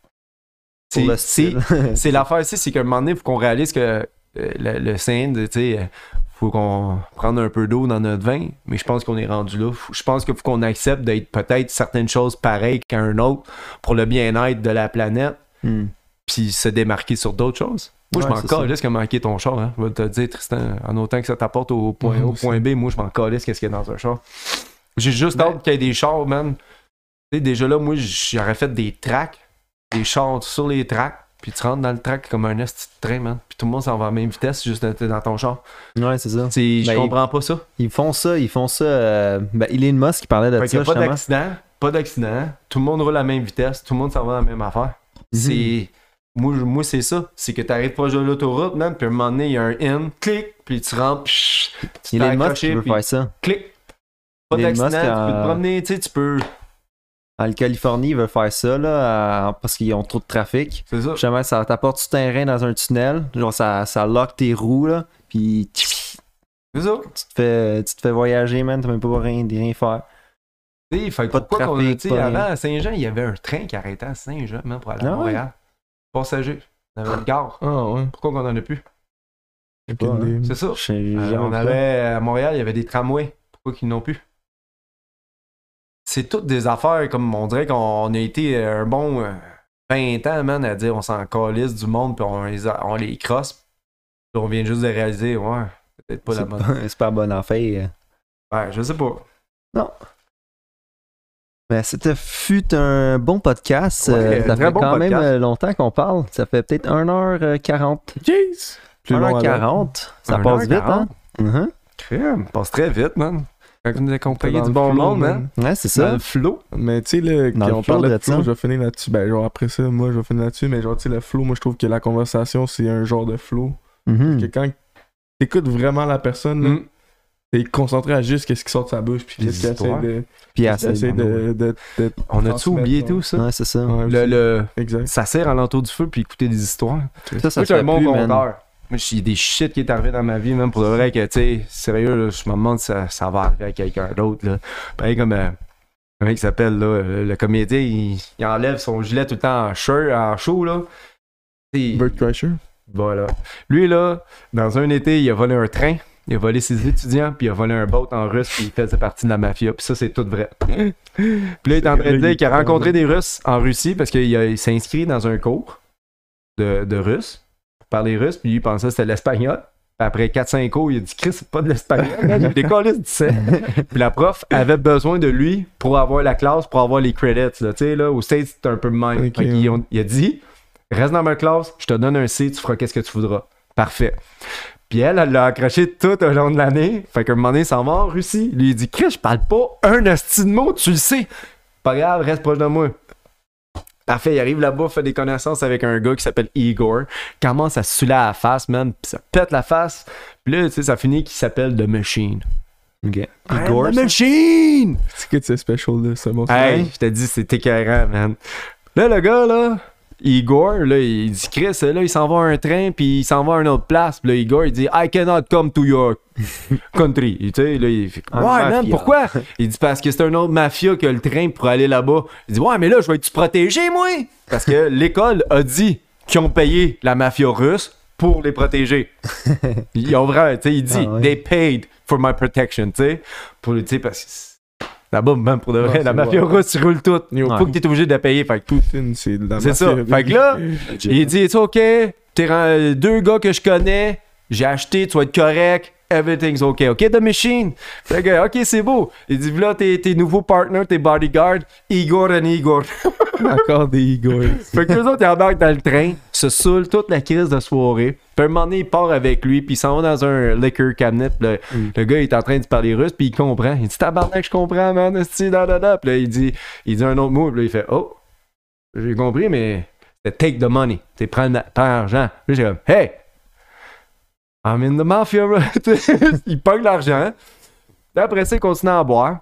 Pour le C'est style. c'est l'affaire ici, c'est qu'à un moment donné, il faut qu'on réalise que le Saint, tu sais, faut qu'on prenne un peu d'eau dans notre vin, mais je pense qu'on est rendu là. Je pense qu'il faut qu'on accepte d'être peut-être certaines choses pareilles qu'un autre pour le bien-être de la planète, Hmm. puis se démarquer sur d'autres choses. Moi, Ouais, je m'en c'est ça. calisse que manquer ton char. Hein. Je vais te le dire, Tristan, en autant que ça t'apporte au point A, au point B, moi, je m'en calisse qu'est-ce qu'il y a dans un char. J'ai juste hâte qu'il y ait des chars, man. Tu sais, déjà là, moi, j'aurais fait des tracks, des chars sur les tracks, puis tu rentres dans le track comme un esti de train, man. Puis tout le monde s'en va à la même vitesse, juste dans ton char. Ouais, c'est ça. Je Ben, comprends pas ça. Ils font ça. Ben, Elon Musk, il parlait de Fait qu'il ça, y a pas justement. d'accident, tout le monde roule à la même vitesse, tout le monde s'en va dans la même affaire. Mhm. C'est Moi, c'est ça. C'est que t'arrives proche de l'autoroute, man, puis à un moment donné, il y a un in, clic, puis tu rentres, psh, tu Il t'es est Musk accroché, qui veut puis faire ça. clic. Pas Elon d'accident, Musk, tu peux te promener, tu sais, tu peux... En Californie, ils veulent faire ça là, parce qu'ils ont trop de trafic. C'est ça. Jamais ça t'apporte du terrain dans un tunnel. Genre, ça lock tes roues, là. Puis tu C'est ça. te fais voyager, man. T'as même pas rien faire. Tu sais, fait que Pas de pourquoi qu'on a, trafic, tu sais, pas avant, rien. à Saint-Jean, il y avait un train qui arrêtait à Saint-Jean, même pour aller Ah à ouais? Montréal. Passager. On avait une gare. Ah ouais. Pourquoi qu'on en a plus? Aucune idée. C'est ça. J'ai On avait, à Montréal, il y avait des tramways. Pourquoi qu'ils n'ont plus? C'est toutes des affaires, comme on dirait qu'on a été un bon 20 ans, man, à dire on s'en calisse du monde, puis on les crosse. Puis on vient juste de réaliser, ouais, peut-être pas la bonne. C'est pas la bonne affaire. Ouais, je sais pas. Ben, c'était fut un bon podcast. Ouais, ça très fait bon quand podcast. même longtemps qu'on parle. Ça fait peut-être 1h40. Jeez! Plus long à date. 1h40. Ça passe vite, hein? Mhm. Crème, passe très vite, man. Quand on est accompagné Dans du le bon flow, monde, man. man. Ouais, c'est Dans ça. le flow. Mais tu sais, là, Dans quand le on flow parlait de de flow, ça. je vais finir là-dessus. Ben, genre, après ça, moi, je vais finir là-dessus. Mais genre, tu sais, le flow, moi, je trouve que la conversation, c'est un genre de flow. Mhm. Que quand t'écoutes vraiment la personne, là, Mm. t'es concentré à juste qu'est-ce qui sort de sa bouche, puis Les qu'est-ce qu'elle essaie histoires. de... Puis qu'est-ce qu'elle essaie de On a-tu transmettre, oublié là. tout ça? Ouais, c'est ça. Ouais, aussi. Le Exact. s'asseoir alentour du feu puis écouter des histoires. Ça Moi, se j'ai un fait bon plus, man. compteur. Moi, il y a des shit qui est arrivé dans ma vie, même pour de vrai que, tu sais, sérieux, là, je me demande si ça va arriver à quelqu'un d'autre, là. Pareil comme un mec qui s'appelle, là, le comédien, il enlève son gilet tout le temps en shirt, en chaud, là. Et- Bert Kreischer. Voilà. Lui, là, dans un été, il a volé un train, il a volé ses étudiants, puis il a volé un boat en russe, puis il faisait partie de la mafia. Puis ça, c'est tout vrai. Puis là, il est en train de dire qu'il a rencontré des Russes en Russie parce qu'il s'est inscrit dans un cours de russe, pour parler russe, puis lui, il pensait que c'était l'espagnol. Puis après 4-5 cours, il a dit Chris, c'est pas de l'espagnol. Il a décollé du sait. Puis la prof avait besoin de lui pour avoir la classe, pour avoir les credits. Là. Tu sais, là, au States, c'est un peu le même. Ok, Fait qu'il a dit reste dans ma classe, je te donne un C, tu feras qu'est-ce que tu voudras. Parfait. Puis elle l'a accroché tout au long de l'année. Fait qu'à un moment donné, il s'en va en Russie. Lui, il dit Chris, je parle pas un asti de mot, tu le sais. Pas grave, reste proche de moi. Parfait, il arrive là-bas, fait des connaissances avec un gars qui s'appelle Igor. Commence à se saouler à la face, man. Puis ça pète la face. Puis là, tu sais, ça finit qu'il s'appelle The Machine. Ok. Igor, Igor, The Machine! C'est que c'est special, là, c'est bon. Hey, je te dis, c'est écœurant, man. Là, le gars, là, Igor, là, il dit Chris, là, il s'en va à un train, puis il s'en va à une autre place. Puis là, Igor, il dit I cannot come to your country. Tu sais, là, il fait Un ouais, man, mafia. pourquoi? Il dit parce que c'est un autre mafia qui a le train pour aller là-bas. Il dit ouais, mais là, je vais être protégé, moi? Parce que l'école a dit qu'ils ont payé la mafia russe pour les protéger. Ils ont vraiment, tu sais, il dit Ah ouais. they paid for my protection, tu sais, pour tu sais, parce que là-bas, même pour de vrai, Ouais, la c'est mafia vrai. russe roule tout. Ouais. Faut que tu es obligé de la payer. Fait que Poutine, c'est de la c'est ça. mafia. Fait que là, il dit it's OK, t'es deux gars que je connais, j'ai acheté, tu vas être correct. Everything's OK. OK, The Machine. Fait que, OK, c'est beau. Il dit, là, tes nouveaux partners, tes bodyguards, Igor et Igor. Encore des Igor. Fait que les autres, ils embarquent dans le train, se saoulent toute la crise de soirée. Puis à un moment donné, il part avec lui, puis il s'en va dans un liquor cabinet. Puis le gars, il est en train de parler russe, puis il comprend. Il dit, tabarnak, je comprends, man, esti, da. Puis là, il dit un autre mot, puis là, il fait, oh, j'ai compris, mais c'est take the money. C'est prendre l'argent. Puis j'ai comme, hey! I'm in the mafia, bro. Il pogne l'argent. Puis après ça, il continue à boire.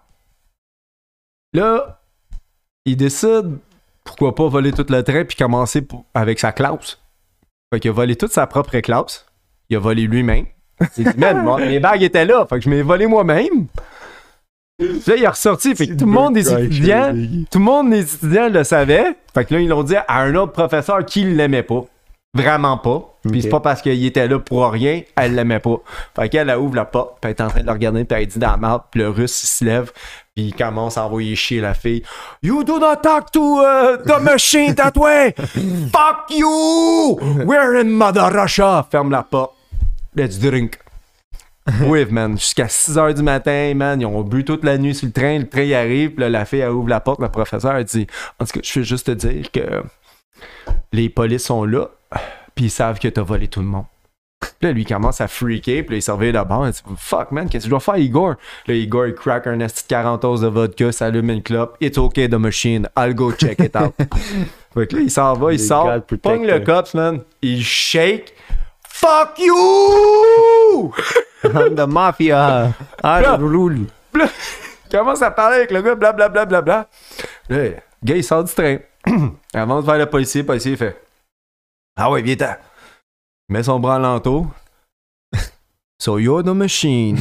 Là, il décide, pourquoi pas voler tout le train puis commencer avec sa classe. Fait qu'il a volé toute sa propre classe. Il a volé lui-même. Il dit, man, mes bagues étaient là. Fait que je m'ai volé moi-même. Là, il est ressorti. Fait que tout le monde des étudiants, le savait. Fait que là, ils l'ont dit à un autre professeur qui l'aimait pas. Vraiment pas. Puis Ok. c'est pas parce qu'il était là pour rien, elle l'aimait pas. Fait qu'elle ouvre la porte, puis elle est en train de le regarder, puis elle dit dans la merde, puis le russe il se lève, puis il commence à envoyer chier la fille. You do not talk to the machine that way! Fuck you! We're in Mother Russia! Ferme la porte. Let's drink. Oui, man. Jusqu'à 6h du matin, man, ils ont bu toute la nuit sur le train il arrive, puis là, la fille elle ouvre la porte, le professeur elle dit en tout cas, je veux juste te dire que les polices sont là, puis ils savent que t'as volé tout le monde. Puis là, lui, il commence à freaker, puis là, il s'en va là-bas. Il dit fuck, man, qu'est-ce que je dois faire, Igor? Là, Igor, il crack un esti de 40 os de vodka, s'allume une clope. It's okay, the machine. I'll go check it out. Fait que là, il s'en va, il Les sort, God pogne le protector. cops, man. Il shake. Fuck you! I'm the mafia. Ah, le roule. Il commence à parler avec le gars, blablabla. Bla, bla, bla. Là, le gars, il sort du train. Avance vers le policier il fait ah ouais, viens-t'en. Il met son bras alentour. So you're the machine.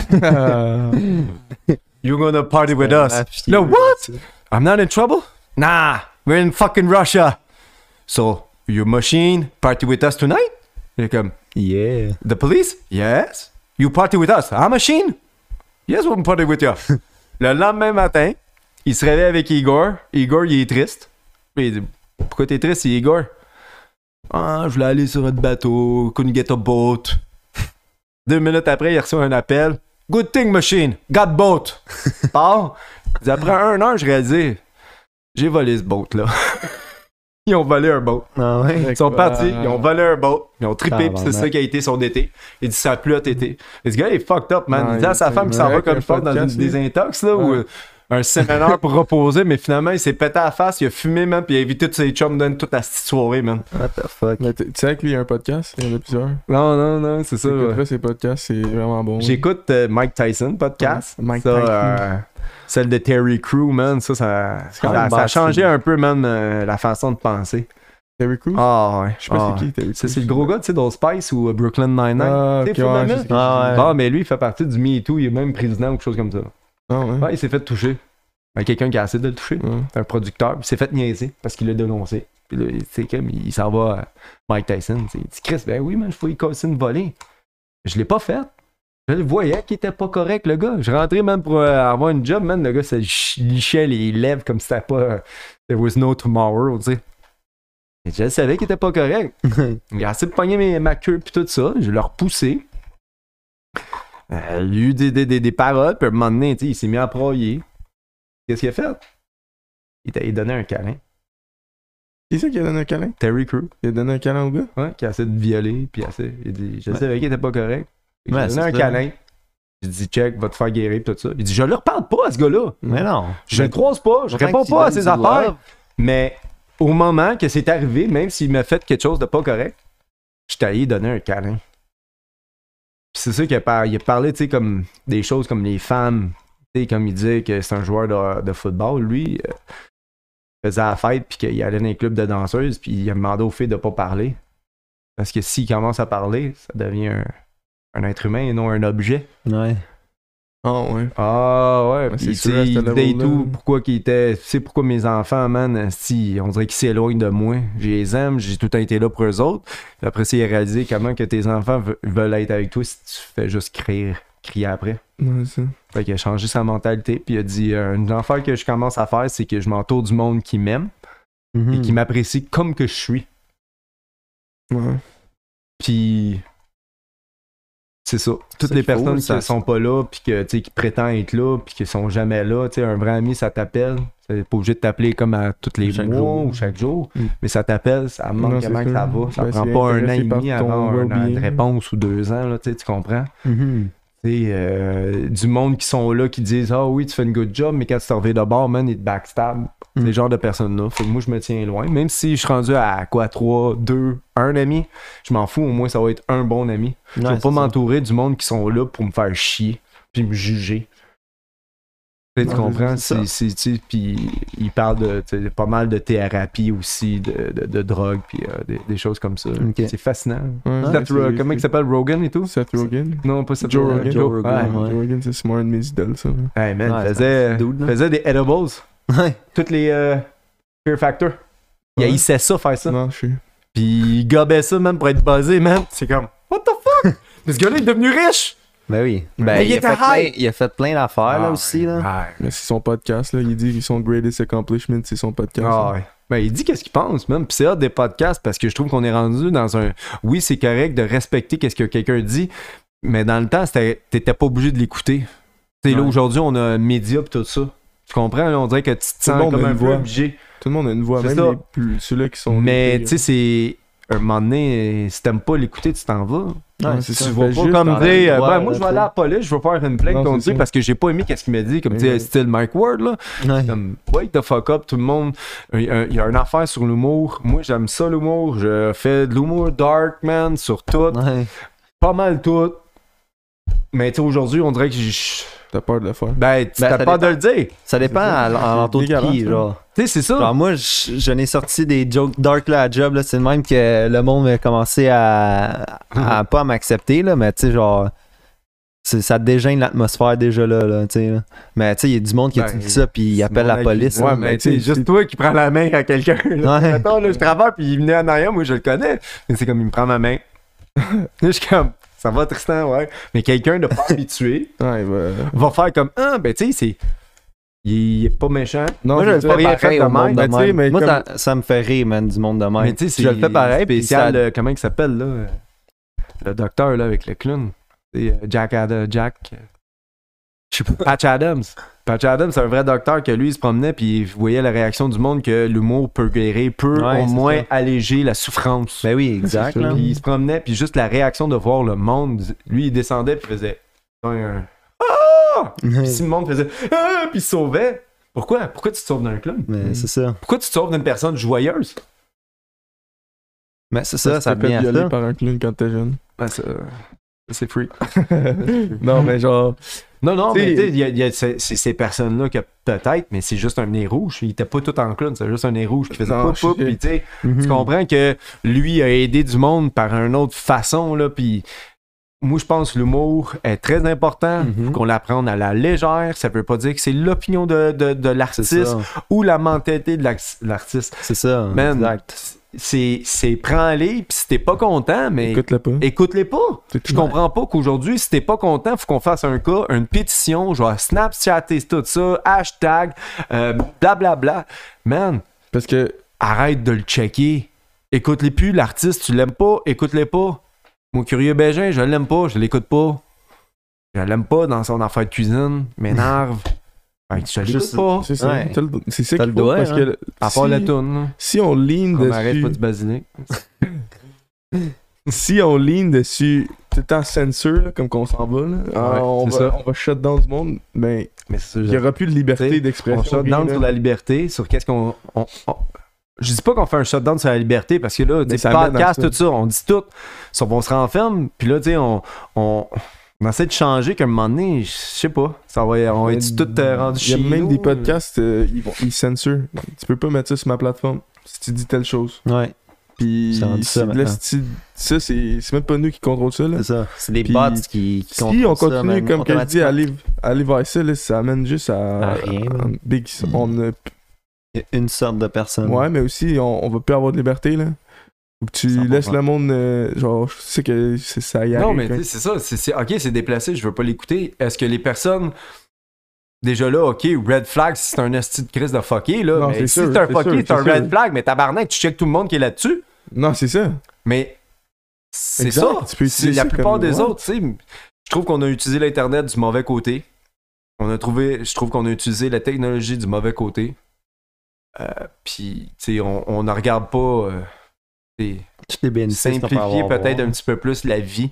You're gonna party with us. No, what? I'm not in trouble? Nah, we're in fucking Russia. So, your machine party with us tonight? Il est comme, Yeah. the police? Yes. You party with us? Our machine? Yes, we'll party with you. Le lendemain matin, il se réveille avec Igor. Igor, il est triste. Puis il dit, pourquoi t'es triste, Igor? Ah, je voulais aller sur un bateau. Couldn't get a boat. 2 minutes après, il reçoit un appel. Good thing, machine. Got boat. Part. Il dit, après 1 heure, je réalisais, j'ai volé ce boat-là. Ils ont volé un boat. Ah ouais. Ils sont partis, ils ont volé un boat, ils ont trippé, puis c'est Tabarnak. ça qui a été son été. Il dit ça a plu à été. Et ce gars, il est fucked up, man. Ouais, Il dit à sa femme qu'il s'en va avec comme un fort dans une podcast, désintox, là, ou Ouais. un séminaire pour reposer, mais finalement, il s'est pété à la face, il a fumé, man, puis il a évité tous ses chums dans toute la petite soirée, man. What the fuck? Mais tu sais que lui, il y a un podcast, il y en a plusieurs. Non, c'est ça. Après, Ouais. ces podcasts, c'est vraiment bon. J'écoute Mike Tyson podcast. Ouais, Mike Ça, Tyson. celle de Terry Crew, man, ça quand même a bon changé style. un peu, man, la façon de penser. Terry Crews? Ah ouais. Je sais pas c'est qui, Terry C'est Crews. le gros gars, tu sais, d'Old Spice ou Brooklyn Nine-Nine. Ah, Tu ok, sais, Phil ouais, Lemon? je sais qui. Ah, ouais. Bon, mais lui, il fait partie du Me Too, il est même président ou quelque chose comme ça. Ah ouais. Ouais, il s'est fait toucher. Ben, quelqu'un qui a essayé de le toucher. Ouais. Un producteur. Puis il s'est fait niaiser parce qu'il l'a dénoncé. Puis là, c'est comme, il s'en va à Mike Tyson. Il dit, Chris, ben oui, man, je faut y casser une volée. Je l'ai pas fait. Je le voyais qu'il était pas correct, le gars. Je rentrais même pour avoir une job, man. Le gars, ça lichait les lèvres comme si c'était pas. There was no tomorrow, tu sais. Et je savais qu'il était pas correct. Il a essayé de pogner ma queue puis tout ça. Je l'ai repoussé. Il a eu des paroles, puis à un moment donné, tu sais, il s'est mis à broyer. Qu'est-ce qu'il a fait? Il a donné un câlin. Qui c'est qui a donné un câlin? Terry Crew, Il a donné un câlin au gars? ouais, qui a essayé de violer, puis il dit, je savais qu'il était pas correct. Il Ouais, a donné un c'est ça. câlin. J'ai dit, check, va te faire guérir, pis tout ça. Il dit, je leur parle pas à ce gars-là. Mais non. Je le croise pas, je réponds pas à ses affaires. Mais au moment que c'est arrivé, même s'il m'a fait quelque chose de pas correct, je suis allé donner un câlin. Puis c'est ça qu'il a parlé, tu sais, comme des choses comme les femmes. Tu sais, comme il disait que c'est un joueur de football, lui, il faisait la fête, puis qu'il allait dans les clubs de danseuses, puis il a demandé aux filles de pas parler. Parce que s'il commence à parler, ça devient un être humain et non un objet. Ouais. Ah ouais. Ah ouais, Ouais, puis c'est tu sûr, à sais, ce il disait et level-là. tout, pourquoi qu'il était, tu sais pourquoi mes enfants, man, si on dirait qu'ils s'éloignent de moi, je les aime, j'ai tout le temps été là pour eux autres, puis après ça, il a réalisé comment que tes enfants veulent être avec toi si tu fais juste crier après. Ouais, ça. Fait qu'il a changé sa mentalité, puis il a dit, une affaire que je commence à faire, c'est que je m'entoure du monde qui m'aime, et qui m'apprécie comme que je suis. Ouais. Puis c'est ça. Toutes Ça les qu'il faut, personnes ça. qui sont pas là, puis que, tu sais, qui prétendent être là, puis qui sont jamais là. Tu sais, un vrai ami, ça t'appelle. C'est pas obligé de t'appeler comme à tous les Chaque mois jour. ou chaque jour. Mm. Mais ça t'appelle, ça Non, demande c'est comment que ça sûr. va. Ça Ben, prend c'est pas un an et intéressé par demi ton avant une well-being. réponse ou 2 ans, là, tu sais, tu comprends? Mhm. Tu sais, du monde qui sont là, qui disent « Ah oui, tu fais une good job, mais quand tu t'en reviens de bord, man, ils te backstab. Mm. Ces genres de personnes-là. Fait que moi, je me tiens loin. Même si je suis rendu à quoi, 3, 2, 1 ami, je m'en fous. Au moins, ça va être un bon ami. Je Ouais, vais c'est pas ça. m'entourer du monde qui sont là pour me faire chier puis me juger. Tu sais, tu Ouais, comprends? c'est ça. Tu sais, puis il parle de tu sais, pas mal de thérapie aussi, de drogue, puis des choses comme ça. Ok. C'est fascinant. Ouais, Seth c'est- comment il s'appelle? Rogan et tout? Seth Rogen. Non, pas Seth Joe Rogan. Rogan. Joe Rogan, Ouais. ouais. Joe Rogan, c'est un de mes idoles, ça. Hey man, Ouais, faisait, c'est un dude, là. faisait des edibles. Ouais. Toutes les Fear Factor. Il Ouais. haïssait ça, faire ça. Non, je suis. Puis il gobait ça, même pour être buzzé, man. C'est comme, what the fuck? Mais ce gars-là est devenu riche! Ben oui. Mais Ben, il il, était a fait plein, high. il a fait plein d'affaires là Ah, aussi. Là. ouais. Mais c'est son podcast, là. Il dit que son greatest accomplishment, c'est son podcast. Ah ouais. Ben, il dit qu'est-ce qu'il pense, même. Puis c'est hâte des podcasts parce que je trouve qu'on est rendu dans un. Oui, c'est correct de respecter qu'est-ce que quelqu'un dit, mais dans le temps, t'étais pas obligé de l'écouter. Tu sais, là, Ouais. aujourd'hui, on a un média pis tout ça. Tu comprends? Là, on dirait que tu te le sens monde comme a un une peu voix. obligé. Tout le monde a une voix, C'est même ça. ceux-là qui sont. Mais limités, tu sais, c'est. Un moment donné, si t'aimes pas l'écouter, tu t'en vas. Ouais, c'est Tu ça. vas Fais pas juste comme en dire, aller voir, moi je vais là, aller à la police, je veux faire une plainte Non, contre c'est lui ça. parce que j'ai pas aimé qu'est-ce qu'il m'a dit, comme tu sais, Ouais. style Mike Ward là. Ouais. Comme, wait the fuck up, tout le monde. Il y a une affaire sur l'humour. Moi j'aime ça l'humour. Je fais de l'humour dark, man, sur tout. Ouais. Pas mal tout. Mais tu sais, aujourd'hui, on dirait que T'as peur de le faire. ben, ça t'as pas de le dire. Ça dépend C'est ça. à l'entour de Dégueulasse, qui, ça. genre. Tu sais, c'est ça. Genre, moi, je n'ai sorti des jokes dark là, à job, là. C'est le même que le monde a commencé à pas à m'accepter, là. Mais tu sais, genre, ça dégêne l'atmosphère déjà là, tu sais. Là. Mais tu sais, il y a du monde qui a Ben, dit ça, puis il c'est appelle mon la avis. police. Ouais, là. mais tu sais, juste toi qui prends la main à quelqu'un. là. Ouais. Attends, là, je travaille, puis il venait en arrière, moi je le connais. Mais c'est comme, il me prend ma main. Je suis comme, ça va Tristan, ouais. Mais quelqu'un de pas habitué Ouais, bah... va faire comme, ah, ben tu sais, c'est. Il est pas méchant. Non, Moi, je le c'est fais rien fait pareil de au monde même, de mais tu sais, même. mais Moi, comme- ça me fait rire, man, du monde de même. Mais tu sais, je le fais pareil, puis spécial, ça- comment il s'appelle, là? Le docteur, là, avec le clown. C'est Jack. Je sais pas. Patch Adams. Patch Adams, c'est un vrai docteur que lui, il se promenait, puis il voyait la réaction du monde que l'humour peut guérir, peut Ouais, au c'est moins ça. alléger la souffrance. Ben oui, exact. C'est là. ça. Puis il se promenait, puis juste la réaction de voir le monde, lui, il descendait, puis il faisait un. Ah! Puis si le monde faisait Ah! Puis il se sauvait. Pourquoi? Pourquoi tu te sauves d'un clown? Mais c'est ça. Pourquoi tu te sauves d'une personne joyeuse? Mais c'est ça, ça t'es fait vient à violer ça. par un clown quand t'es jeune. Ben, ça, c'est free. Non, mais genre... Non, T'sais- mais tu sais, il y a ces personnes-là que peut-être, mais c'est juste un nez rouge. Il était pas tout en clown, c'est juste un nez rouge qui faisait Non, poup, poup, je sais. puis tu sais, Mhm. tu comprends que lui a aidé du monde par une autre façon, là, puis moi, je pense que l'humour est très important, Mhm. faut qu'on l'apprenne à la légère. Ça veut pas dire que c'est l'opinion de C'est l'artiste ça. ou la mentalité de l'artiste. C'est ça. Man, Exact. c'est prends-les, puis si t'es pas content, mais Écoute-le pas. écoute-les pas. C'est Je tout. comprends pas qu'aujourd'hui, si t'es pas content, faut qu'on fasse un cas, une pétition, genre Snapchatter tout ça, hashtag, blablabla. Man, Parce que... arrête de le checker. Écoute-les plus, l'artiste, tu l'aimes pas, écoute-les pas. Mon curieux Bégin, je l'aime pas, je l'écoute pas. Je l'aime pas dans son affaire de cuisine, il m'énerve. Fait que je l'écoute Juste- pas. C'est ça. Ouais. C'est ça T'as qu'il le faut, doigt, parce hein. que... À part la toune. Si on lean On arrête pas dessus... du basilic. Si on lean dessus tout le temps censure, là, comme qu'on s'en va, là, Ouais, on, c'est va, ça. on va shut down du monde, mais Mais c'est ça, il n'y aura plus de liberté T'sais, d'expression. on shut rien, down là. sur la liberté, sur qu'est-ce qu'on. Je dis pas qu'on fait un shutdown sur la liberté parce que là, Mais des ça mène à podcasts, ça. tout ça, on dit tout. Sauf qu'on se renferme, puis là, tu sais, on essaie de changer qu'à un moment donné, je sais pas, on va être tout rendu Il y a chez même nous. des podcasts, ils censurent. Tu peux pas mettre ça sur ma plateforme si tu dis telle chose. Ouais, Puis C'est rendu ça, là, maintenant. ça, c'est même pas nous qui contrôlons ça. Là. c'est ça. C'est des Puis, bots qui Si contrôlent on ça, continue, man, comme que je dis, automatiquement. à aller vers ça, là, ça amène juste À rien, man. big. Il y a une sorte de personne. Ouais, mais aussi, on va plus avoir de liberté, là. Faut que tu 100%. laisses le monde, genre, je sais que ça y arrive. Non, mais tu sais, c'est ça. Ok, c'est déplacé, je veux pas l'écouter. Est-ce que les personnes. Déjà là, ok, red flag, si c'est un esti de crise de fucké, là. Non, mais c'est si sûr, c'est un c'est fucké, sûr, c'est un c'est red sûr. flag, mais tabarnak, tu checkes tout le monde qui est là-dessus. Non, c'est ça. Mais c'est Exact, ça. tu peux C'est utiliser la ça plupart comme- des ouais. autres, tu sais. Je trouve qu'on a utilisé l'Internet du mauvais côté. Je trouve qu'on a utilisé la technologie du mauvais côté. Puis, tu sais, on ne regarde pas Toutes les bénéfices qu'on peut simplifier avoir. peut-être un petit peu plus la vie.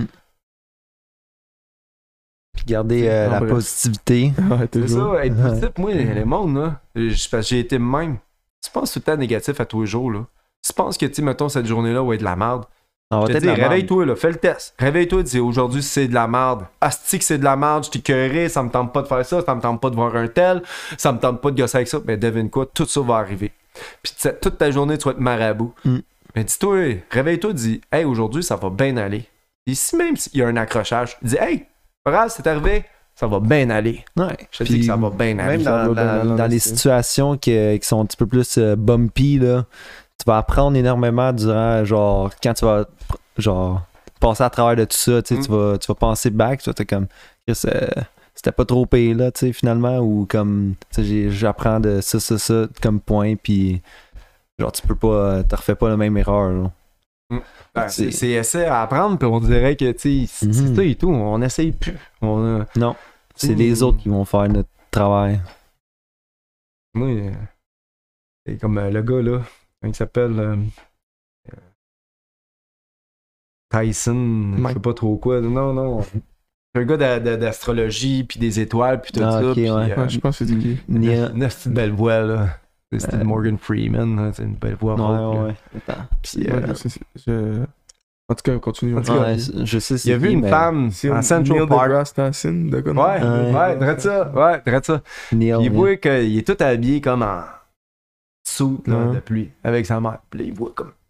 Puis garder En la bref. positivité. Ouais, C'est toujours. ça, être positif, moi, les mondes, là, parce que j'ai été le même. Tu penses tout le temps négatif à tous les jours, là. Tu penses que, tu sais, mettons, cette journée-là va être de la merde. On va Je te peut-être dis, la merde. réveille-toi, là, fais le test. Réveille-toi, dis aujourd'hui c'est de la merde. Asti que c'est de la merde, je t'ai curé, ça me tente pas de faire ça, ça me tente pas de voir un tel, ça me tente pas de gosser avec ça. Mais devine quoi, tout ça va arriver. Puis toute ta journée, tu vas être marabout. Mais dis-toi, réveille-toi, dis, hey, aujourd'hui, ça va bien aller. Et si même s'il y a un accrochage, dis, hey, pas grave, c'est arrivé, ça va bien aller. Ouais. Je te dis que ça va bien aller. Même ça dans, va bien aller, dans les aussi. situations qui sont un petit peu plus bumpy, là, tu vas apprendre énormément durant, genre, quand tu vas, genre, passer à travers de tout ça, tu sais, tu vas penser back, tu vas être comme, Chris, c'était pas trop payé, là, tu sais, finalement, ou comme, tu sais, j'apprends de ça, comme point, puis, genre, tu peux pas, tu refais pas la même erreur, là. Ben, c'est essai à apprendre, puis on dirait que, tu sais, c'est ça et tout, on essaye plus. Non, c'est Mm. les autres qui vont faire notre travail. Moi, c'est comme le gars, là, comment il s'appelle Tyson, je sais pas trop quoi. Non. C'est un gars d'astrologie, puis des étoiles, puis tout ça. Ok, puis, ouais. Je pense que c'est qui. Neil. une petite belle voix, là. C'était Morgan Freeman, là, c'est une belle voix. Ouais. Attends. Puis, En tout cas, continue. Ouais, je sais il a vu une femme en Central Park. deGrasse Tyson, de quoi? Ouais, drette ça. Ouais, drette ça. Neil. Puis il voit qu'il est tout habillé comme en suit là, Ouais. de pluie avec sa mère. Puis là, il voit comme.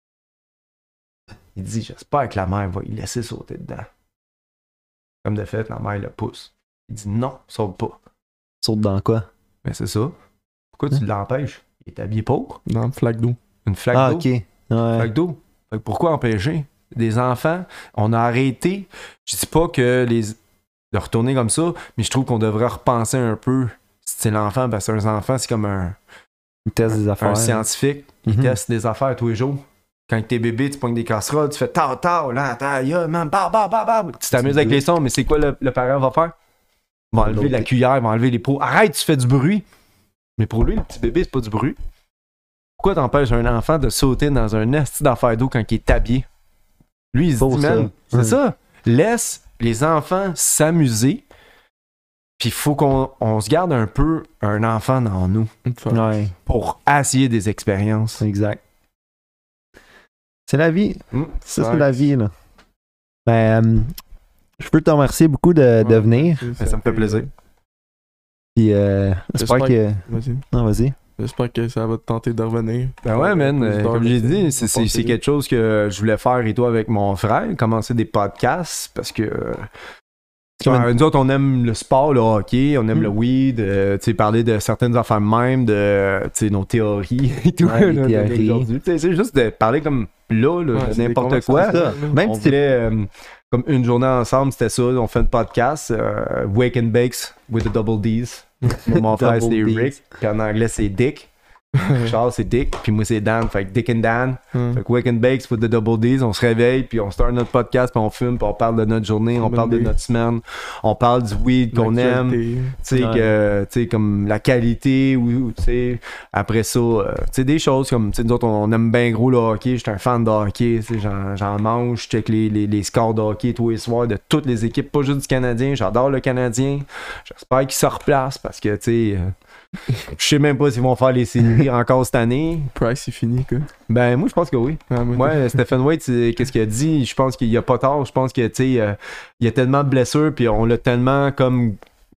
Il dit j'espère que la mère va y laisser sauter dedans. Comme de fait, la mère le pousse. Il dit non, saute pas. Saute dans quoi? Mais c'est ça. Pourquoi tu l'empêches? Il est habillé pour Dans le flaque d'eau. une flaque Ah, d'eau. ok. Ouais. Flaque d'eau. Fait que pourquoi empêcher des enfants? On a arrêté. Je dis pas que de retourner comme ça, mais je trouve qu'on devrait repenser un peu. C'est l'enfant, parce qu'un enfant, c'est comme un Il teste des affaires. scientifique. Il Mhm. teste des affaires tous les jours. Quand t'es bébé, tu pognes des casseroles, tu fais tao, là, man, bah. Tu t'amuses avec les sons, mais c'est quoi le parent va faire? Il va enlever la cuillère, il va enlever les pots. Arrête, tu fais du bruit. Mais pour lui, le petit bébé, c'est pas du bruit. Pourquoi t'empêches un enfant de sauter dans un esti d'affaires d'eau quand il est habillé? Lui, il se Pour dit, ça. man, c'est ça. Laisse les enfants s'amuser. Puis il faut qu'on se garde un peu un enfant dans nous Ouais, pour essayer des expériences. exact. C'est la vie. Ça, c'est Ouais. la vie, là. Ben, je peux te remercier beaucoup de venir. Ça me fait plaisir. Puis, j'espère que. Vas-y. Non, vas-y. J'espère que ça va te tenter de revenir. Ben ouais, man. Comme j'ai dit, c'est c'est quelque chose que je voulais faire et toi avec mon frère, commencer des podcasts parce que. Nous autres, on aime le sport, le hockey, on aime le weed, tu sais, parler de certaines affaires même, de tu sais, nos théories et tout. Ouais, les là, théories. d'aujourd'hui. Tu sais, c'est juste de parler comme là, Ouais, de c'est des n'importe quoi. conversations, là. Même On si c'est. voulait, comme une journée ensemble, c'était ça. On fait un podcast, Wake and Bakes with the Double D's. Mon frère, c'est Double Ds. Rick, puis en anglais, c'est Dick. Charles, c'est Dick, puis moi, c'est Dan. Fait que Dick and Dan. Fait que Wake and Bakes with the Double D's, on se réveille, puis on start notre podcast, puis on fume, puis on parle de notre journée, on Bonne parle de idée. notre semaine, on parle du weed qu'on aime, tu sais, Ouais. que, tu sais, comme la qualité, ou tu sais, après ça, tu sais, des choses comme, tu sais, nous autres, on aime bien gros le hockey, j'étais un fan de hockey, tu sais, j'en mange, je check les scores de hockey tous les soirs de toutes les équipes, pas juste du Canadien, j'adore le Canadien, j'espère qu'il se replace, parce que, tu sais, je sais même pas s'ils vont faire les séries encore cette année. Price, c'est fini, quoi. Ben, moi, je pense que oui. Ah, moi, Ouais, Stephen Waite, qu'est-ce qu'il a dit? Je pense qu'il a pas tort. Je pense que, tu sais, il y a tellement de blessures, puis on l'a tellement comme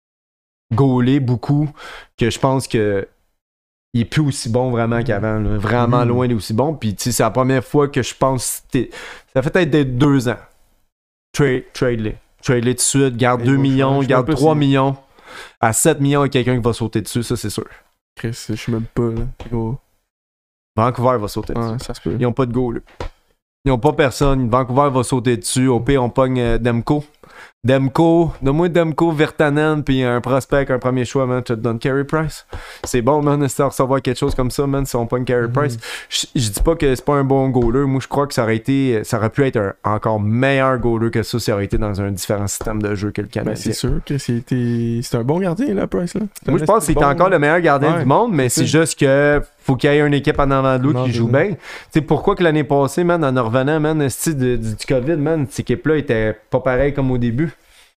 gaulé beaucoup que je pense que il est plus aussi bon vraiment qu'avant. Là. Vraiment loin d'aussi bon. Puis, tu sais, c'est la première fois que je pense. Ça fait peut-être 2 ans. Trade-les. Trade-les tout de suite. Garde Et 2 moi, millions, je garde sais pas 3 si- millions. À 7 millions, il y a quelqu'un qui va sauter dessus, ça, c'est sûr. Chris, je suis même pas, là. Gros. Vancouver va sauter dessus. Ouais, ça se peut. Ils ont pas de goal. Ils ont pas personne. Vancouver va sauter dessus. Au pire, on pogne Demko. Donne-moi Demko, Virtanen, puis un prospect, un premier choix, man. Tu te donnes Carey Price. C'est bon, man, de recevoir quelque chose comme ça, man, si on pogne Carey Price. Je dis pas que c'est pas un bon goaler. Moi, je crois que ça aurait pu être un encore meilleur goaler que ça aurait été dans un différent système de jeu que le Ben, Canadien. c'est sûr que c'est un bon gardien, là, Price, là. Moi, je pense que c'est encore le meilleur gardien Ouais, du monde, mais c'est c'est juste que faut qu'il y ait une équipe en avant de l'autre Non, qui c'est joue ça. bien. Tu sais, pourquoi que l'année passée, man, en revenant, man, du COVID, man, cette équipe-là était pas pareille comme au début.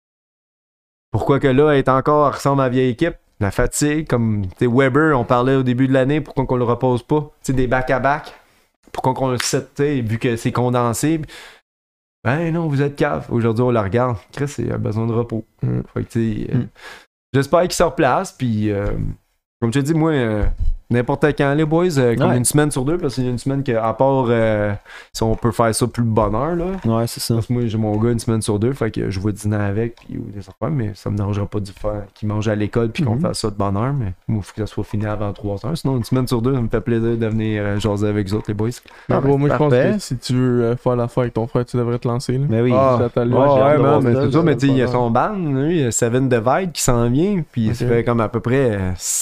Pourquoi que là, elle est encore, elle ressemble à la vieille équipe? La fatigue, comme, tu sais, Weber, on parlait au début de l'année, pourquoi qu'on le repose pas? Tu sais, des back-à-back. Pourquoi qu'on le set, tu sais, vu que c'est condensé? Ben non, vous êtes cave. Aujourd'hui, on la regarde. Chris, il a besoin de repos. Fait que, tu sais, j'espère qu'il se replace, puis comme je te dis, moi, n'importe quand, les boys, comme Ouais. une semaine sur 2, parce qu'il y a une semaine qu'à part si on peut faire ça plus de bonheur, là. Ouais, c'est ça. Parce que moi, j'ai mon gars une semaine sur 2, fait que je vais dîner avec, puis ou des affaires, mais ça me dérangera pas de faire qu'il mange à l'école, puis qu'on fasse ça de bonne heure, mais moi, il faut que ça soit fini avant 3 heures. Sinon, une semaine sur 2, ça me fait plaisir de venir jaser avec vous autres, les boys. Ben, gros, moi, je pense parfait. que si tu veux faire l'affaire avec ton frère, tu devrais te lancer, là. Mais oui. Ah, Ça t'a- ouais, Ouais, j'ai hâte de man, voir mais ça, c'est ça, mais tu sais, il y a ça. son ban, lui, Seven Divide qui s'en vient, puis ça Ok. fait comme à peu près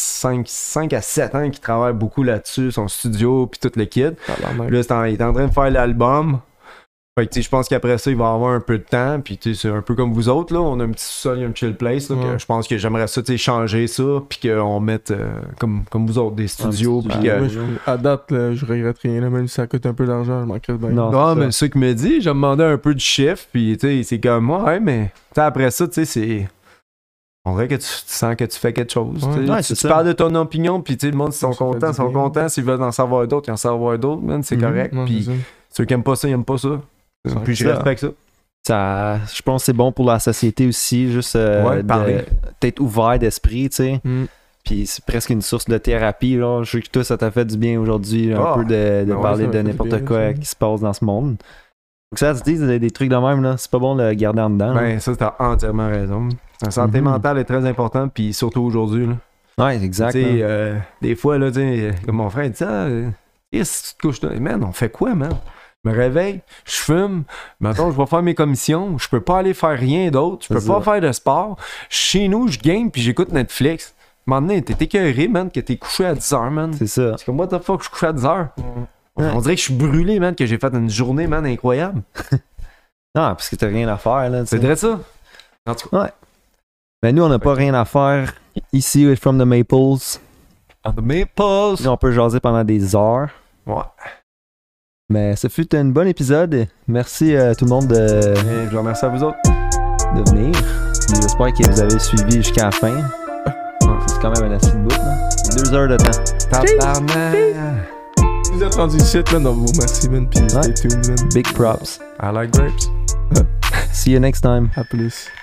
5 à 7 ans qu'il travaille beaucoup là-dessus, son studio, puis tout le kit. Tabarnak. Puis là, il est en train de faire l'album. Fait que, tu sais, je pense qu'après ça, il va avoir un peu de temps. Puis, tu sais, c'est un peu comme vous autres, là. On a un petit sol, il y a un chill place, là. Que je pense que j'aimerais ça, tu sais, changer ça. Puis qu'on mette, comme vous autres, des studios. Puis Moi, à date, là, je regrette rien, là, même si ça coûte un peu d'argent, je manquerais de bien. Non, mais ce qu'il me dit, j'ai demandé un peu de chiffre. Puis, tu sais, c'est comme moi, ouais, mais, tu sais, après ça, tu sais, c'est. On dirait que tu sens que tu fais quelque chose. Ouais, tu parles de ton opinion, puis, tu sais, le monde, ils sont contents, ils sont contents. S'ils veulent en savoir d'autres, ils en savoir d'autres, man, c'est correct. Puis, ceux qui aiment pas ça, ils aiment pas ça. Puis je respecte ça. Je pense que c'est bon pour la société aussi, juste d'être ouvert d'esprit, tu sais. Puis c'est presque une source de thérapie, là. Je sais que toi, ça t'a fait du bien aujourd'hui, un peu de parler de n'importe quoi qui se passe dans ce monde. Donc ça se dit, des trucs de même, là, c'est pas bon de le garder en dedans. Ben, ça, t'as entièrement raison. La santé mentale est très importante, puis surtout aujourd'hui, là. Ouais, exact. Tu sais, des fois, là, tu sais, comme mon frère dit ça, si tu te couches là, man, on fait quoi, man? Je me réveille, je fume, maintenant je vais faire mes commissions, je peux pas aller faire rien d'autre, je peux pas faire de sport. Chez nous, je game puis j'écoute Netflix. Maintenant, t'es écœuré, man, que t'es couché à 10h, man. C'est ça. Parce que what the fuck, je suis couché à 10h. On dirait que je suis brûlé, man, que j'ai fait une journée, man, incroyable. Non, parce que t'as rien à faire, là. C'est vrai ça. En tout cas. Ouais. Ben nous, on n'a pas rien à faire ici, with From the Maples. On the Maples. Nous, on peut jaser pendant des heures. Ouais. Mais ça fut un bon épisode. Merci à tout le monde Je vous remercie à vous autres de venir. J'espère que vous avez suivi jusqu'à la fin. C'est quand même un assez de bout, là. 2 heures de temps. Tabarnak. Si vous êtes rendu ici, man, on vous remercie, man, pis stay tuned, man. Big props. I like grapes. See you next time. À plus.